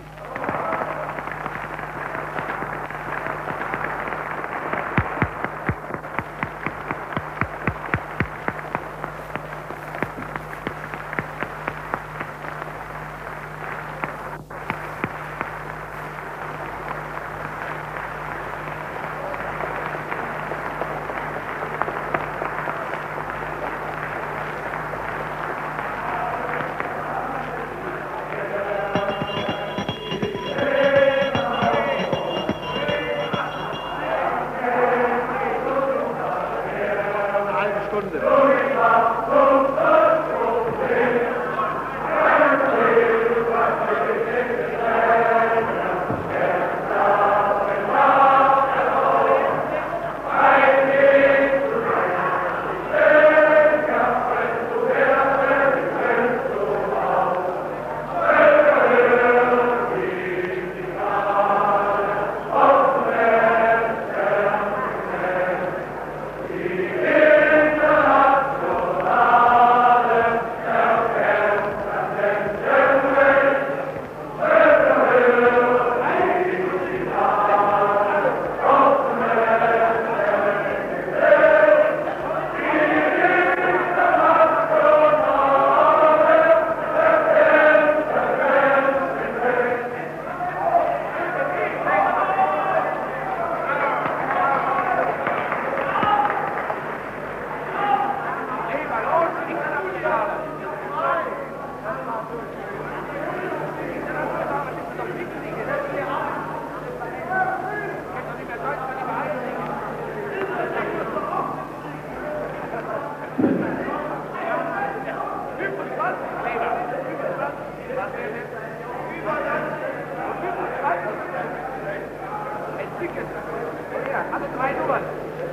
drei Nummern.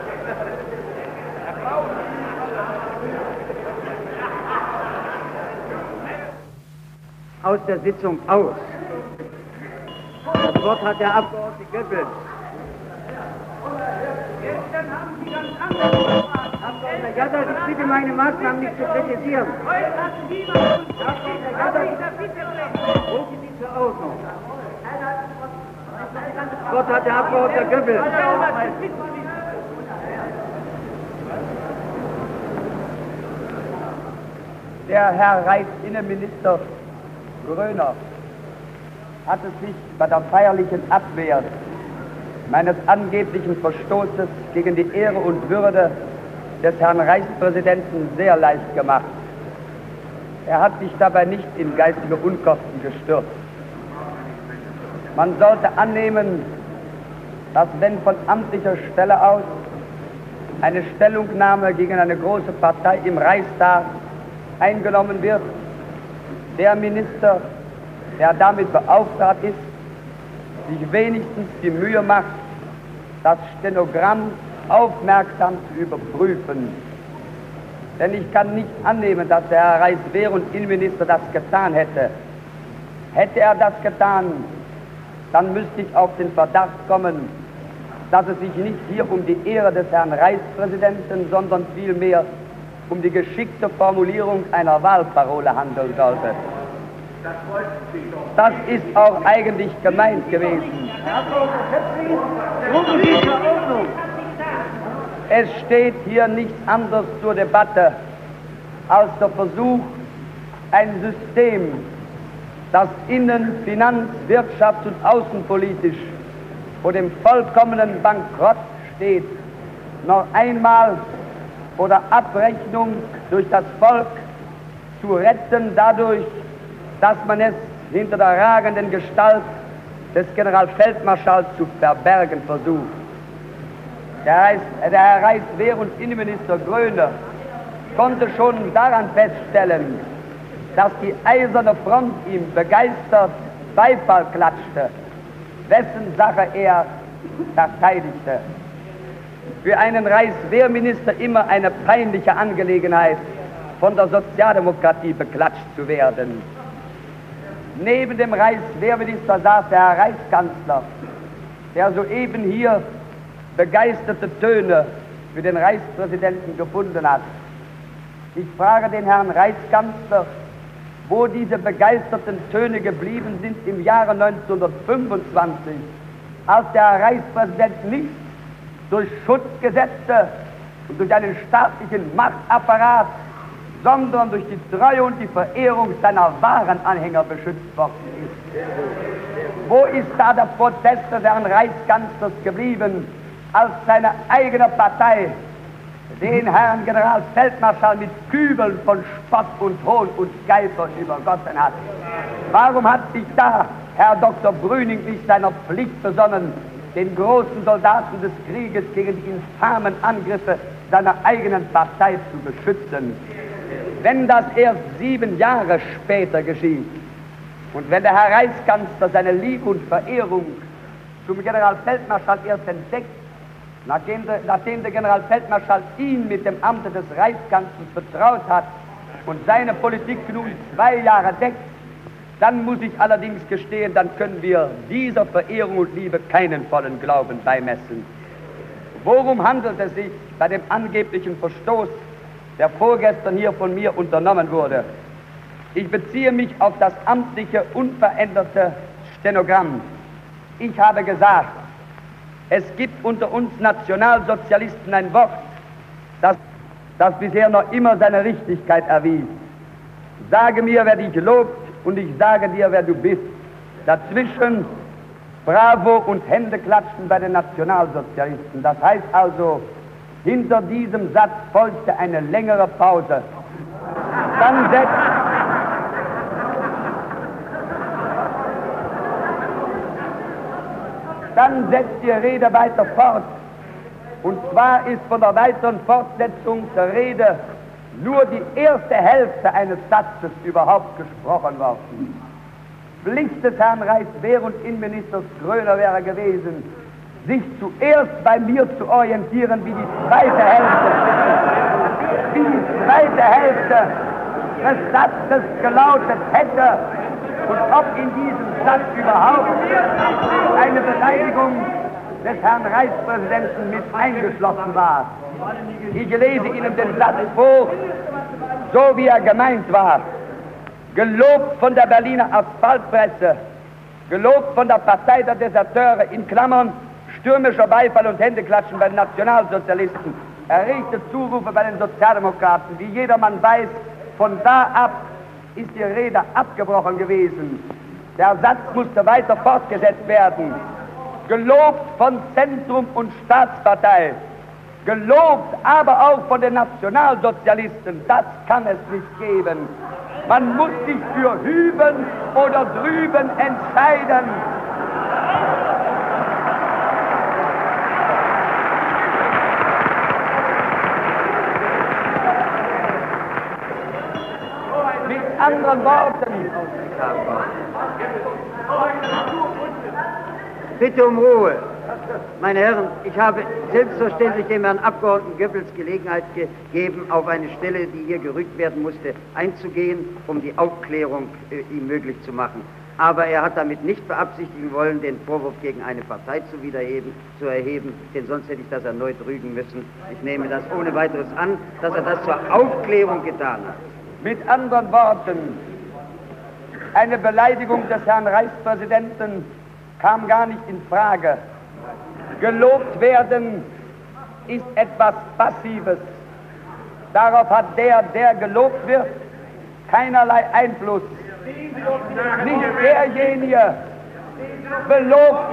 Aus der Sitzung aus. Das Wort hat der Abgeordnete Goebbels. Abgeordneter Gadders, ich bitte meine Maßnahmen nicht zu kritisieren. Abgeordneter Gadders, rufen Sie zur Ordnung. Das Wort hat der Abgeordnete Goebbels. Der Herr Reichsinnenminister Gröner hat es sich bei der feierlichen Abwehr meines angeblichen Verstoßes gegen die Ehre und Würde des Herrn Reichspräsidenten sehr leicht gemacht. Er hat sich dabei nicht in geistige Unkosten gestürzt. Man sollte annehmen, dass wenn von amtlicher Stelle aus eine Stellungnahme gegen eine große Partei im Reichstag eingenommen wird, der Minister, der damit beauftragt ist, sich wenigstens die Mühe macht, das Stenogramm aufmerksam zu überprüfen. Denn ich kann nicht annehmen, dass der Herr Reichswehr- und Innenminister das getan hätte. Hätte er das getan, dann müsste ich auf den Verdacht kommen, dass es sich nicht hier um die Ehre des Herrn Reichspräsidenten, sondern vielmehr um die geschickte Formulierung einer Wahlparole handeln sollte. Das ist auch eigentlich gemeint gewesen. Es steht hier nichts anderes zur Debatte als der Versuch, ein System, das innen-, finanz-, wirtschafts- und außenpolitisch vor dem vollkommenen Bankrott steht, noch einmal vor der Abrechnung durch das Volk zu retten, dadurch, dass man es hinter der ragenden Gestalt des Generalfeldmarschalls zu verbergen versucht. Der, Reichs, der Herr Reichswehr- und Innenminister Gröner konnte schon daran feststellen, dass die eiserne Front ihm begeistert Beifall klatschte, wessen Sache er verteidigte. Für einen Reichswehrminister immer eine peinliche Angelegenheit, von der Sozialdemokratie beklatscht zu werden. Neben dem Reichswehrminister saß der Herr Reichskanzler, der soeben hier begeisterte Töne für den Reichspräsidenten gefunden hat. Ich frage den Herrn Reichskanzler, wo diese begeisterten Töne geblieben sind im Jahre neunzehnhundertfünfundzwanzig, als der Herr Reichspräsident nicht durch Schutzgesetze und durch einen staatlichen Machtapparat, sondern durch die Treue und die Verehrung seiner wahren Anhänger beschützt worden ist. Wo ist da der Protest des Herrn Reichskanzlers geblieben, als seine eigene Partei den Herrn Generalfeldmarschall mit Kübeln von Spott und Hohn und Geifern übergossen hat? Warum hat sich da Herr Doktor Brüning nicht seiner Pflicht besonnen, den großen Soldaten des Krieges gegen die infamen Angriffe seiner eigenen Partei zu beschützen? Wenn das erst sieben Jahre später geschieht und wenn der Herr Reichskanzler seine Liebe und Verehrung zum Generalfeldmarschall erst entdeckt, nachdem der, nachdem der Generalfeldmarschall ihn mit dem Amte des Reichskanzlers betraut hat und seine Politik nun zwei Jahre deckt, dann muss ich allerdings gestehen, dann können wir dieser Verehrung und Liebe keinen vollen Glauben beimessen. Worum handelt es sich bei dem angeblichen Verstoß, der vorgestern hier von mir unternommen wurde? Ich beziehe mich auf das amtliche, unveränderte Stenogramm. Ich habe gesagt, es gibt unter uns Nationalsozialisten ein Wort, das, das bisher noch immer seine Richtigkeit erwies. Sage mir, wer dich lobt, und ich sage dir, wer du bist. Dazwischen Bravo und Händeklatschen bei den Nationalsozialisten. Das heißt also, hinter diesem Satz folgte eine längere Pause. Dann setzt, dann setzt die Rede weiter fort. Und zwar ist von der weiteren Fortsetzung der Rede nur die erste Hälfte eines Satzes überhaupt gesprochen worden. Pflicht des Herrn Reichswehr- und Innenministers Gröner wäre gewesen, sich zuerst bei mir zu orientieren, wie die zweite Hälfte, wie die zweite Hälfte des Satzes gelautet hätte und ob in diesem Satz überhaupt eine Beleidigung des Herrn Reichspräsidenten mit eingeschlossen war. Ich lese Ihnen den Satz vor, so wie er gemeint war. Gelobt von der Berliner Asphaltpresse, gelobt von der Partei der Deserteure, in Klammern stürmischer Beifall und Händeklatschen bei den Nationalsozialisten, erregte Zurufe bei den Sozialdemokraten. Wie jedermann weiß, von da ab ist die Rede abgebrochen gewesen. Der Satz musste weiter fortgesetzt werden. Gelobt von Zentrum und Staatspartei, gelobt aber auch von den Nationalsozialisten, das kann es nicht geben. Man muss sich für hüben oder drüben entscheiden. Mit anderen Worten, bitte um Ruhe. Meine Herren, ich habe selbstverständlich dem Herrn Abgeordneten Goebbels Gelegenheit gegeben, auf eine Stelle, die hier gerückt werden musste, einzugehen, um die Aufklärung äh, ihm möglich zu machen. Aber er hat damit nicht beabsichtigen wollen, den Vorwurf gegen eine Partei zu wiederheben, zu erheben, denn sonst hätte ich das erneut rügen müssen. Ich nehme das ohne weiteres an, dass er das zur Aufklärung getan hat. Mit anderen Worten, eine Beleidigung des Herrn Reichspräsidenten kam gar nicht in Frage. Gelobt werden ist etwas Passives. Darauf hat der, der gelobt wird, keinerlei Einfluss. Nicht derjenige belobt,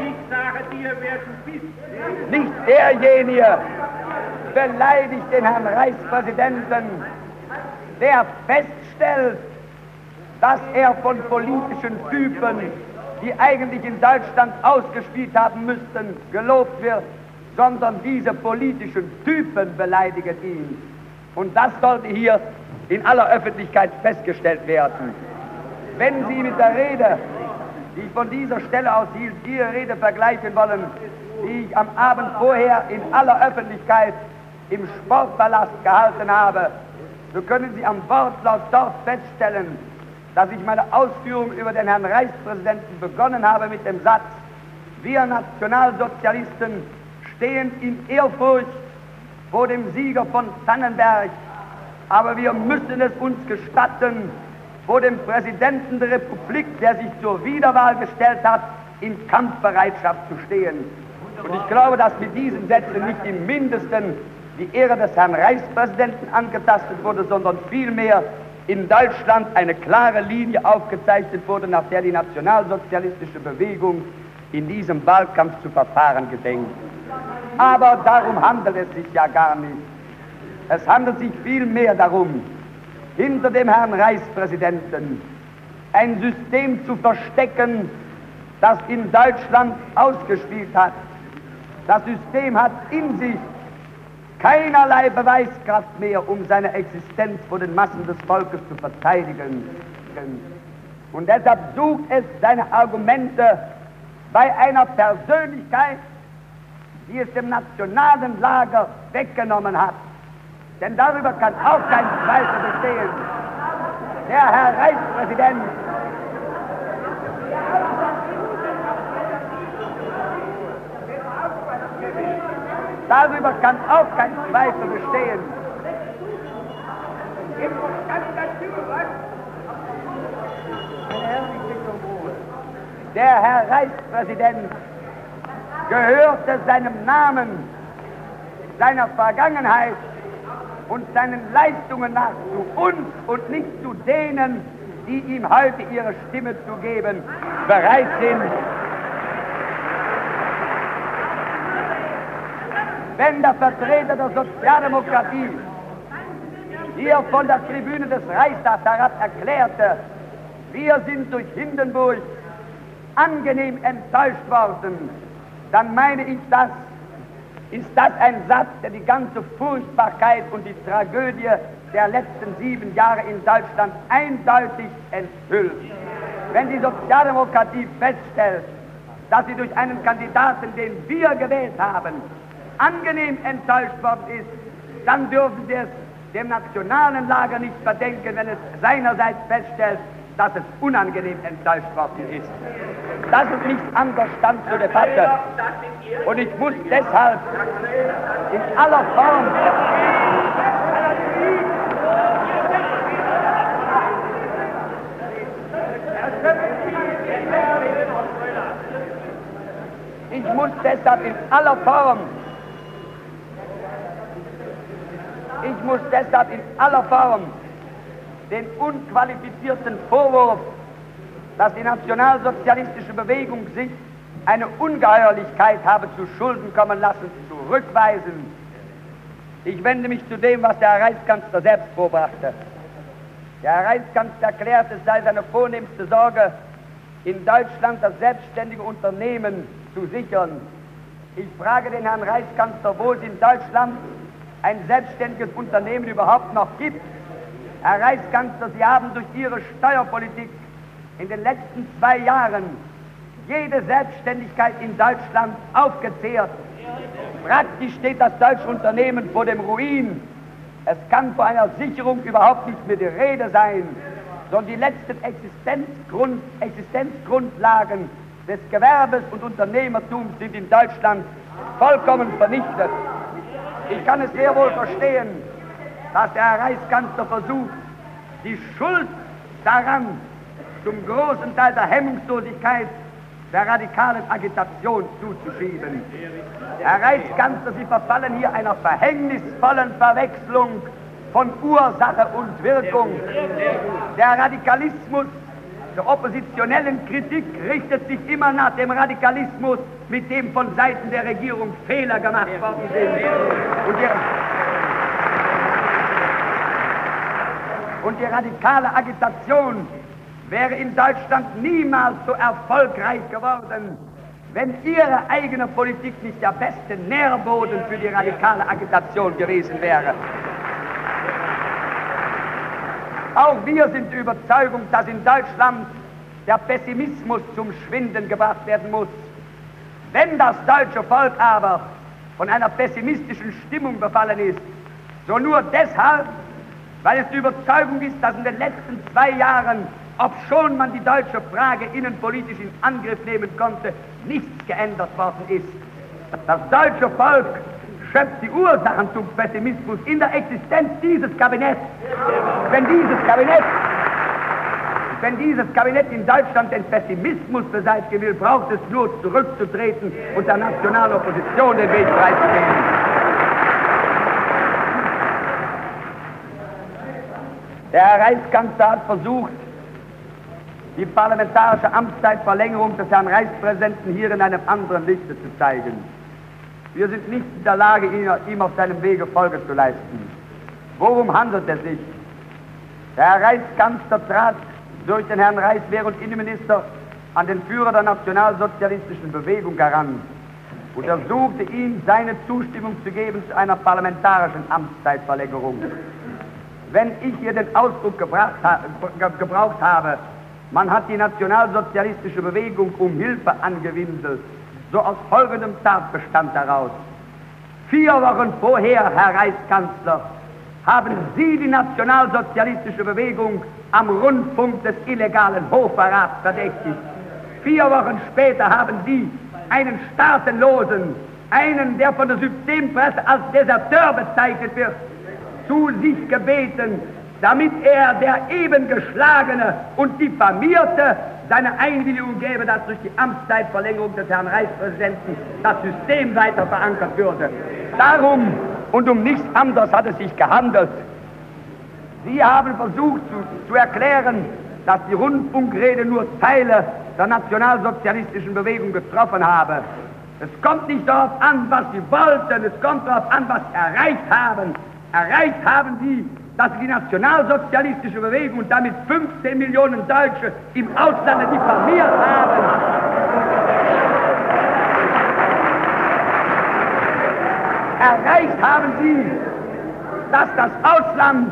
nicht derjenige beleidigt den Herrn Reichspräsidenten, der feststellt, dass er von politischen Typen, die eigentlich in Deutschland ausgespielt haben müssten, gelobt wird, sondern diese politischen Typen beleidigen ihn. Und das sollte hier in aller Öffentlichkeit festgestellt werden. Wenn Sie mit der Rede, die ich von dieser Stelle aus hielt, Ihre Rede vergleichen wollen, die ich am Abend vorher in aller Öffentlichkeit im Sportpalast gehalten habe, so können Sie am Wortlaut dort feststellen, dass ich meine Ausführungen über den Herrn Reichspräsidenten begonnen habe mit dem Satz: Wir Nationalsozialisten stehen in Ehrfurcht vor dem Sieger von Tannenberg, aber wir müssen es uns gestatten, vor dem Präsidenten der Republik, der sich zur Wiederwahl gestellt hat, in Kampfbereitschaft zu stehen. Und ich glaube, dass mit diesen Sätzen nicht im Mindesten die Ehre des Herrn Reichspräsidenten angetastet wurde, sondern vielmehr in Deutschland eine klare Linie aufgezeichnet wurde, nach der die nationalsozialistische Bewegung in diesem Wahlkampf zu verfahren gedenkt. Aber darum handelt es sich ja gar nicht. Es handelt sich vielmehr darum, hinter dem Herrn Reichspräsidenten ein System zu verstecken, das in Deutschland ausgespielt hat. Das System hat in sich keinerlei Beweiskraft mehr, um seine Existenz vor den Massen des Volkes zu verteidigen. Und deshalb sucht es seine Argumente bei einer Persönlichkeit, die es dem nationalen Lager weggenommen hat. Denn darüber kann auch kein Zweifel bestehen. Der Herr Reichspräsident Darüber kann auch kein Zweifel bestehen. Der Herr Reichspräsident gehörte seinem Namen, seiner Vergangenheit und seinen Leistungen nach zu uns und nicht zu denen, die ihm heute ihre Stimme zu geben bereit sind. Wenn der Vertreter der Sozialdemokratie hier von der Tribüne des Reichstags herab erklärte, wir sind durch Hindenburg angenehm enttäuscht worden, dann meine ich, das ist das ein Satz, der die ganze Furchtbarkeit und die Tragödie der letzten sieben Jahre in Deutschland eindeutig enthüllt. Wenn die Sozialdemokratie feststellt, dass sie durch einen Kandidaten, den wir gewählt haben, angenehm enttäuscht worden ist, dann dürfen Sie es dem nationalen Lager nicht verdenken, wenn es seinerseits feststellt, dass es unangenehm enttäuscht worden ist. Das ist nichts anderes stand zur Debatte. Und ich muss deshalb in aller Form Ich muss deshalb in aller Form, ich muss deshalb in aller Form den unqualifizierten Vorwurf, dass die nationalsozialistische Bewegung sich eine Ungeheuerlichkeit habe zu Schulden kommen lassen, zurückweisen. Ich wende mich zu dem, was der Herr Reichskanzler selbst vorbrachte. Der Herr Reichskanzler erklärt, es sei seine vornehmste Sorge, in Deutschland das selbstständige Unternehmen zu sichern. Ich frage den Herrn Reichskanzler, wo es in Deutschland ein selbstständiges Unternehmen überhaupt noch gibt. Herr Reichskanzler, Sie haben durch Ihre Steuerpolitik in den letzten zwei Jahren jede Selbstständigkeit in Deutschland aufgezehrt. Praktisch steht das deutsche Unternehmen vor dem Ruin. Es kann vor einer Sicherung überhaupt nicht mehr die Rede sein, sondern die letzten Existenzgrund, Existenzgrundlagen des Gewerbes und Unternehmertums sind in Deutschland vollkommen vernichtet. Ich kann es sehr wohl verstehen, dass der Herr Reichskanzler versucht, die Schuld daran zum großen Teil der Hemmungslosigkeit der radikalen Agitation zuzuschieben. Herr Reichskanzler, Sie verfallen hier einer verhängnisvollen Verwechslung von Ursache und Wirkung. Der Radikalismus der oppositionellen Kritik richtet sich immer nach dem Radikalismus, mit dem von Seiten der Regierung Fehler gemacht worden sind. Und die, und die radikale Agitation wäre in Deutschland niemals so erfolgreich geworden, wenn Ihre eigene Politik nicht der beste Nährboden für die radikale Agitation gewesen wäre. Auch wir sind der Überzeugung, dass in Deutschland der Pessimismus zum Schwinden gebracht werden muss. Wenn das deutsche Volk aber von einer pessimistischen Stimmung befallen ist, so nur deshalb, weil es die Überzeugung ist, dass in den letzten zwei Jahren, obschon man die deutsche Frage innenpolitisch in Angriff nehmen konnte, nichts geändert worden ist. Das deutsche Volk schöpft die Ursachen zum Pessimismus in der Existenz dieses Kabinetts. Wenn dieses Kabinett, wenn dieses Kabinett in Deutschland den Pessimismus beseitigen will, braucht es nur zurückzutreten und der nationalen Opposition den Weg freizugeben. Der Herr Reichskanzler hat versucht, die parlamentarische Amtszeitverlängerung des Herrn Reichspräsidenten hier in einem anderen Lichte zu zeigen. Wir sind nicht in der Lage, ihm auf seinem Wege Folge zu leisten. Worum handelt es sich? Der Herr Reichskanzler trat durch den Herrn Reichswehr- und Innenminister an den Führer der nationalsozialistischen Bewegung heran und ersuchte ihn, seine Zustimmung zu geben zu einer parlamentarischen Amtszeitverlängerung. Wenn ich hier den Ausdruck gebracht ha ge gebraucht habe, man hat die nationalsozialistische Bewegung um Hilfe angewinselt, so aus folgendem Tatbestand heraus. Vier Wochen vorher, Herr Reichskanzler, haben Sie die nationalsozialistische Bewegung am Rundfunk des illegalen Hochverrats verdächtigt. Vier Wochen später haben Sie einen Staatenlosen, einen, der von der Systempresse als Deserteur bezeichnet wird, zu sich gebeten, damit er, der eben Geschlagene und Diffamierte, seine Einwilligung gäbe, dass durch die Amtszeitverlängerung des Herrn Reichspräsidenten das System weiter verankert würde. Darum und um nichts anderes hat es sich gehandelt. Sie haben versucht zu, zu erklären, dass die Rundfunkrede nur Teile der nationalsozialistischen Bewegung getroffen habe. Es kommt nicht darauf an, was sie wollten, es kommt darauf an, was sie erreicht haben. Erreicht haben sie, dass sie die nationalsozialistische Bewegung und damit fünfzehn Millionen Deutsche im Ausland diffamiert haben. Erreicht haben sie, dass das Ausland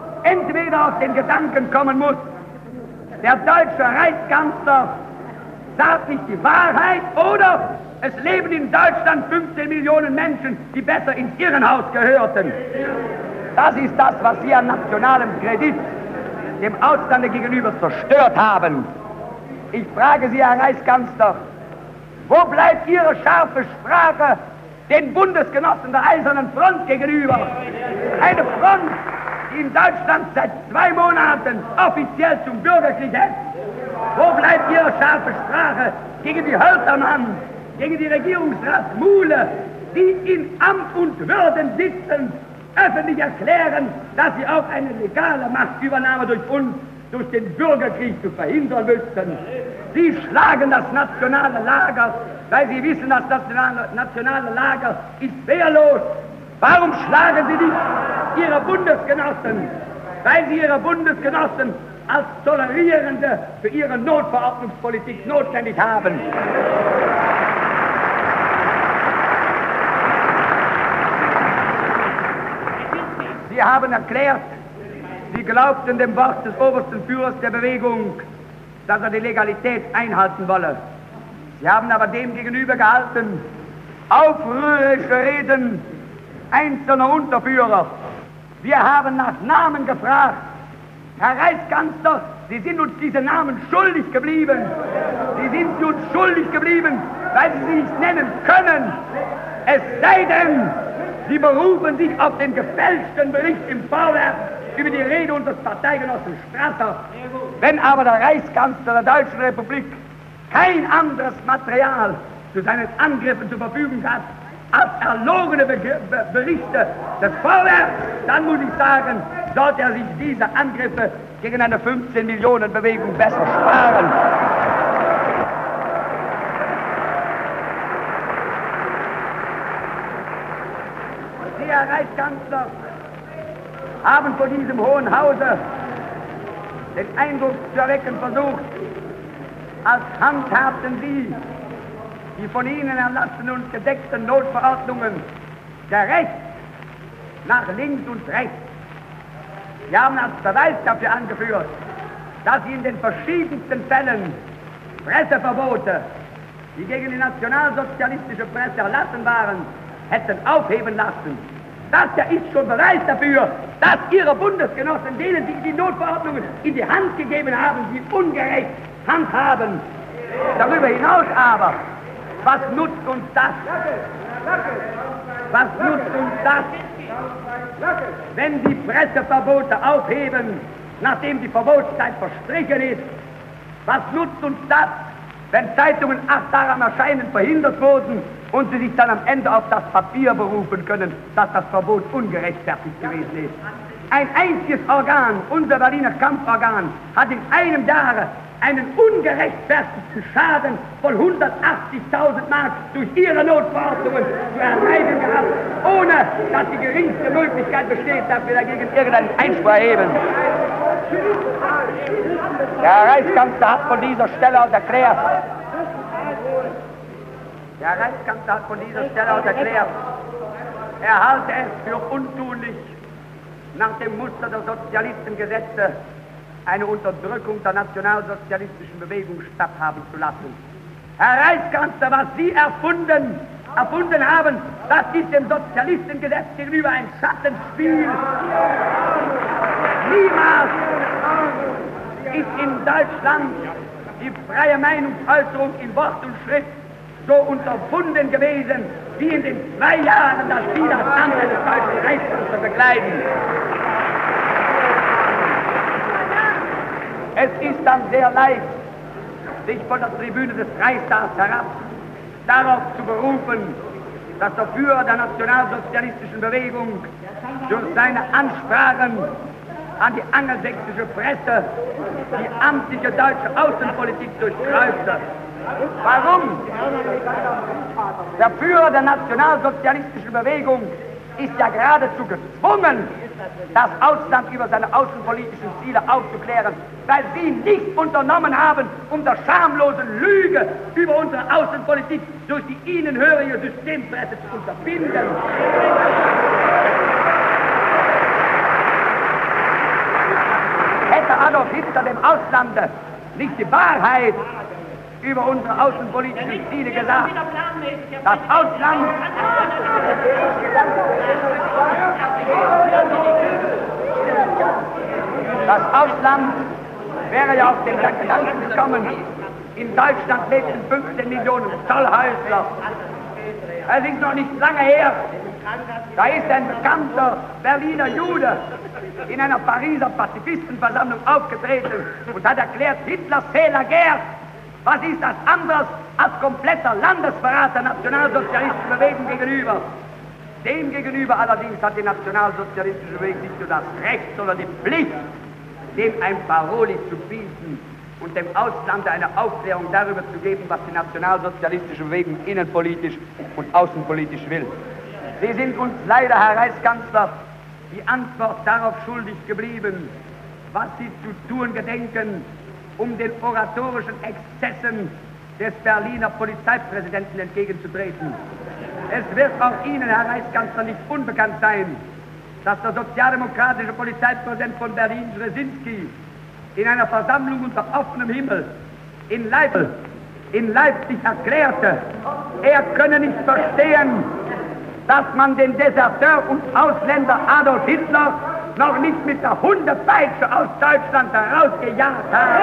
entweder auf den Gedanken kommen muss, der deutsche Reichskanzler sagt nicht die Wahrheit, oder es leben in Deutschland fünfzehn Millionen Menschen, die besser ins Irrenhaus gehörten. Das ist das, was Sie an nationalem Kredit dem Auslande gegenüber zerstört haben. Ich frage Sie, Herr Reichskanzler, wo bleibt Ihre scharfe Sprache den Bundesgenossen der Eisernen Front gegenüber? Eine Front, die in Deutschland seit zwei Monaten offiziell zum Bürgerkrieg hält. Wo bleibt Ihre scharfe Sprache gegen die Höltermann, gegen die Regierungsratsmule, die in Amt und Würden sitzen, öffentlich erklären, dass sie auch eine legale Machtübernahme durch uns, durch den Bürgerkrieg zu verhindern wüssten. Sie schlagen das nationale Lager, weil sie wissen, das nationale, nationale Lager ist wehrlos. Warum schlagen sie nicht ihre Bundesgenossen? Weil sie ihre Bundesgenossen als Tolerierende für ihre Notverordnungspolitik notwendig haben. Sie haben erklärt, Sie glaubten dem Wort des obersten Führers der Bewegung, dass er die Legalität einhalten wolle. Sie haben aber dem gegenüber gehalten, aufrührerische Reden einzelner Unterführer. Wir haben nach Namen gefragt. Herr Reichskanzler, Sie sind uns diese Namen schuldig geblieben. Sie sind sie uns schuldig geblieben, weil Sie sie nicht nennen können. Es sei denn, Sie berufen sich auf den gefälschten Bericht im Vorwärts über die Rede unseres Parteigenossen Strasser. Wenn aber der Reichskanzler der Deutschen Republik kein anderes Material zu seinen Angriffen zur Verfügung hat als erlogene Be Be Berichte des Vorwärts, dann muss ich sagen, sollte er sich diese Angriffe gegen eine fünfzehn Millionen Bewegung besser sparen. Sie, Herr Reichskanzler, haben vor diesem Hohen Hause den Eindruck zu erwecken versucht, als handhabten Sie die von Ihnen erlassenen und gedeckten Notverordnungen gerecht nach links und rechts. Sie haben als Beweis dafür angeführt, dass Sie in den verschiedensten Fällen Presseverbote, die gegen die nationalsozialistische Presse erlassen waren, hätten aufheben lassen. Das ja ist schon Beweis dafür, dass Ihre Bundesgenossen, denen Sie die Notverordnungen in die Hand gegeben haben, sie ungerecht handhaben. Darüber hinaus aber, was nutzt uns das? Was nutzt uns das, wenn Sie Presseverbote aufheben, nachdem die Verbotszeit verstrichen ist? Was nutzt uns das, wenn Zeitungen acht daran erscheinen verhindert wurden und Sie sich dann am Ende auf das Papier berufen können, dass das Verbot ungerechtfertigt gewesen ist? Ein einziges Organ, unser Berliner Kampforgan, hat in einem Jahre einen ungerechtfertigten Schaden von hundertachtzigtausend Mark durch Ihre Notverordnungen zu erleiden gehabt, ohne dass die geringste Möglichkeit besteht, dass wir dagegen irgendeinen Einspruch erheben. Der Herr Reichskanzler hat von dieser Stelle aus erklärt, der Herr Reichskanzler hat von dieser Stelle aus erklärt, er halte es für untunlich, nach dem Muster der Sozialistengesetze eine Unterdrückung der nationalsozialistischen Bewegung statthaben zu lassen. Herr Reichskanzler, was Sie erfunden, erfunden haben, das ist dem Sozialistengesetz gegenüber ein Schattenspiel. Niemals ist in Deutschland die freie Meinungsäußerung in Wort und Schrift so unterbunden gewesen, wie in den zwei Jahren, dass Sie das Amt des deutschen Reichskanzlers bekleiden. Es ist dann sehr leicht, sich von der Tribüne des Reichstags herab darauf zu berufen, dass der Führer der nationalsozialistischen Bewegung durch seine Ansprachen an die angelsächsische Presse die amtliche deutsche Außenpolitik durchkreuzte. Warum? Der Führer der nationalsozialistischen Bewegung ist ja geradezu gezwungen, das Ausland über seine außenpolitischen Ziele aufzuklären, weil Sie nichts unternommen haben, um der schamlosen Lüge über unsere Außenpolitik durch die Ihnen hörige Systempresse zu unterbinden. Hätte Adolf Hitler dem Auslande nicht die Wahrheit über unsere außenpolitischen Ziele gesagt. Das Ausland, das Ausland wäre ja auf den Gedanken gekommen, in Deutschland lebten fünfzehn Millionen Zollhäusler. Es ist noch nicht lange her, da ist ein bekannter Berliner Jude in einer Pariser Pazifistenversammlung aufgetreten und hat erklärt, Hitler c'est la guerre. Was ist das anderes als kompletter Landesverrat der nationalsozialistischen Bewegung gegenüber? Dem gegenüber allerdings hat die nationalsozialistische Bewegung nicht nur das Recht, sondern die Pflicht, dem ein Paroli zu bieten und dem Ausland eine Aufklärung darüber zu geben, was die nationalsozialistische Bewegung innenpolitisch und außenpolitisch will. Sie sind uns leider, Herr Reichskanzler, die Antwort darauf schuldig geblieben, was Sie zu tun gedenken, um den oratorischen Exzessen des Berliner Polizeipräsidenten entgegenzutreten. Es wird auch Ihnen, Herr Reichskanzler, nicht unbekannt sein, dass der sozialdemokratische Polizeipräsident von Berlin, Brzezinski, in einer Versammlung unter offenem Himmel in Leipzig, in Leipzig erklärte, er könne nicht verstehen, dass man den Deserteur und Ausländer Adolf Hitler noch nicht mit der Hundepeitsche aus Deutschland herausgejagt hat.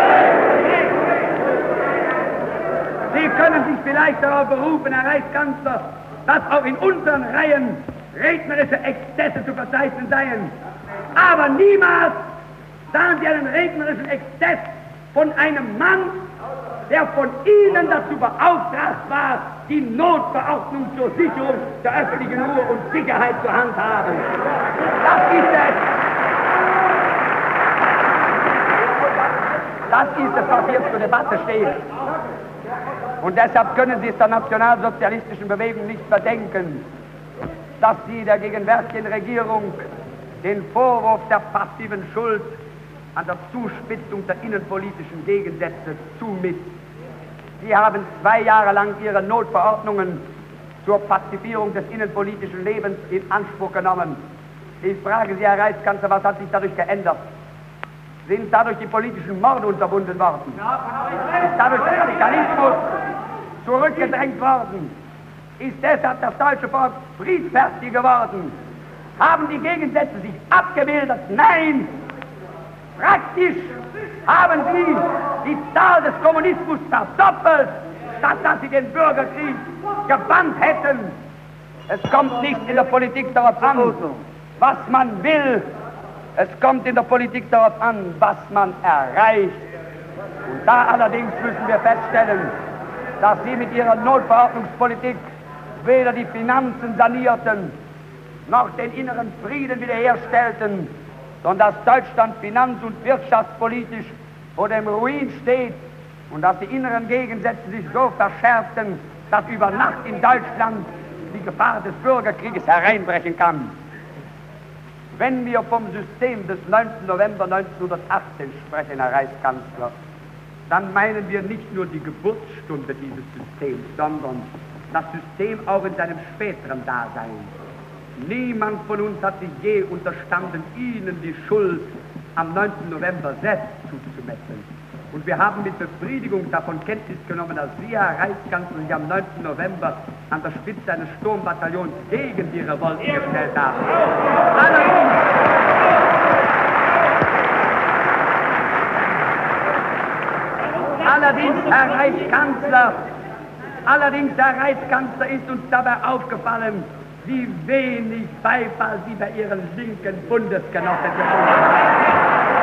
Sie können sich vielleicht darauf berufen, Herr Reichskanzler, dass auch in unseren Reihen rednerische Exzesse zu verzeichnen seien. Aber niemals sahen Sie einen rednerischen Exzess von einem Mann, der von Ihnen dazu beauftragt war, die Notverordnung zur Sicherung der öffentlichen Ruhe und Sicherheit zu handhaben. Das ist es. Das ist es, was hier zur Debatte steht. Und deshalb können Sie es der nationalsozialistischen Bewegung nicht verdenken, dass sie der gegenwärtigen Regierung den Vorwurf der passiven Schuld an der Zuspitzung der innenpolitischen Gegensätze zumisst. Sie haben zwei Jahre lang Ihre Notverordnungen zur Pazifierung des innenpolitischen Lebens in Anspruch genommen. Ich frage Sie, Herr Reichskanzler, was hat sich dadurch geändert? Sind dadurch die politischen Morde unterbunden worden? Ist dadurch der Radikalismus zurückgedrängt worden? Ist deshalb das deutsche Volk friedfertig geworden? Haben die Gegensätze sich abgebildet? Nein! Praktisch haben sie die Zahl des Kommunismus verdoppelt, statt dass sie den Bürgerkrieg gebannt hätten. Es kommt nicht in der Politik darauf an, was man will. Es kommt in der Politik darauf an, was man erreicht. Und da allerdings müssen wir feststellen, dass sie mit ihrer Notverordnungspolitik weder die Finanzen sanierten, noch den inneren Frieden wiederherstellten, sondern dass Deutschland finanz- und wirtschaftspolitisch vor dem Ruin steht und dass die inneren Gegensätze sich so verschärften, dass über Nacht in Deutschland die Gefahr des Bürgerkrieges hereinbrechen kann. Wenn wir vom System des neunten November neunzehnhundertachtzehn sprechen, Herr Reichskanzler, dann meinen wir nicht nur die Geburtsstunde dieses Systems, sondern das System auch in seinem späteren Dasein. Niemand von uns hat sich je unterstanden, Ihnen die Schuld am neunten November selbst zuzumessen. Und wir haben mit Befriedigung davon Kenntnis genommen, dass Sie, Herr Reichskanzler, sich am neunten November an der Spitze eines Sturmbataillons gegen die Revolte gestellt haben. Allerdings, allerdings, Herr Reichskanzler, allerdings, Herr Reichskanzler, ist uns dabei aufgefallen, wie wenig Beifall Sie bei Ihren linken Bundesgenossen gefunden haben.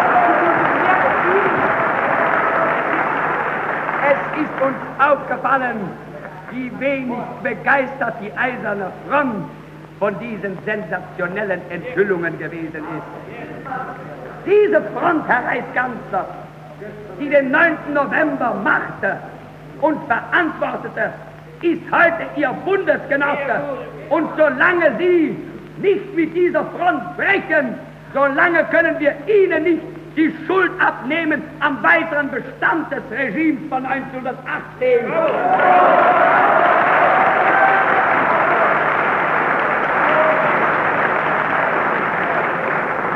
Es ist uns aufgefallen, wie wenig begeistert die Eiserne Front von diesen sensationellen Enthüllungen gewesen ist. Diese Front, Herr Reichskanzler, die den neunten November machte und verantwortete, ist heute Ihr Bundesgenosse. Und solange Sie nicht mit dieser Front brechen, solange können wir Ihnen nicht die Schuld abnehmen am weiteren Bestand des Regimes von neunzehnhundertachtzehn.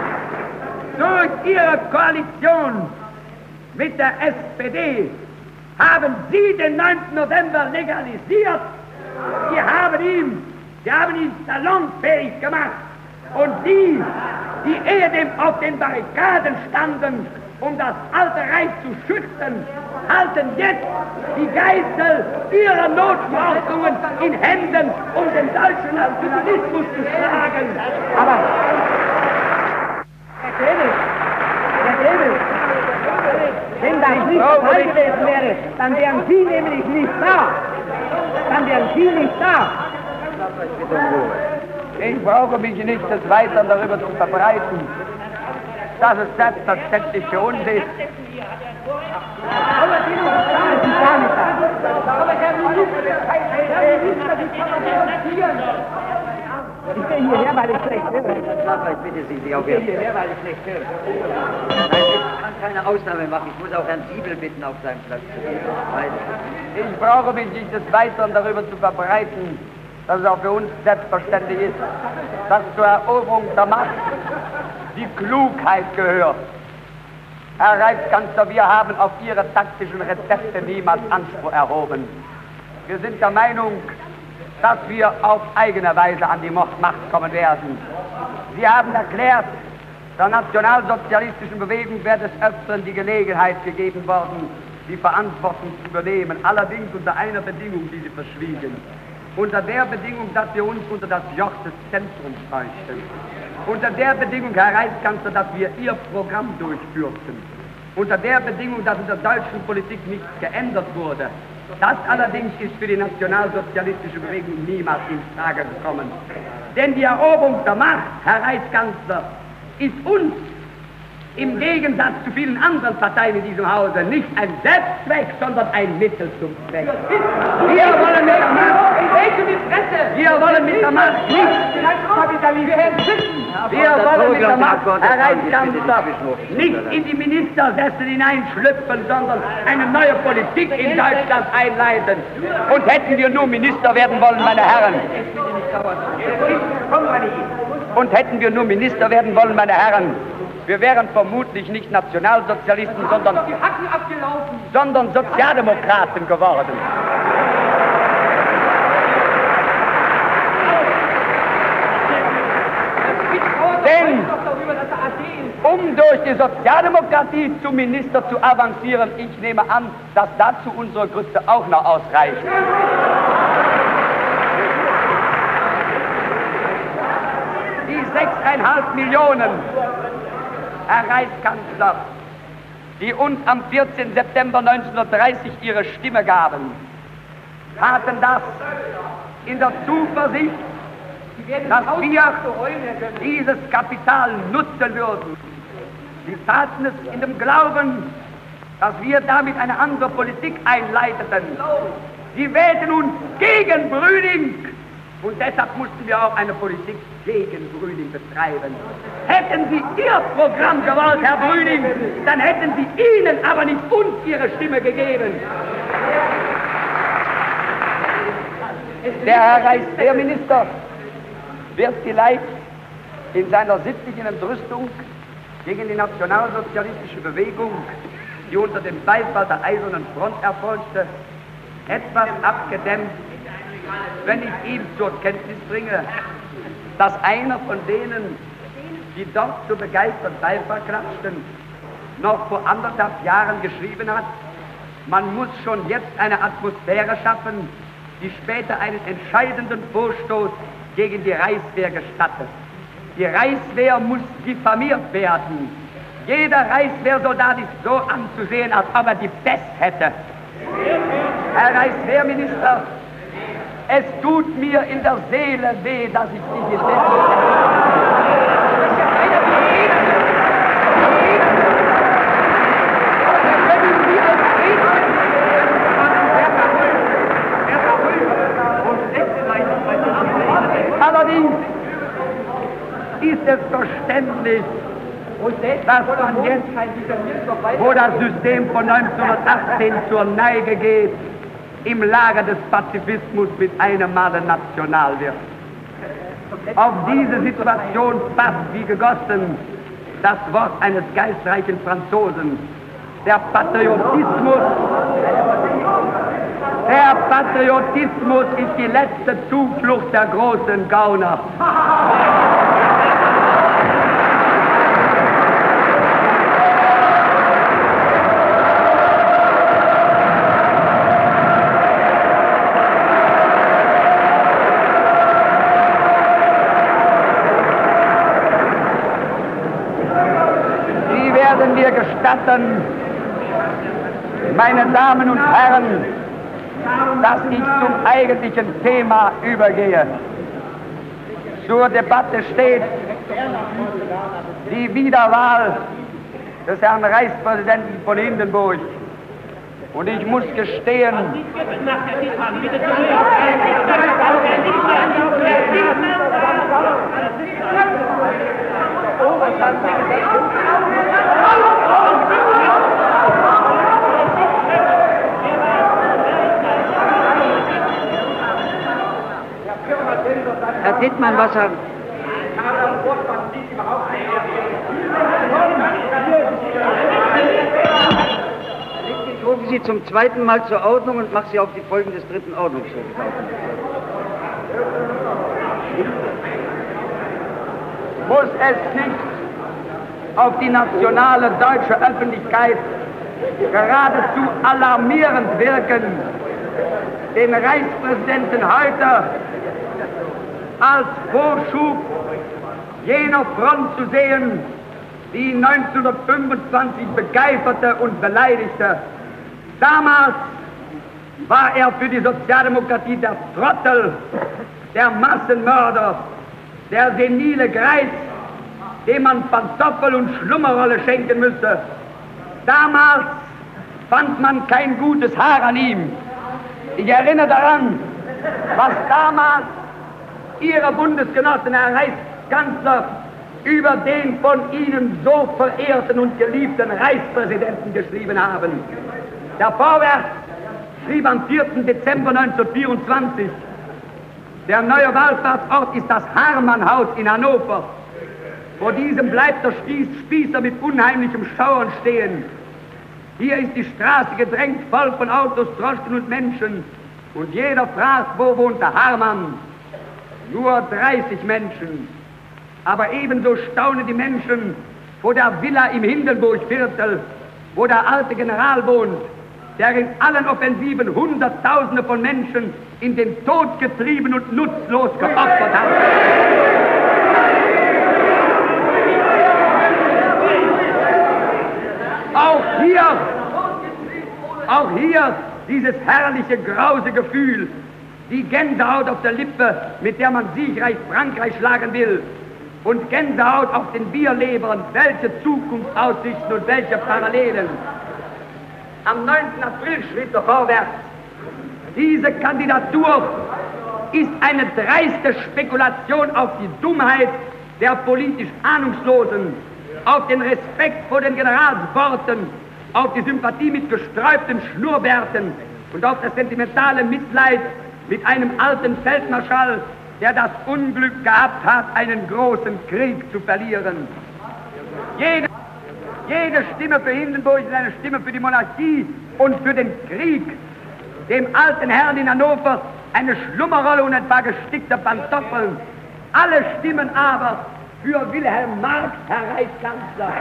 Durch Ihre Koalition mit der S P D haben Sie den neunten November legalisiert. Sie haben ihn, Sie haben ihn salonfähig gemacht. Und die, die ehedem auf den Barrikaden standen, um das alte Reich zu schützen, halten jetzt die Geißel ihrer Notverordnungen in Händen, um den deutschen Nationalismus zu schlagen. Aber, Herr Krebel, Herr Krebel, wenn das nicht der Fall gewesen wäre, dann wären Sie nämlich nicht da. Dann wären Sie nicht da. Ich brauche mich nicht des Weiteren darüber zu verbreiten, dass es selbstverständlich für uns ist. Aber Sie sind gar nicht da. Aber Herr Minister, Herr Minister, Sie kommunizieren. Ich bin hierher, weil ich schlecht höre. Ich bitte Sie, Sie auch Ich bin hierher, weil ich schlecht höre. Nein, ich kann keine Ausnahme machen. Ich muss auch Herrn Siebel bitten, auf seinen Platz zu gehen. Weil Ich brauche mich nicht des Weiteren darüber zu verbreiten, dass es auch für uns selbstverständlich ist, dass zur Eroberung der Macht die Klugheit gehört. Herr Reichskanzler, wir haben auf Ihre taktischen Rezepte niemals Anspruch erhoben. Wir sind der Meinung, dass wir auf eigene Weise an die Macht kommen werden. Sie haben erklärt, der nationalsozialistischen Bewegung wäre des Öfteren die Gelegenheit gegeben worden, die Verantwortung zu übernehmen, allerdings unter einer Bedingung, die Sie verschwiegen. Unter der Bedingung, dass wir uns unter das Joch des Zentrums bräuchten. Unter der Bedingung, Herr Reichskanzler, dass wir Ihr Programm durchführten. Unter der Bedingung, dass in der deutschen Politik nichts geändert wurde. Das allerdings ist für die nationalsozialistische Bewegung niemals in Frage gekommen. Denn die Eroberung der Macht, Herr Reichskanzler, ist uns im Gegensatz zu vielen anderen Parteien in diesem Hause nicht ein Selbstzweck, sondern ein Mittel zum Zweck. Wir wollen mit der Macht, wir wollen mit der Macht nicht, wir wollen mit der Macht, Herr Reichskanzler, nicht in die Ministersessel hineinschlüpfen, sondern eine neue Politik in Deutschland einleiten. Und hätten wir nur Minister werden wollen, meine Herren, und hätten wir nur Minister werden wollen, meine Herren, wir wären vermutlich nicht Nationalsozialisten, sondern, sondern Sozialdemokraten geworden. Denn, um durch die Sozialdemokratie zum Minister zu avancieren, ich nehme an, dass dazu unsere Grütze auch noch ausreicht. Die sechseinhalb Millionen, Herr Reichskanzler, die uns am vierzehnten September neunzehnhundertdreißig ihre Stimme gaben, taten das in der Zuversicht, dass wir dieses Kapital nutzen würden. Sie taten es in dem Glauben, dass wir damit eine andere Politik einleiteten. Sie wählten uns gegen Brüning und deshalb mussten wir auch eine Politik gegen Brüning betreiben. Hätten Sie Ihr Programm gewollt, Herr Brüning, dann hätten Sie Ihnen, aber nicht uns Ihre Stimme gegeben. Der Herr Reichswehrminister wird vielleicht in seiner sittlichen Entrüstung gegen die nationalsozialistische Bewegung, die unter dem Beifall der Eisernen Front erfolgte, etwas abgedämmt, wenn ich ihm zur Kenntnis bringe, dass einer von denen, die dort so begeistert Beifall klatschten, noch vor anderthalb Jahren geschrieben hat, man muss schon jetzt eine Atmosphäre schaffen, die später einen entscheidenden Vorstoß gegen die Reichswehr gestattet. Die Reichswehr muss diffamiert werden. Jeder Reichswehrsoldat ist so anzusehen, als ob er die Pest hätte. Herr Reichswehrminister, es tut mir in der Seele weh, dass ich dich in Allerdings ist es verständlich, dass man jetzt, wo das System von neunzehnhundertachtzehn zur Neige geht, im Lager des Pazifismus mit einem Male national wird. Auf diese Situation passt wie gegossen das Wort eines geistreichen Franzosen. Der Patriotismus Der Patriotismus ist die letzte Zuflucht der großen Gauner. Sie werden mir gestatten, meine Damen und Herren, dass ich zum eigentlichen Thema übergehe. Zur Debatte steht die Wiederwahl des Herrn Reichspräsidenten von Hindenburg. Und ich muss gestehen, Herr Dittmann, was er... Ich rufe Sie zum zweiten Mal zur Ordnung und mache Sie auf die Folgen des dritten Ordnungshofs aufmerksam. muss es nicht auf die nationale deutsche Öffentlichkeit geradezu alarmierend wirken, den Reichspräsidenten heute als Vorschub jener Front zu sehen, die neunzehnhundertfünfundzwanzig begeiferte und beleidigte. Damals war er für die Sozialdemokratie der Trottel, der Massenmörder, der senile Greis, dem man Pantoffel und Schlummerrolle schenken müsste. Damals fand man kein gutes Haar an ihm. Ich erinnere daran, was damals Ihre Bundesgenossen, Herr Reichskanzler, über den von Ihnen so verehrten und geliebten Reichspräsidenten geschrieben haben. Der Vorwärts schrieb am vierten Dezember neunzehnhundertvierundzwanzig, der neue Wallfahrtsort ist das Harmannhaus in Hannover. Vor diesem bleibt der Spieß, Spießer mit unheimlichem Schauern stehen. Hier ist die Straße gedrängt, voll von Autos, Droschken und Menschen. Und jeder fragt, wo wohnt der Harmann? Nur dreißig Menschen. Aber ebenso staunen die Menschen vor der Villa im Hindenburgviertel, wo der alte General wohnt, der in allen Offensiven Hunderttausende von Menschen in den Tod getrieben und nutzlos geopfert hat. Auch hier, auch hier dieses herrliche, grause Gefühl, die Gänsehaut auf der Lippe, mit der man siegreich Frankreich schlagen will, und Gänsehaut auf den Bierlebern, welche Zukunftsaussichten und welche Parallelen. Am neunten April schrieb der Vorwärts, diese Kandidatur ist eine dreiste Spekulation auf die Dummheit der politisch Ahnungslosen, auf den Respekt vor den Generalsworten, auf die Sympathie mit gesträubten Schnurrbärten und auf das sentimentale Mitleid mit einem alten Feldmarschall, der das Unglück gehabt hat, einen großen Krieg zu verlieren. Jede, jede Stimme für Hindenburg ist eine Stimme für die Monarchie und für den Krieg. Dem alten Herrn in Hannover eine Schlummerrolle und ein paar gestickte Pantoffeln. Alle Stimmen aber für Wilhelm Marx, Herr Reichskanzler.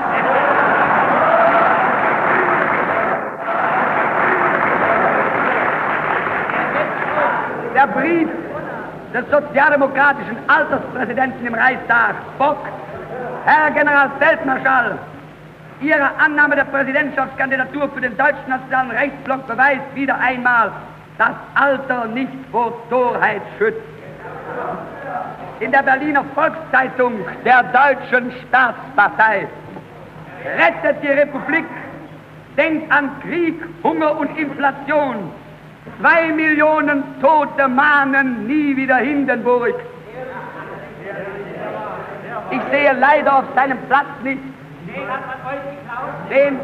Der Brief des sozialdemokratischen Alterspräsidenten im Reichstag, Bock, Herr Generalfeldmarschall, Ihre Annahme der Präsidentschaftskandidatur für den deutschen nationalen Rechtsblock beweist wieder einmal, dass Alter nicht vor Torheit schützt. In der Berliner Volkszeitung der Deutschen Staatspartei: Rettet die Republik, denkt an Krieg, Hunger und Inflation. Zwei Millionen Tote mahnen nie wieder Hindenburg. Ich sehe leider auf seinem Platz nicht den,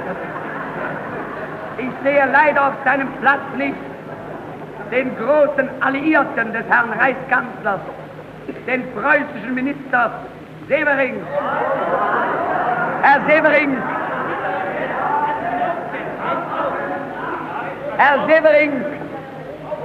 ich sehe leider auf seinem Platz nicht den großen Alliierten des Herrn Reichskanzlers, den preußischen Minister Severing. Herr Severing, Herr Severing,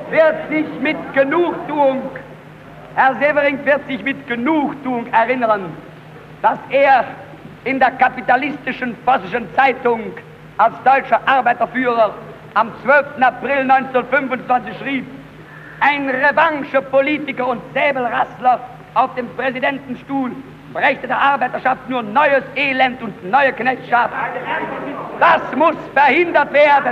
wird sich mit Genugtuung, Herr Severing wird sich mit Genugtuung erinnern, dass er in der kapitalistischen Vossischen Zeitung als deutscher Arbeiterführer am zwölften April neunzehnhundertfünfundzwanzig schrieb, ein Revanche-Politiker und Säbelrassler auf dem Präsidentenstuhl brächte der Arbeiterschaft nur neues Elend und neue Knechtschaft. Das muss verhindert werden.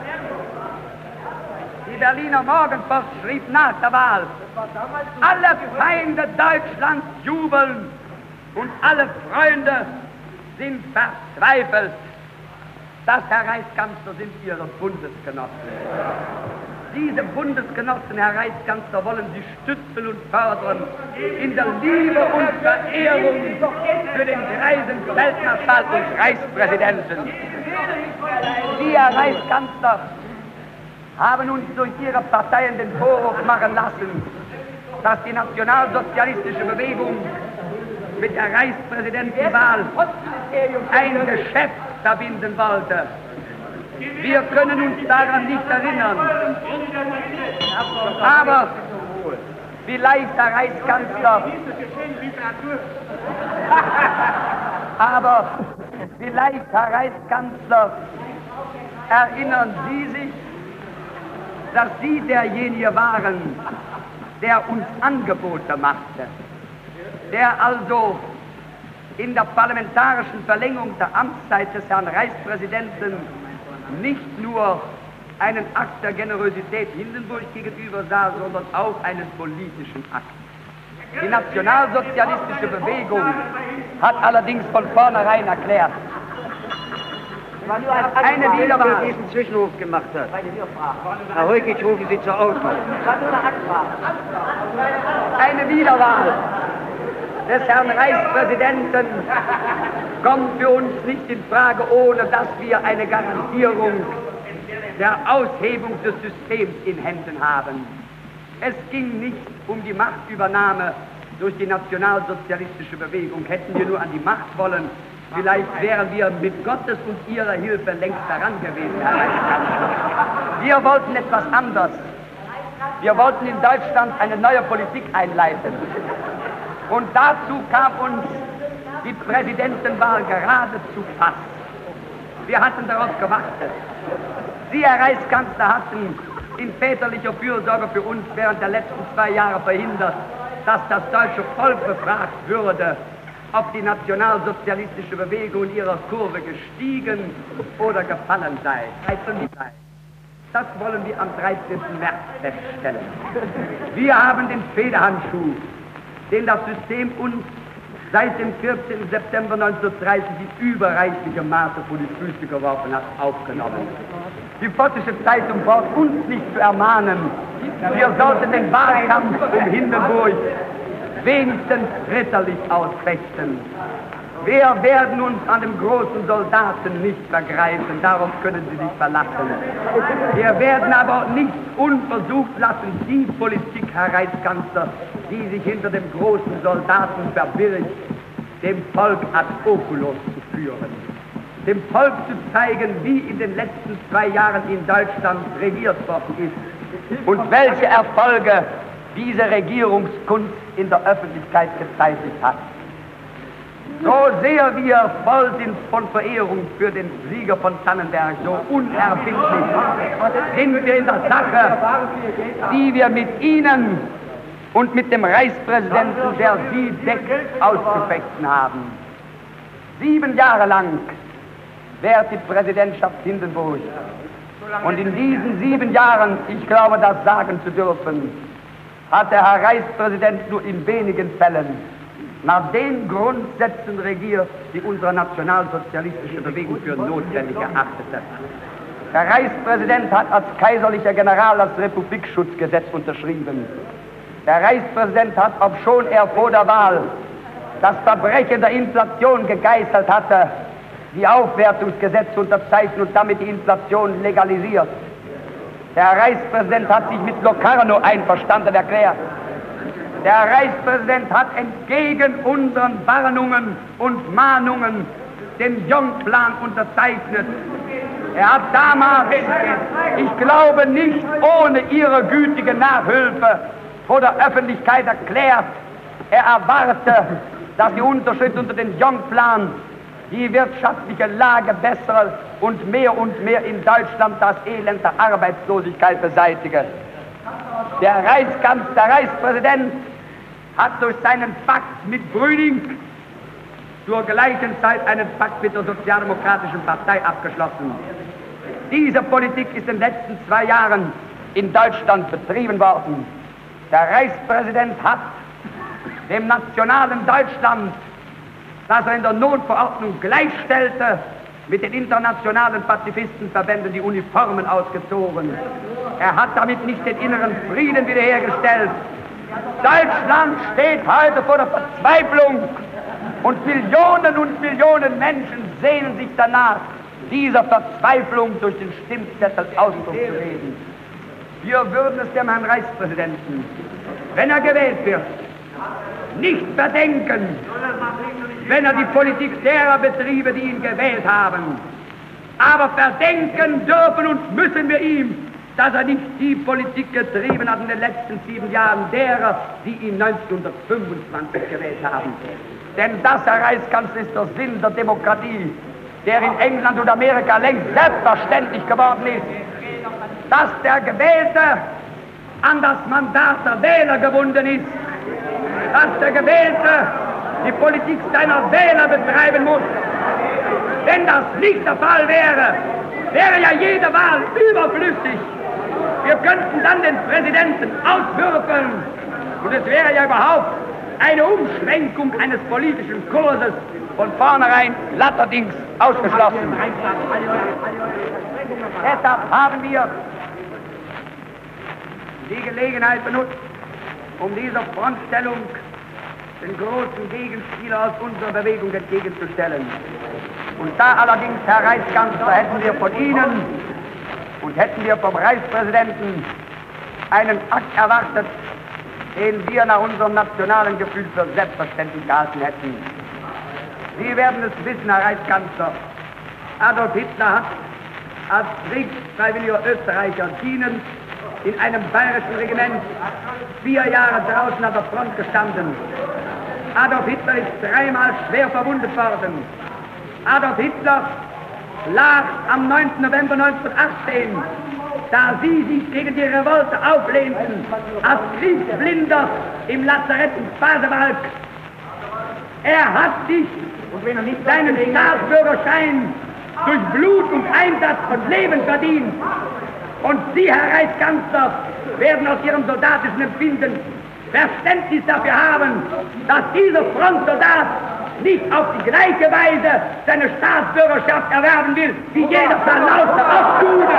Die Berliner Morgenpost schrieb nach der Wahl, alle Feinde Deutschlands jubeln und alle Freunde sind verzweifelt. Das, Herr Reichskanzler, sind Ihre Bundesgenossen. Diese Bundesgenossen, Herr Reichskanzler, wollen Sie stützen und fördern in der Liebe und Verehrung für den greisen Feldmarschall und Reichspräsidenten. Sie, Herr Reichskanzler, haben uns durch Ihre Parteien den Vorwurf machen lassen, dass die nationalsozialistische Bewegung mit der Reichspräsidentenwahl ein Geschäft verbinden wollte. Wir können uns daran nicht erinnern. Aber vielleicht, Herr Reichskanzler, aber vielleicht, Herr Reichskanzler, erinnern Sie sich, dass Sie derjenige waren, der uns Angebote machte, der also in der parlamentarischen Verlängerung der Amtszeit des Herrn Reichspräsidenten nicht nur einen Akt der Generosität Hindenburg gegenüber sah, sondern auch einen politischen Akt. Die nationalsozialistische Bewegung hat allerdings von vornherein erklärt, eine Wiederwahl diesen Zwischenruf gemacht hat. Herr Heukic, rufen Sie zur Ordnung. Eine Wiederwahl des Herrn Reichspräsidenten kommt für uns nicht in Frage, ohne dass wir eine Garantierung der Aushebung des Systems in Händen haben. Es ging nicht um die Machtübernahme durch die nationalsozialistische Bewegung. Hätten wir nur an die Macht wollen, vielleicht wären wir mit Gottes und Ihrer Hilfe längst daran gewesen, Herr Reichskanzler. Wir wollten etwas anderes. Wir wollten in Deutschland eine neue Politik einleiten. Und dazu kam uns die Präsidentenwahl geradezu fast. Wir hatten darauf gewartet. Sie, Herr Reichskanzler, hatten in väterlicher Fürsorge für uns während der letzten zwei Jahre verhindert, dass das deutsche Volk befragt würde, ob die nationalsozialistische Bewegung in ihrer Kurve gestiegen oder gefallen sei. Das wollen wir am dreizehnten März feststellen. Wir haben den Federhandschuh, den das System uns seit dem vierzehnten September neunzehnhundertdreißig in überreichlichem Maße vor die Füße geworfen hat, aufgenommen. Die Vossische Zeitung braucht uns nicht zu ermahnen, wir sollten den Wahlkampf um Hindenburg wenigstens ritterlich ausfechten. Wir werden uns an dem großen Soldaten nicht vergreifen, darauf können Sie sich verlassen. Wir werden aber nicht unversucht lassen, die Politik, Herr Reichskanzler, die sich hinter dem großen Soldaten verbirgt, dem Volk ad oculos zu führen. Dem Volk zu zeigen, wie in den letzten zwei Jahren in Deutschland regiert worden ist und welche Erfolge diese Regierungskunst in der Öffentlichkeit gezeichnet hat. So sehr wir voll sind von Verehrung für den Sieger von Tannenberg, so unerbittlich sind wir in der Sache, die wir mit Ihnen und mit dem Reichspräsidenten, der Sie deckt, auszufechten haben. Sieben Jahre lang währt die Präsidentschaft Hindenburg. Und in diesen sieben Jahren, ich glaube, das sagen zu dürfen, hat der Herr Reichspräsident nur in wenigen Fällen nach den Grundsätzen regiert, die unsere nationalsozialistische Bewegung für notwendig erachtete. Der Reichspräsident hat als kaiserlicher General das Republikschutzgesetz unterschrieben. Der Reichspräsident hat, obschon er vor der Wahl das Verbrechen der Inflation gegeißelt hatte, die Aufwertungsgesetze unterzeichnet und damit die Inflation legalisiert. Der Reichspräsident hat sich mit Locarno einverstanden erklärt. Der Reichspräsident hat entgegen unseren Warnungen und Mahnungen den Jong-Plan unterzeichnet. Er hat damals, ich glaube nicht ohne ihre gütige Nachhilfe, vor der Öffentlichkeit erklärt, er erwarte, dass die Unterschrift unter den Jong-Plan die wirtschaftliche Lage bessere und mehr und mehr in Deutschland das Elend der Arbeitslosigkeit beseitige. Der Reichskanzler, der Reichspräsident hat durch seinen Pakt mit Brüning zur gleichen Zeit einen Pakt mit der Sozialdemokratischen Partei abgeschlossen. Diese Politik ist in den letzten zwei Jahren in Deutschland betrieben worden. Der Reichspräsident hat dem nationalen Deutschland, das er in der Notverordnung gleichstellte, mit den internationalen Pazifistenverbänden die Uniformen ausgezogen. Er hat damit nicht den inneren Frieden wiederhergestellt. Deutschland steht heute vor der Verzweiflung und Millionen und Millionen Menschen sehnen sich danach, dieser Verzweiflung durch den Stimmzettel Ausdruck zu geben. Wir würden es dem Herrn Reichspräsidenten, wenn er gewählt wird, nicht verdenken, wenn er die Politik derer betriebe, die ihn gewählt haben. Aber verdenken dürfen und müssen wir ihm, dass er nicht die Politik getrieben hat in den letzten sieben Jahren derer, die ihn neunzehnhundertfünfundzwanzig gewählt haben. Denn das, Herr Reichskanzler, ist der Sinn der Demokratie, der in England und Amerika längst selbstverständlich geworden ist, dass der Gewählte an das Mandat der Wähler gebunden ist, dass der Gewählte die Politik seiner Wähler betreiben muss. Wenn das nicht der Fall wäre, wäre ja jede Wahl überflüssig. Wir könnten dann den Präsidenten auswürfeln und es wäre ja überhaupt eine Umschwenkung eines politischen Kurses von vornherein glatterdings ausgeschlossen. Deshalb haben wir die Gelegenheit benutzt, um dieser Frontstellung den großen Gegenspieler aus unserer Bewegung entgegenzustellen. Und da allerdings, Herr Reichskanzler, hätten wir von Ihnen und hätten wir vom Reichspräsidenten einen Akt erwartet, den wir nach unserem nationalen Gefühl für selbstverständlich gehalten hätten. Sie werden es wissen, Herr Reichskanzler, Adolf Hitler hat als kriegsfreiwilliger Österreicher dienend in einem bayerischen Regiment vier Jahre draußen an der Front gestanden. Adolf Hitler ist dreimal schwer verwundet worden. Adolf Hitler lag am neunten November neunzehnhundertachtzehn, da Sie sich gegen die Revolte auflehnten, als Kriegsblinder im Lazarett in Pasewalk. Er hat sich seinen Staatsbürgerschein durch Blut und Einsatz von Leben verdient. Und Sie, Herr Reichskanzler, werden aus Ihrem soldatischen Empfinden Verständnis dafür haben, dass dieser Frontsoldat nicht auf die gleiche Weise seine Staatsbürgerschaft erwerben will, wie jeder verlaufte Ostjude.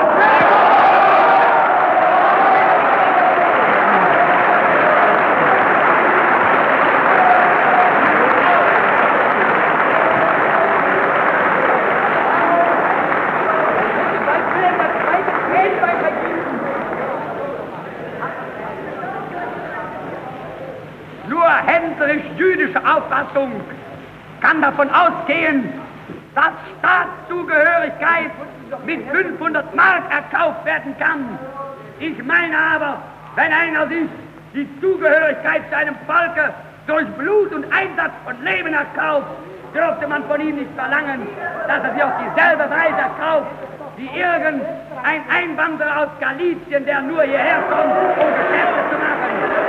Jüdische Auffassung kann davon ausgehen, dass Staatszugehörigkeit mit fünfhundert Mark erkauft werden kann. Ich meine aber, wenn einer sich die Zugehörigkeit zu einem Volke durch Blut und Einsatz von Leben erkauft, dürfte man von ihm nicht verlangen, dass er sie auf dieselbe Weise erkauft, wie irgendein Einwanderer aus Galizien, der nur hierher kommt, um Geschäfte zu machen.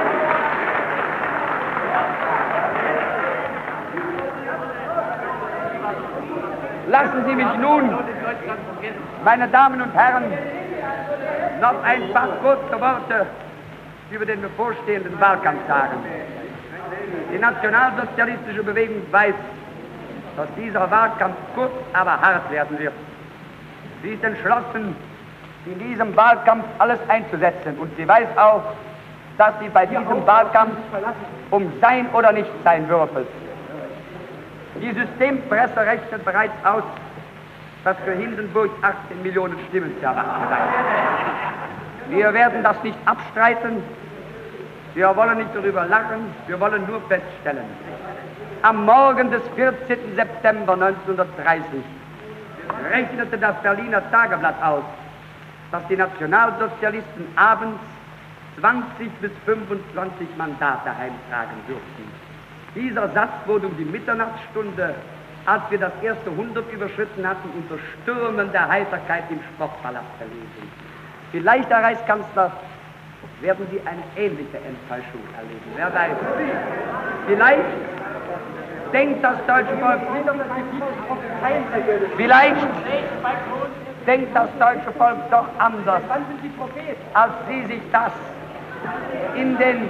Lassen Sie mich nun, meine Damen und Herren, noch ein paar kurze Worte über den bevorstehenden Wahlkampf sagen. Die nationalsozialistische Bewegung weiß, dass dieser Wahlkampf kurz, aber hart werden wird. Sie ist entschlossen, in diesem Wahlkampf alles einzusetzen. Und sie weiß auch, dass sie bei diesem Wahlkampf um Sein oder Nichtsein würfelt. Die Systempresse rechnet bereits aus, dass für Hindenburg achtzehn Millionen Stimmen zu erwarten seien. Wir werden das nicht abstreiten, wir wollen nicht darüber lachen, wir wollen nur feststellen, am Morgen des vierzehnten September neunzehnhundertdreißig rechnete das Berliner Tageblatt aus, dass die Nationalsozialisten abends zwanzig bis fünfundzwanzig Mandate heimtragen dürften. Dieser Satz wurde um die Mitternachtsstunde, als wir das erste hundert überschritten hatten, unter Stürmen der Heiterkeit im Sportpalast verlesen. Vielleicht, Herr Reichskanzler, werden Sie eine ähnliche Enttäuschung erleben. Wer weiß. Vielleicht denkt das deutsche Volk, vielleicht denkt das deutsche Volk doch anders, als Sie sich das in den,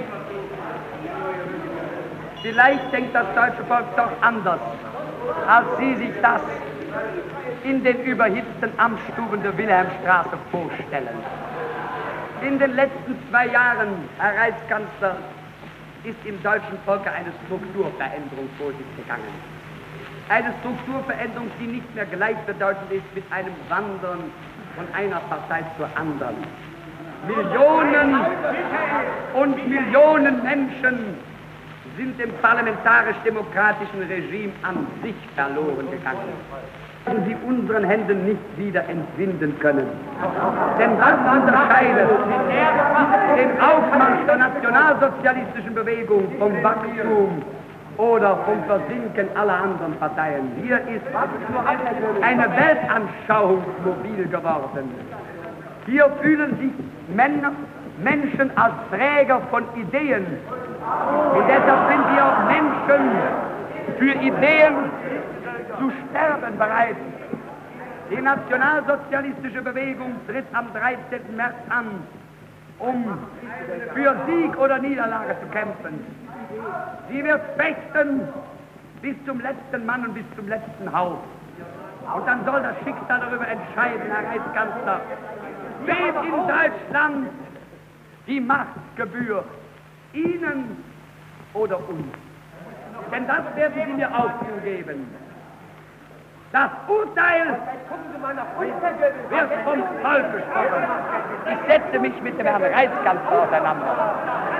vielleicht denkt das deutsche Volk doch anders, als Sie sich das in den überhitzten Amtsstuben der Wilhelmstraße vorstellen. In den letzten zwei Jahren, Herr Reichskanzler, ist im deutschen Volke eine Strukturveränderung vor sich gegangen. Eine Strukturveränderung, die nicht mehr gleichbedeutend ist mit einem Wandern von einer Partei zur anderen. Millionen und Millionen Menschen sind dem parlamentarisch-demokratischen Regime an sich verloren gegangen, und sie unseren Händen nicht wieder entwinden können. Denn was unterscheidet den Aufmarsch der nationalsozialistischen Bewegung vom Wachstum oder vom Versinken aller anderen Parteien? Hier ist eine Weltanschauung mobil geworden. Hier fühlen sich Männer, Menschen als Träger von Ideen. Und deshalb sind wir auch Menschen für Ideen zu sterben bereit. Die nationalsozialistische Bewegung tritt am dreizehnten März an, um für Sieg oder Niederlage zu kämpfen. Sie wird fechten bis zum letzten Mann und bis zum letzten Hauch. Und dann soll das Schicksal darüber entscheiden, Herr Reichskanzler, wem in Deutschland die Macht gebührt, Ihnen oder uns. Denn das werden Sie mir auch zugeben. Das Urteil wird vom Volk gesprochen. Ich setze mich mit dem Herrn Reichskanzler auseinander.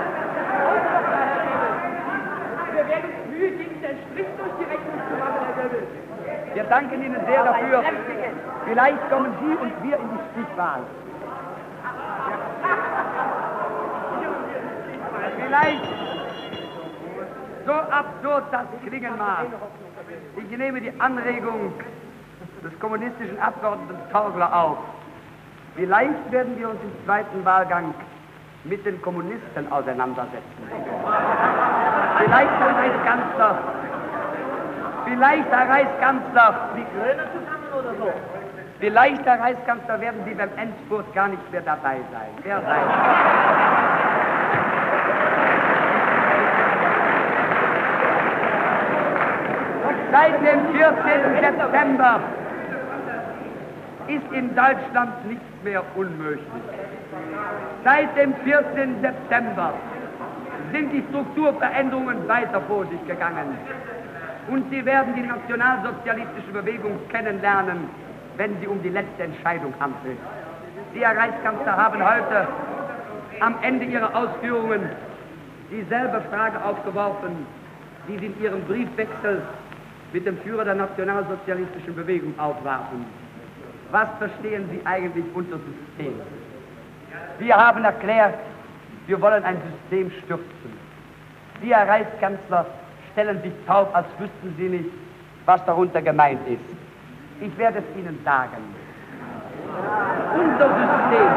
Wir werden Mühe geben, den Strich durch die Rechnung zu machen, Herr Goebbels. Wir danken Ihnen sehr dafür. Vielleicht kommen Sie und wir in die Stichwahl. Vielleicht, so absurd das klingen mag, ich nehme die Anregung des kommunistischen Abgeordneten Torgler auf. Vielleicht werden wir uns im zweiten Wahlgang mit den Kommunisten auseinandersetzen. Vielleicht, Herr Reichskanzler, vielleicht, Herr Reichskanzler, die Grünen zusammen oder so? Vielleicht, Herr Reichskanzler, werden Sie beim Endspurt gar nicht mehr dabei sein. Wer weiß? Seit dem vierzehnten September ist in Deutschland nichts mehr unmöglich. Seit dem vierzehnten September sind die Strukturveränderungen weiter vor sich gegangen. Und Sie werden die nationalsozialistische Bewegung kennenlernen, wenn sie um die letzte Entscheidung handelt. Sie, Herr Reichskanzler, haben heute am Ende Ihrer Ausführungen dieselbe Frage aufgeworfen, die Sie in Ihrem Briefwechsel mit dem Führer der nationalsozialistischen Bewegung aufwarfen. Was verstehen Sie eigentlich unter System? Wir haben erklärt, wir wollen ein System stürzen. Sie, Herr Reichskanzler, stellen sich taub, als wüssten Sie nicht, was darunter gemeint ist. Ich werde es Ihnen sagen. Unser System,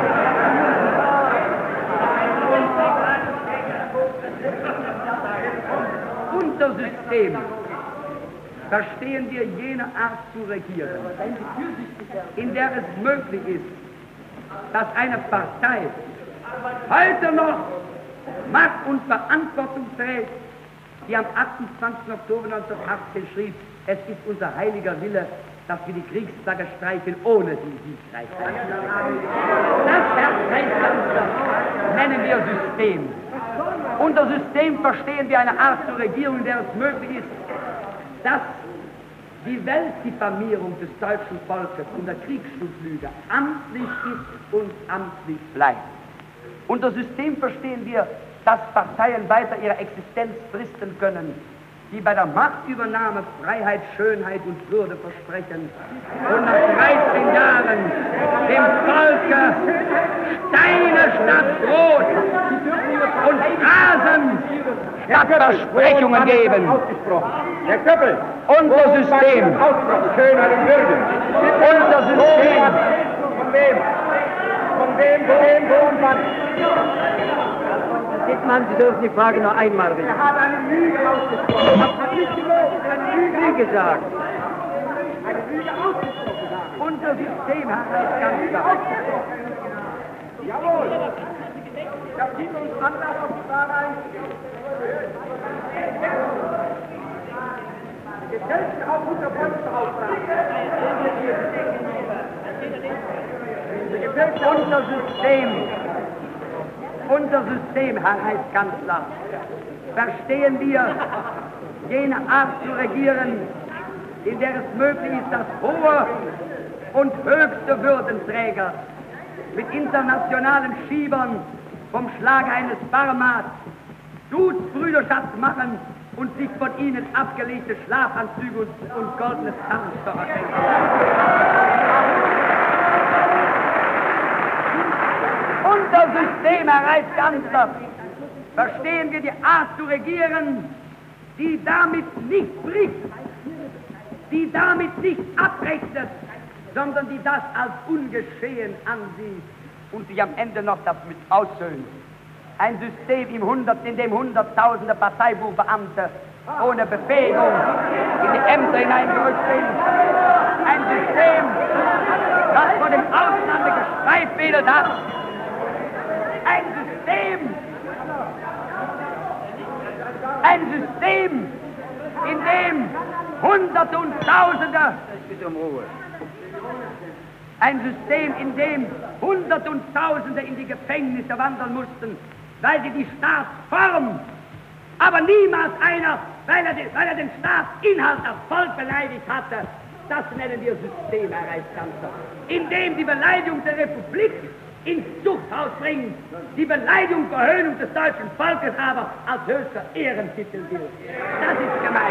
unser System verstehen wir jene Art zu regieren, in der es möglich ist, dass eine Partei heute noch Macht und Verantwortung trägt, die am achtundzwanzigsten Oktober neunzehnhundertachtzehn schrieb, es ist unser heiliger Wille, dass wir die Kriegsflagge streichen, ohne die siegreich sein zu können. Das, Herr Reichskanzler, nennen wir System. Unter System verstehen wir eine Art zur Regierung, in der es möglich ist, dass die Weltdiffamierung des deutschen Volkes unter Kriegsschuttlüge amtlich ist und amtlich bleibt. Unter System verstehen wir, dass Parteien weiter ihre Existenz fristen können, die bei der Machtübernahme Freiheit, Schönheit und Würde versprechen und nach dreizehn Jahren dem Volke Steine statt Brot und Phrasen statt Versprechungen geben. Herr Köppel, unser System, Schönheit und Würde. unser System, Von wem? Von wem, von wem, von wann? Dittmann, Sie dürfen die Frage noch einmal richten. Er hat eine Lüge ausgesprochen. Hat nicht gelogen, eine Lüge Wie gesagt. Eine Lüge ausgesprochen. unser System hat das ganz klar. Jawohl. Das gibt uns Anlass auf die Frage einzugehen. Gesetze auf unser Volksbeauftragten. Unser System, unser System, Herr Reichskanzler, verstehen wir jene Art zu regieren, in der es möglich ist, dass hohe und höchste Würdenträger mit internationalen Schiebern vom Schlage eines Barmats Blutsbrüderschaft machen und sich von ihnen abgelegte Schlafanzüge und, und goldenes Tarnstoff schenken. Unser System, Herr Reichskanzler, verstehen wir die Art zu regieren, die damit nicht bricht, die damit nicht abrechnet, sondern die das als ungeschehen ansieht und sich am Ende noch damit aussöhnt. Ein System, im Hundert, in dem Hunderttausende Parteibuchbeamte ohne Befähigung in die Ämter hineingerückt sind. Ein System, das vor dem Auslande gestreifwedelt hat. Ein System, ein System, in dem Hunderte und Tausende, Bitte um Ruhe. ein System, in dem Hunderte und Tausende in die Gefängnisse wandern mussten, weil sie die Staatsform, aber niemals einer, weil er, den, weil er den Staatsinhalt, das Volk beleidigt hatte. Das nennen wir System, Herr Reichskanzler, in dem die Beleidigung der Republik ins Zuchthaus bringt, die Beleidigung, Verhöhnung des deutschen Volkes aber als höchster Ehrentitel gilt. Das ist gemein.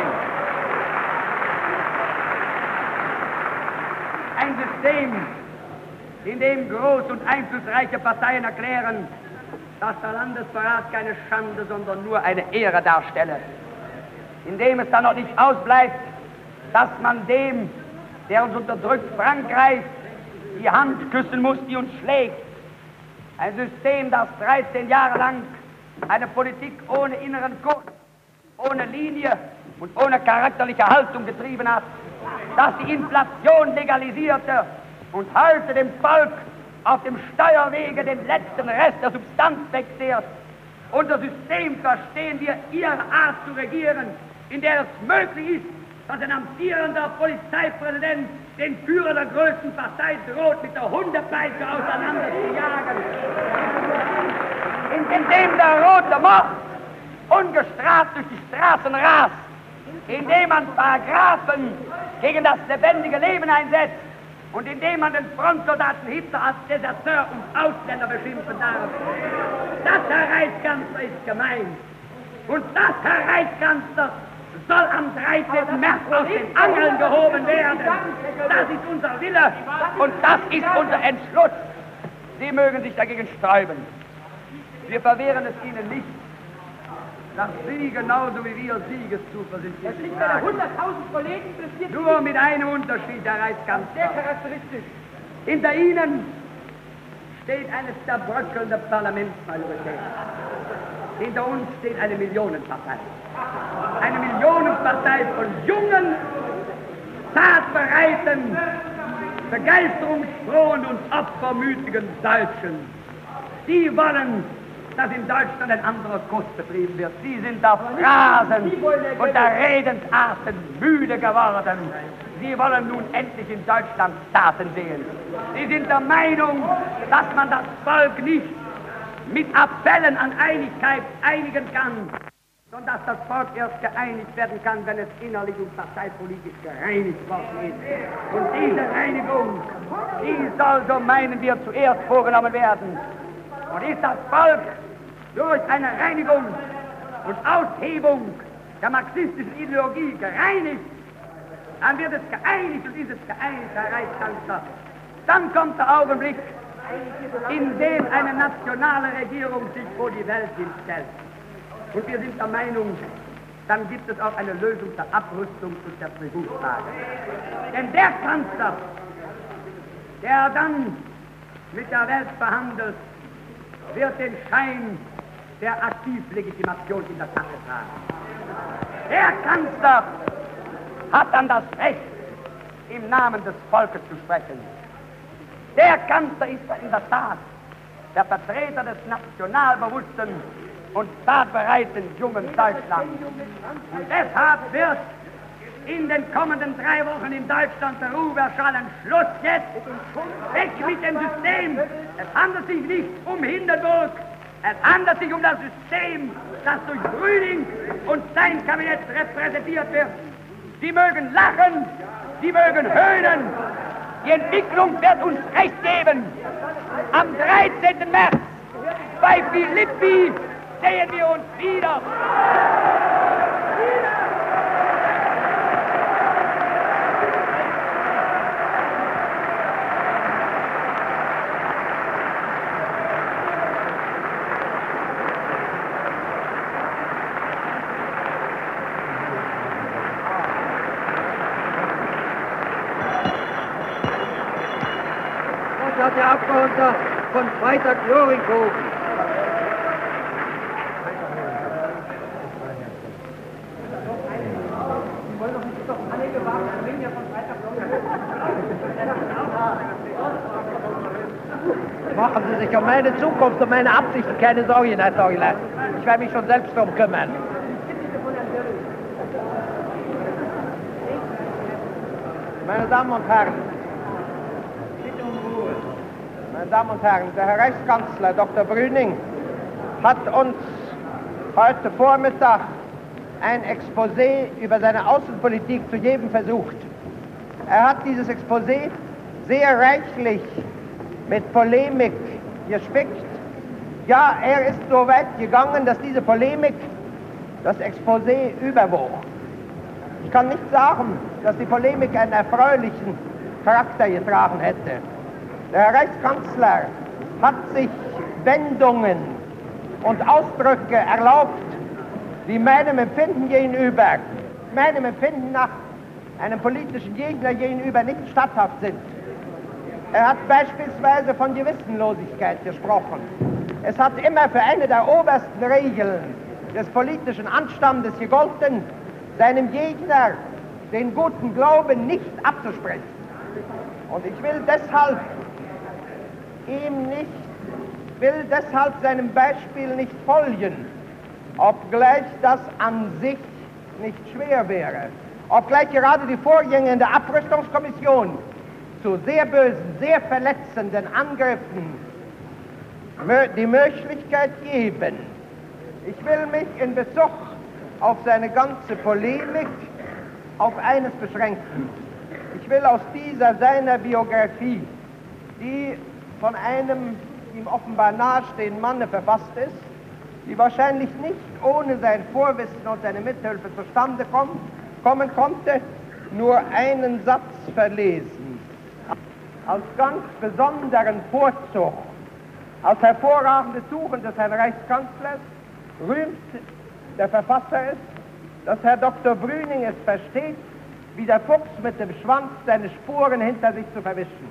Ein System, in dem groß und einflussreiche Parteien erklären, dass der Landesverrat keine Schande, sondern nur eine Ehre darstelle. In dem es dann noch nicht ausbleibt, dass man dem, der uns unterdrückt, Frankreich, die Hand küssen muss, die uns schlägt. Ein System, das dreizehn Jahre lang eine Politik ohne inneren Kurs, ohne Linie und ohne charakterliche Haltung getrieben hat, das die Inflation legalisierte und heute dem Volk auf dem Steuerwege den letzten Rest der Substanz wegzehrt. Unser System verstehen wir, ihre Art zu regieren, in der es möglich ist, dass ein amtierender Polizeipräsident den Führer der größten Partei droht, mit der Hundepeitsche auseinander zu jagen. In, in dem der rote Mord ungestraft durch die Straßen rast, indem man Paragraphen gegen das lebendige Leben einsetzt und indem man den Frontsoldaten Hitler als Deserteur und Ausländer beschimpfen darf. Das, Herr Reichskanzler, ist gemein. Und das, Herr Reichskanzler, soll am dreizehnten März aus den Angeln gehoben werden. Das ist unser Wille und das ist unser Entschluss. Sie mögen sich dagegen sträuben. Wir verwehren es Ihnen nicht, dass Sie genauso wie wir Siegeszuversichtlich tragen. hunderttausend Kollegen interessiert Nur mit einem Unterschied, Herr Reichskanzler. sehr charakteristisch. Hinter Ihnen steht eine zerbröckelnde Parlamentsmajorität. Hinter uns steht eine Millionenpartei. Eine Millionenpartei von jungen, tatbereiten, begeisterungsfrohen und opfermütigen Deutschen. Die wollen, dass in Deutschland ein anderer Kurs betrieben wird. Sie sind der Phrasen und der Redensarten müde geworden. Sie wollen nun endlich in Deutschland Taten sehen. Sie sind der Meinung, dass man das Volk nicht mit Appellen an Einigkeit einigen kann, sondern dass das Volk erst geeinigt werden kann, wenn es innerlich und parteipolitisch gereinigt worden ist. Und diese Reinigung, die soll, so meinen wir, zuerst vorgenommen werden. Und ist das Volk durch eine Reinigung und Aushebung der marxistischen Ideologie gereinigt, dann wird es geeinigt und ist es geeinigt, Herr Reichskanzler. Dann kommt der Augenblick, in dem eine nationale Regierung sich vor die Welt hinstellt. Und wir sind der Meinung, dann gibt es auch eine Lösung der Abrüstung und der Versuchsfrage. Denn der Kanzler, der dann mit der Welt verhandelt, wird den Schein der Aktivlegitimation in der Tasche tragen. Der Kanzler hat dann das Recht, im Namen des Volkes zu sprechen. Der Kanzler ist in der Tat der Vertreter des nationalbewussten und tatbereiten jungen Deutschlands. Und deshalb wird in den kommenden drei Wochen in Deutschland der Ruf erschallen: Schluss jetzt! Weg mit dem System! Es handelt sich nicht um Hindenburg, es handelt sich um das System, das durch Brüning und sein Kabinett repräsentiert wird. Sie mögen lachen, Sie mögen höhnen. Die Entwicklung wird uns recht geben. Am dreizehnten März bei Philippi sehen wir uns wieder. Das hat der Abgeordnete von Freitag-Joringhofen. Machen Sie sich um meine Zukunft, um meine Absichten keine Sorgen, Herr Säuler. Ich werde mich schon selbst darum kümmern. Meine Damen und Herren, meine Damen und Herren, der Herr Reichskanzler Doktor Brüning hat uns heute Vormittag ein Exposé über seine Außenpolitik zu geben versucht. Er hat dieses Exposé sehr reichlich mit Polemik gespickt. Ja, er ist so weit gegangen, dass diese Polemik das Exposé überwog. Ich kann nicht sagen, dass die Polemik einen erfreulichen Charakter getragen hätte. Der Herr Reichskanzler hat sich Wendungen und Ausdrücke erlaubt, die meinem Empfinden gegenüber, meinem Empfinden nach einem politischen Gegner gegenüber nicht statthaft sind. Er hat beispielsweise von Gewissenlosigkeit gesprochen. Es hat immer für eine der obersten Regeln des politischen Anstandes gegolten, seinem Gegner den guten Glauben nicht abzusprechen. Und ich will deshalb ihm nicht, will deshalb seinem Beispiel nicht folgen, obgleich das an sich nicht schwer wäre, obgleich gerade die Vorgänge in der Abrüstungskommission zu sehr bösen, sehr verletzenden Angriffen die Möglichkeit geben. Ich will mich in Bezug auf seine ganze Polemik auf eines beschränken. Ich will aus dieser seiner Biografie, die von einem ihm offenbar nahestehenden Manne verfasst ist, die wahrscheinlich nicht ohne sein Vorwissen und seine Mithilfe zustande kommen, kommen konnte, nur einen Satz verlesen. Als ganz besonderen Vorzug, als hervorragende Tugend des Herrn Reichskanzlers rühmt der Verfasser es, dass Herr Doktor Brüning es versteht, wie der Fuchs mit dem Schwanz seine Spuren hinter sich zu verwischen.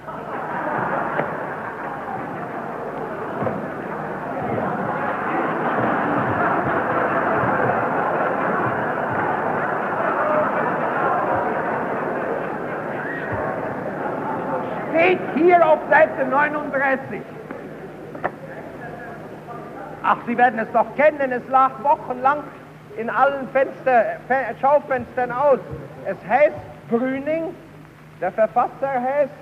Steht hier auf Seite neununddreißig. Ach, Sie werden es doch kennen, es lag wochenlang in allen Fenster, Schaufenstern aus. Es heißt Brüning, der Verfasser heißt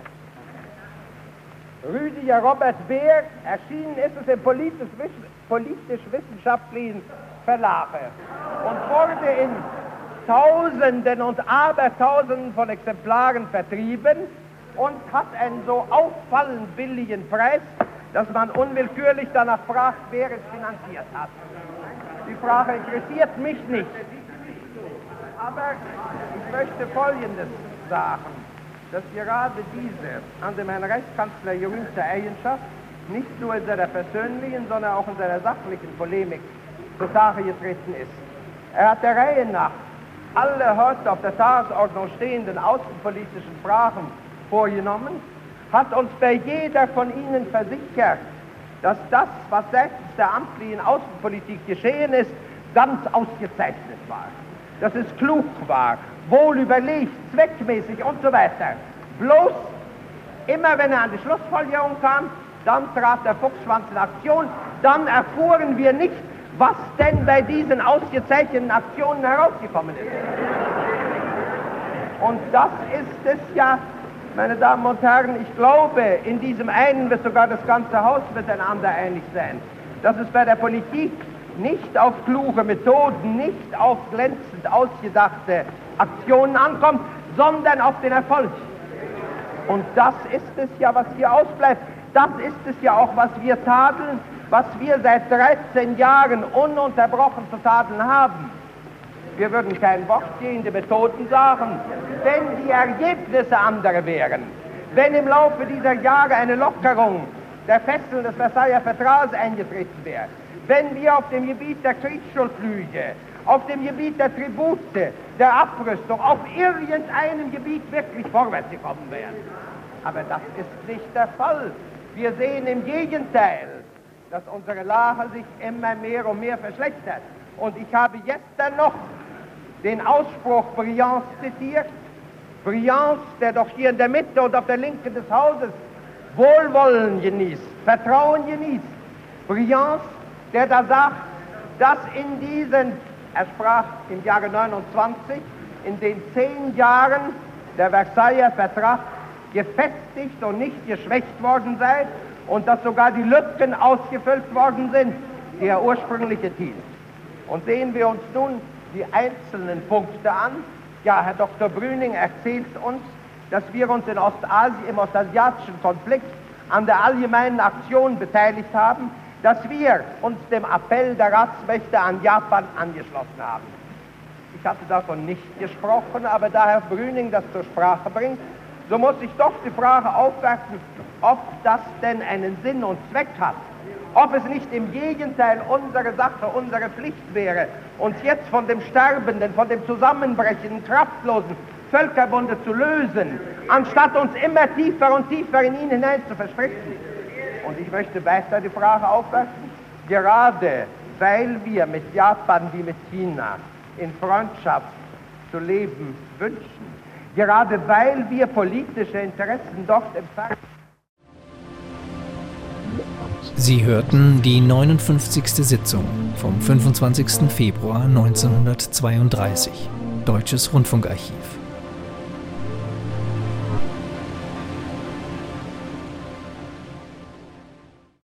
Rüdiger Robert Beer, erschienen ist es im politisch-wissenschaftlichen Verlag und wurde in Tausenden und Abertausenden von Exemplaren vertrieben und hat einen so auffallend billigen Preis, dass man unwillkürlich danach fragt, wer es finanziert hat. Die Frage interessiert mich nicht. Aber ich möchte Folgendes sagen, dass gerade diese an dem Herrn Reichskanzler gerühmte Eigenschaft nicht nur in seiner persönlichen, sondern auch in seiner sachlichen Polemik zutage getreten ist. Er hat der Reihe nach alle heute auf der Tagesordnung stehenden außenpolitischen Fragen vorgenommen, hat uns bei jeder von ihnen versichert, dass das, was seitens der amtlichen Außenpolitik geschehen ist, ganz ausgezeichnet war, dass es klug war, wohl überlegt, zweckmäßig und so weiter. Bloß immer, wenn er an die Schlussfolgerung kam, dann trat der Fuchsschwanz in Aktion, dann erfuhren wir nicht, was denn bei diesen ausgezeichneten Aktionen herausgekommen ist. Und das ist es ja, meine Damen und Herren, ich glaube, in diesem einen wird sogar das ganze Haus miteinander einig sein, dass es bei der Politik nicht auf kluge Methoden, nicht auf glänzend ausgedachte Aktionen ankommt, sondern auf den Erfolg. Und das ist es ja, was hier ausbleibt. Das ist es ja auch, was wir tadeln, was wir seit dreizehn Jahren ununterbrochen zu tadeln haben. Wir würden kein Wort gegen die Methoden sagen, wenn die Ergebnisse andere wären. Wenn im Laufe dieser Jahre eine Lockerung der Fesseln des Versailler Vertrags eingetreten wäre, wenn wir auf dem Gebiet der Kriegsschuldlüge, auf dem Gebiet der Tribute, der Abrüstung, auf irgendeinem Gebiet wirklich vorwärts gekommen wären. Aber das ist nicht der Fall. Wir sehen im Gegenteil, dass unsere Lage sich immer mehr und mehr verschlechtert. Und ich habe gestern noch den Ausspruch Briands zitiert. Briands, der doch hier in der Mitte und auf der Linken des Hauses Wohlwollen genießt, Vertrauen genießt. Briands, der da sagt, dass in diesen, er sprach im Jahre neunundzwanzig, in den zehn Jahren der Versailler Vertrag gefestigt und nicht geschwächt worden sei und dass sogar die Lücken ausgefüllt worden sind, die er ursprünglich enthielt. Und sehen wir uns nun die einzelnen Punkte an. Ja, Herr Doktor Brüning erzählt uns, dass wir uns in Ostasien, im ostasiatischen Konflikt an der allgemeinen Aktion beteiligt haben, dass wir uns dem Appell der Ratsmächte an Japan angeschlossen haben. Ich hatte davon nicht gesprochen, aber da Herr Brüning das zur Sprache bringt, so muss ich doch die Frage aufwerfen, ob das denn einen Sinn und Zweck hat. Ob es nicht im Gegenteil unsere Sache, unsere Pflicht wäre, uns jetzt von dem sterbenden, von dem zusammenbrechenden, kraftlosen Völkerbunde zu lösen, anstatt uns immer tiefer und tiefer in ihn hinein zu verstricken. Und ich möchte weiter die Frage aufwerfen, gerade weil wir mit Japan wie mit China in Freundschaft zu leben wünschen, gerade weil wir politische Interessen dort empfangen. Sie hörten die neunundfünfzigste Sitzung vom fünfundzwanzigsten Februar neunzehnhundertzweiunddreißig, Deutsches Rundfunkarchiv.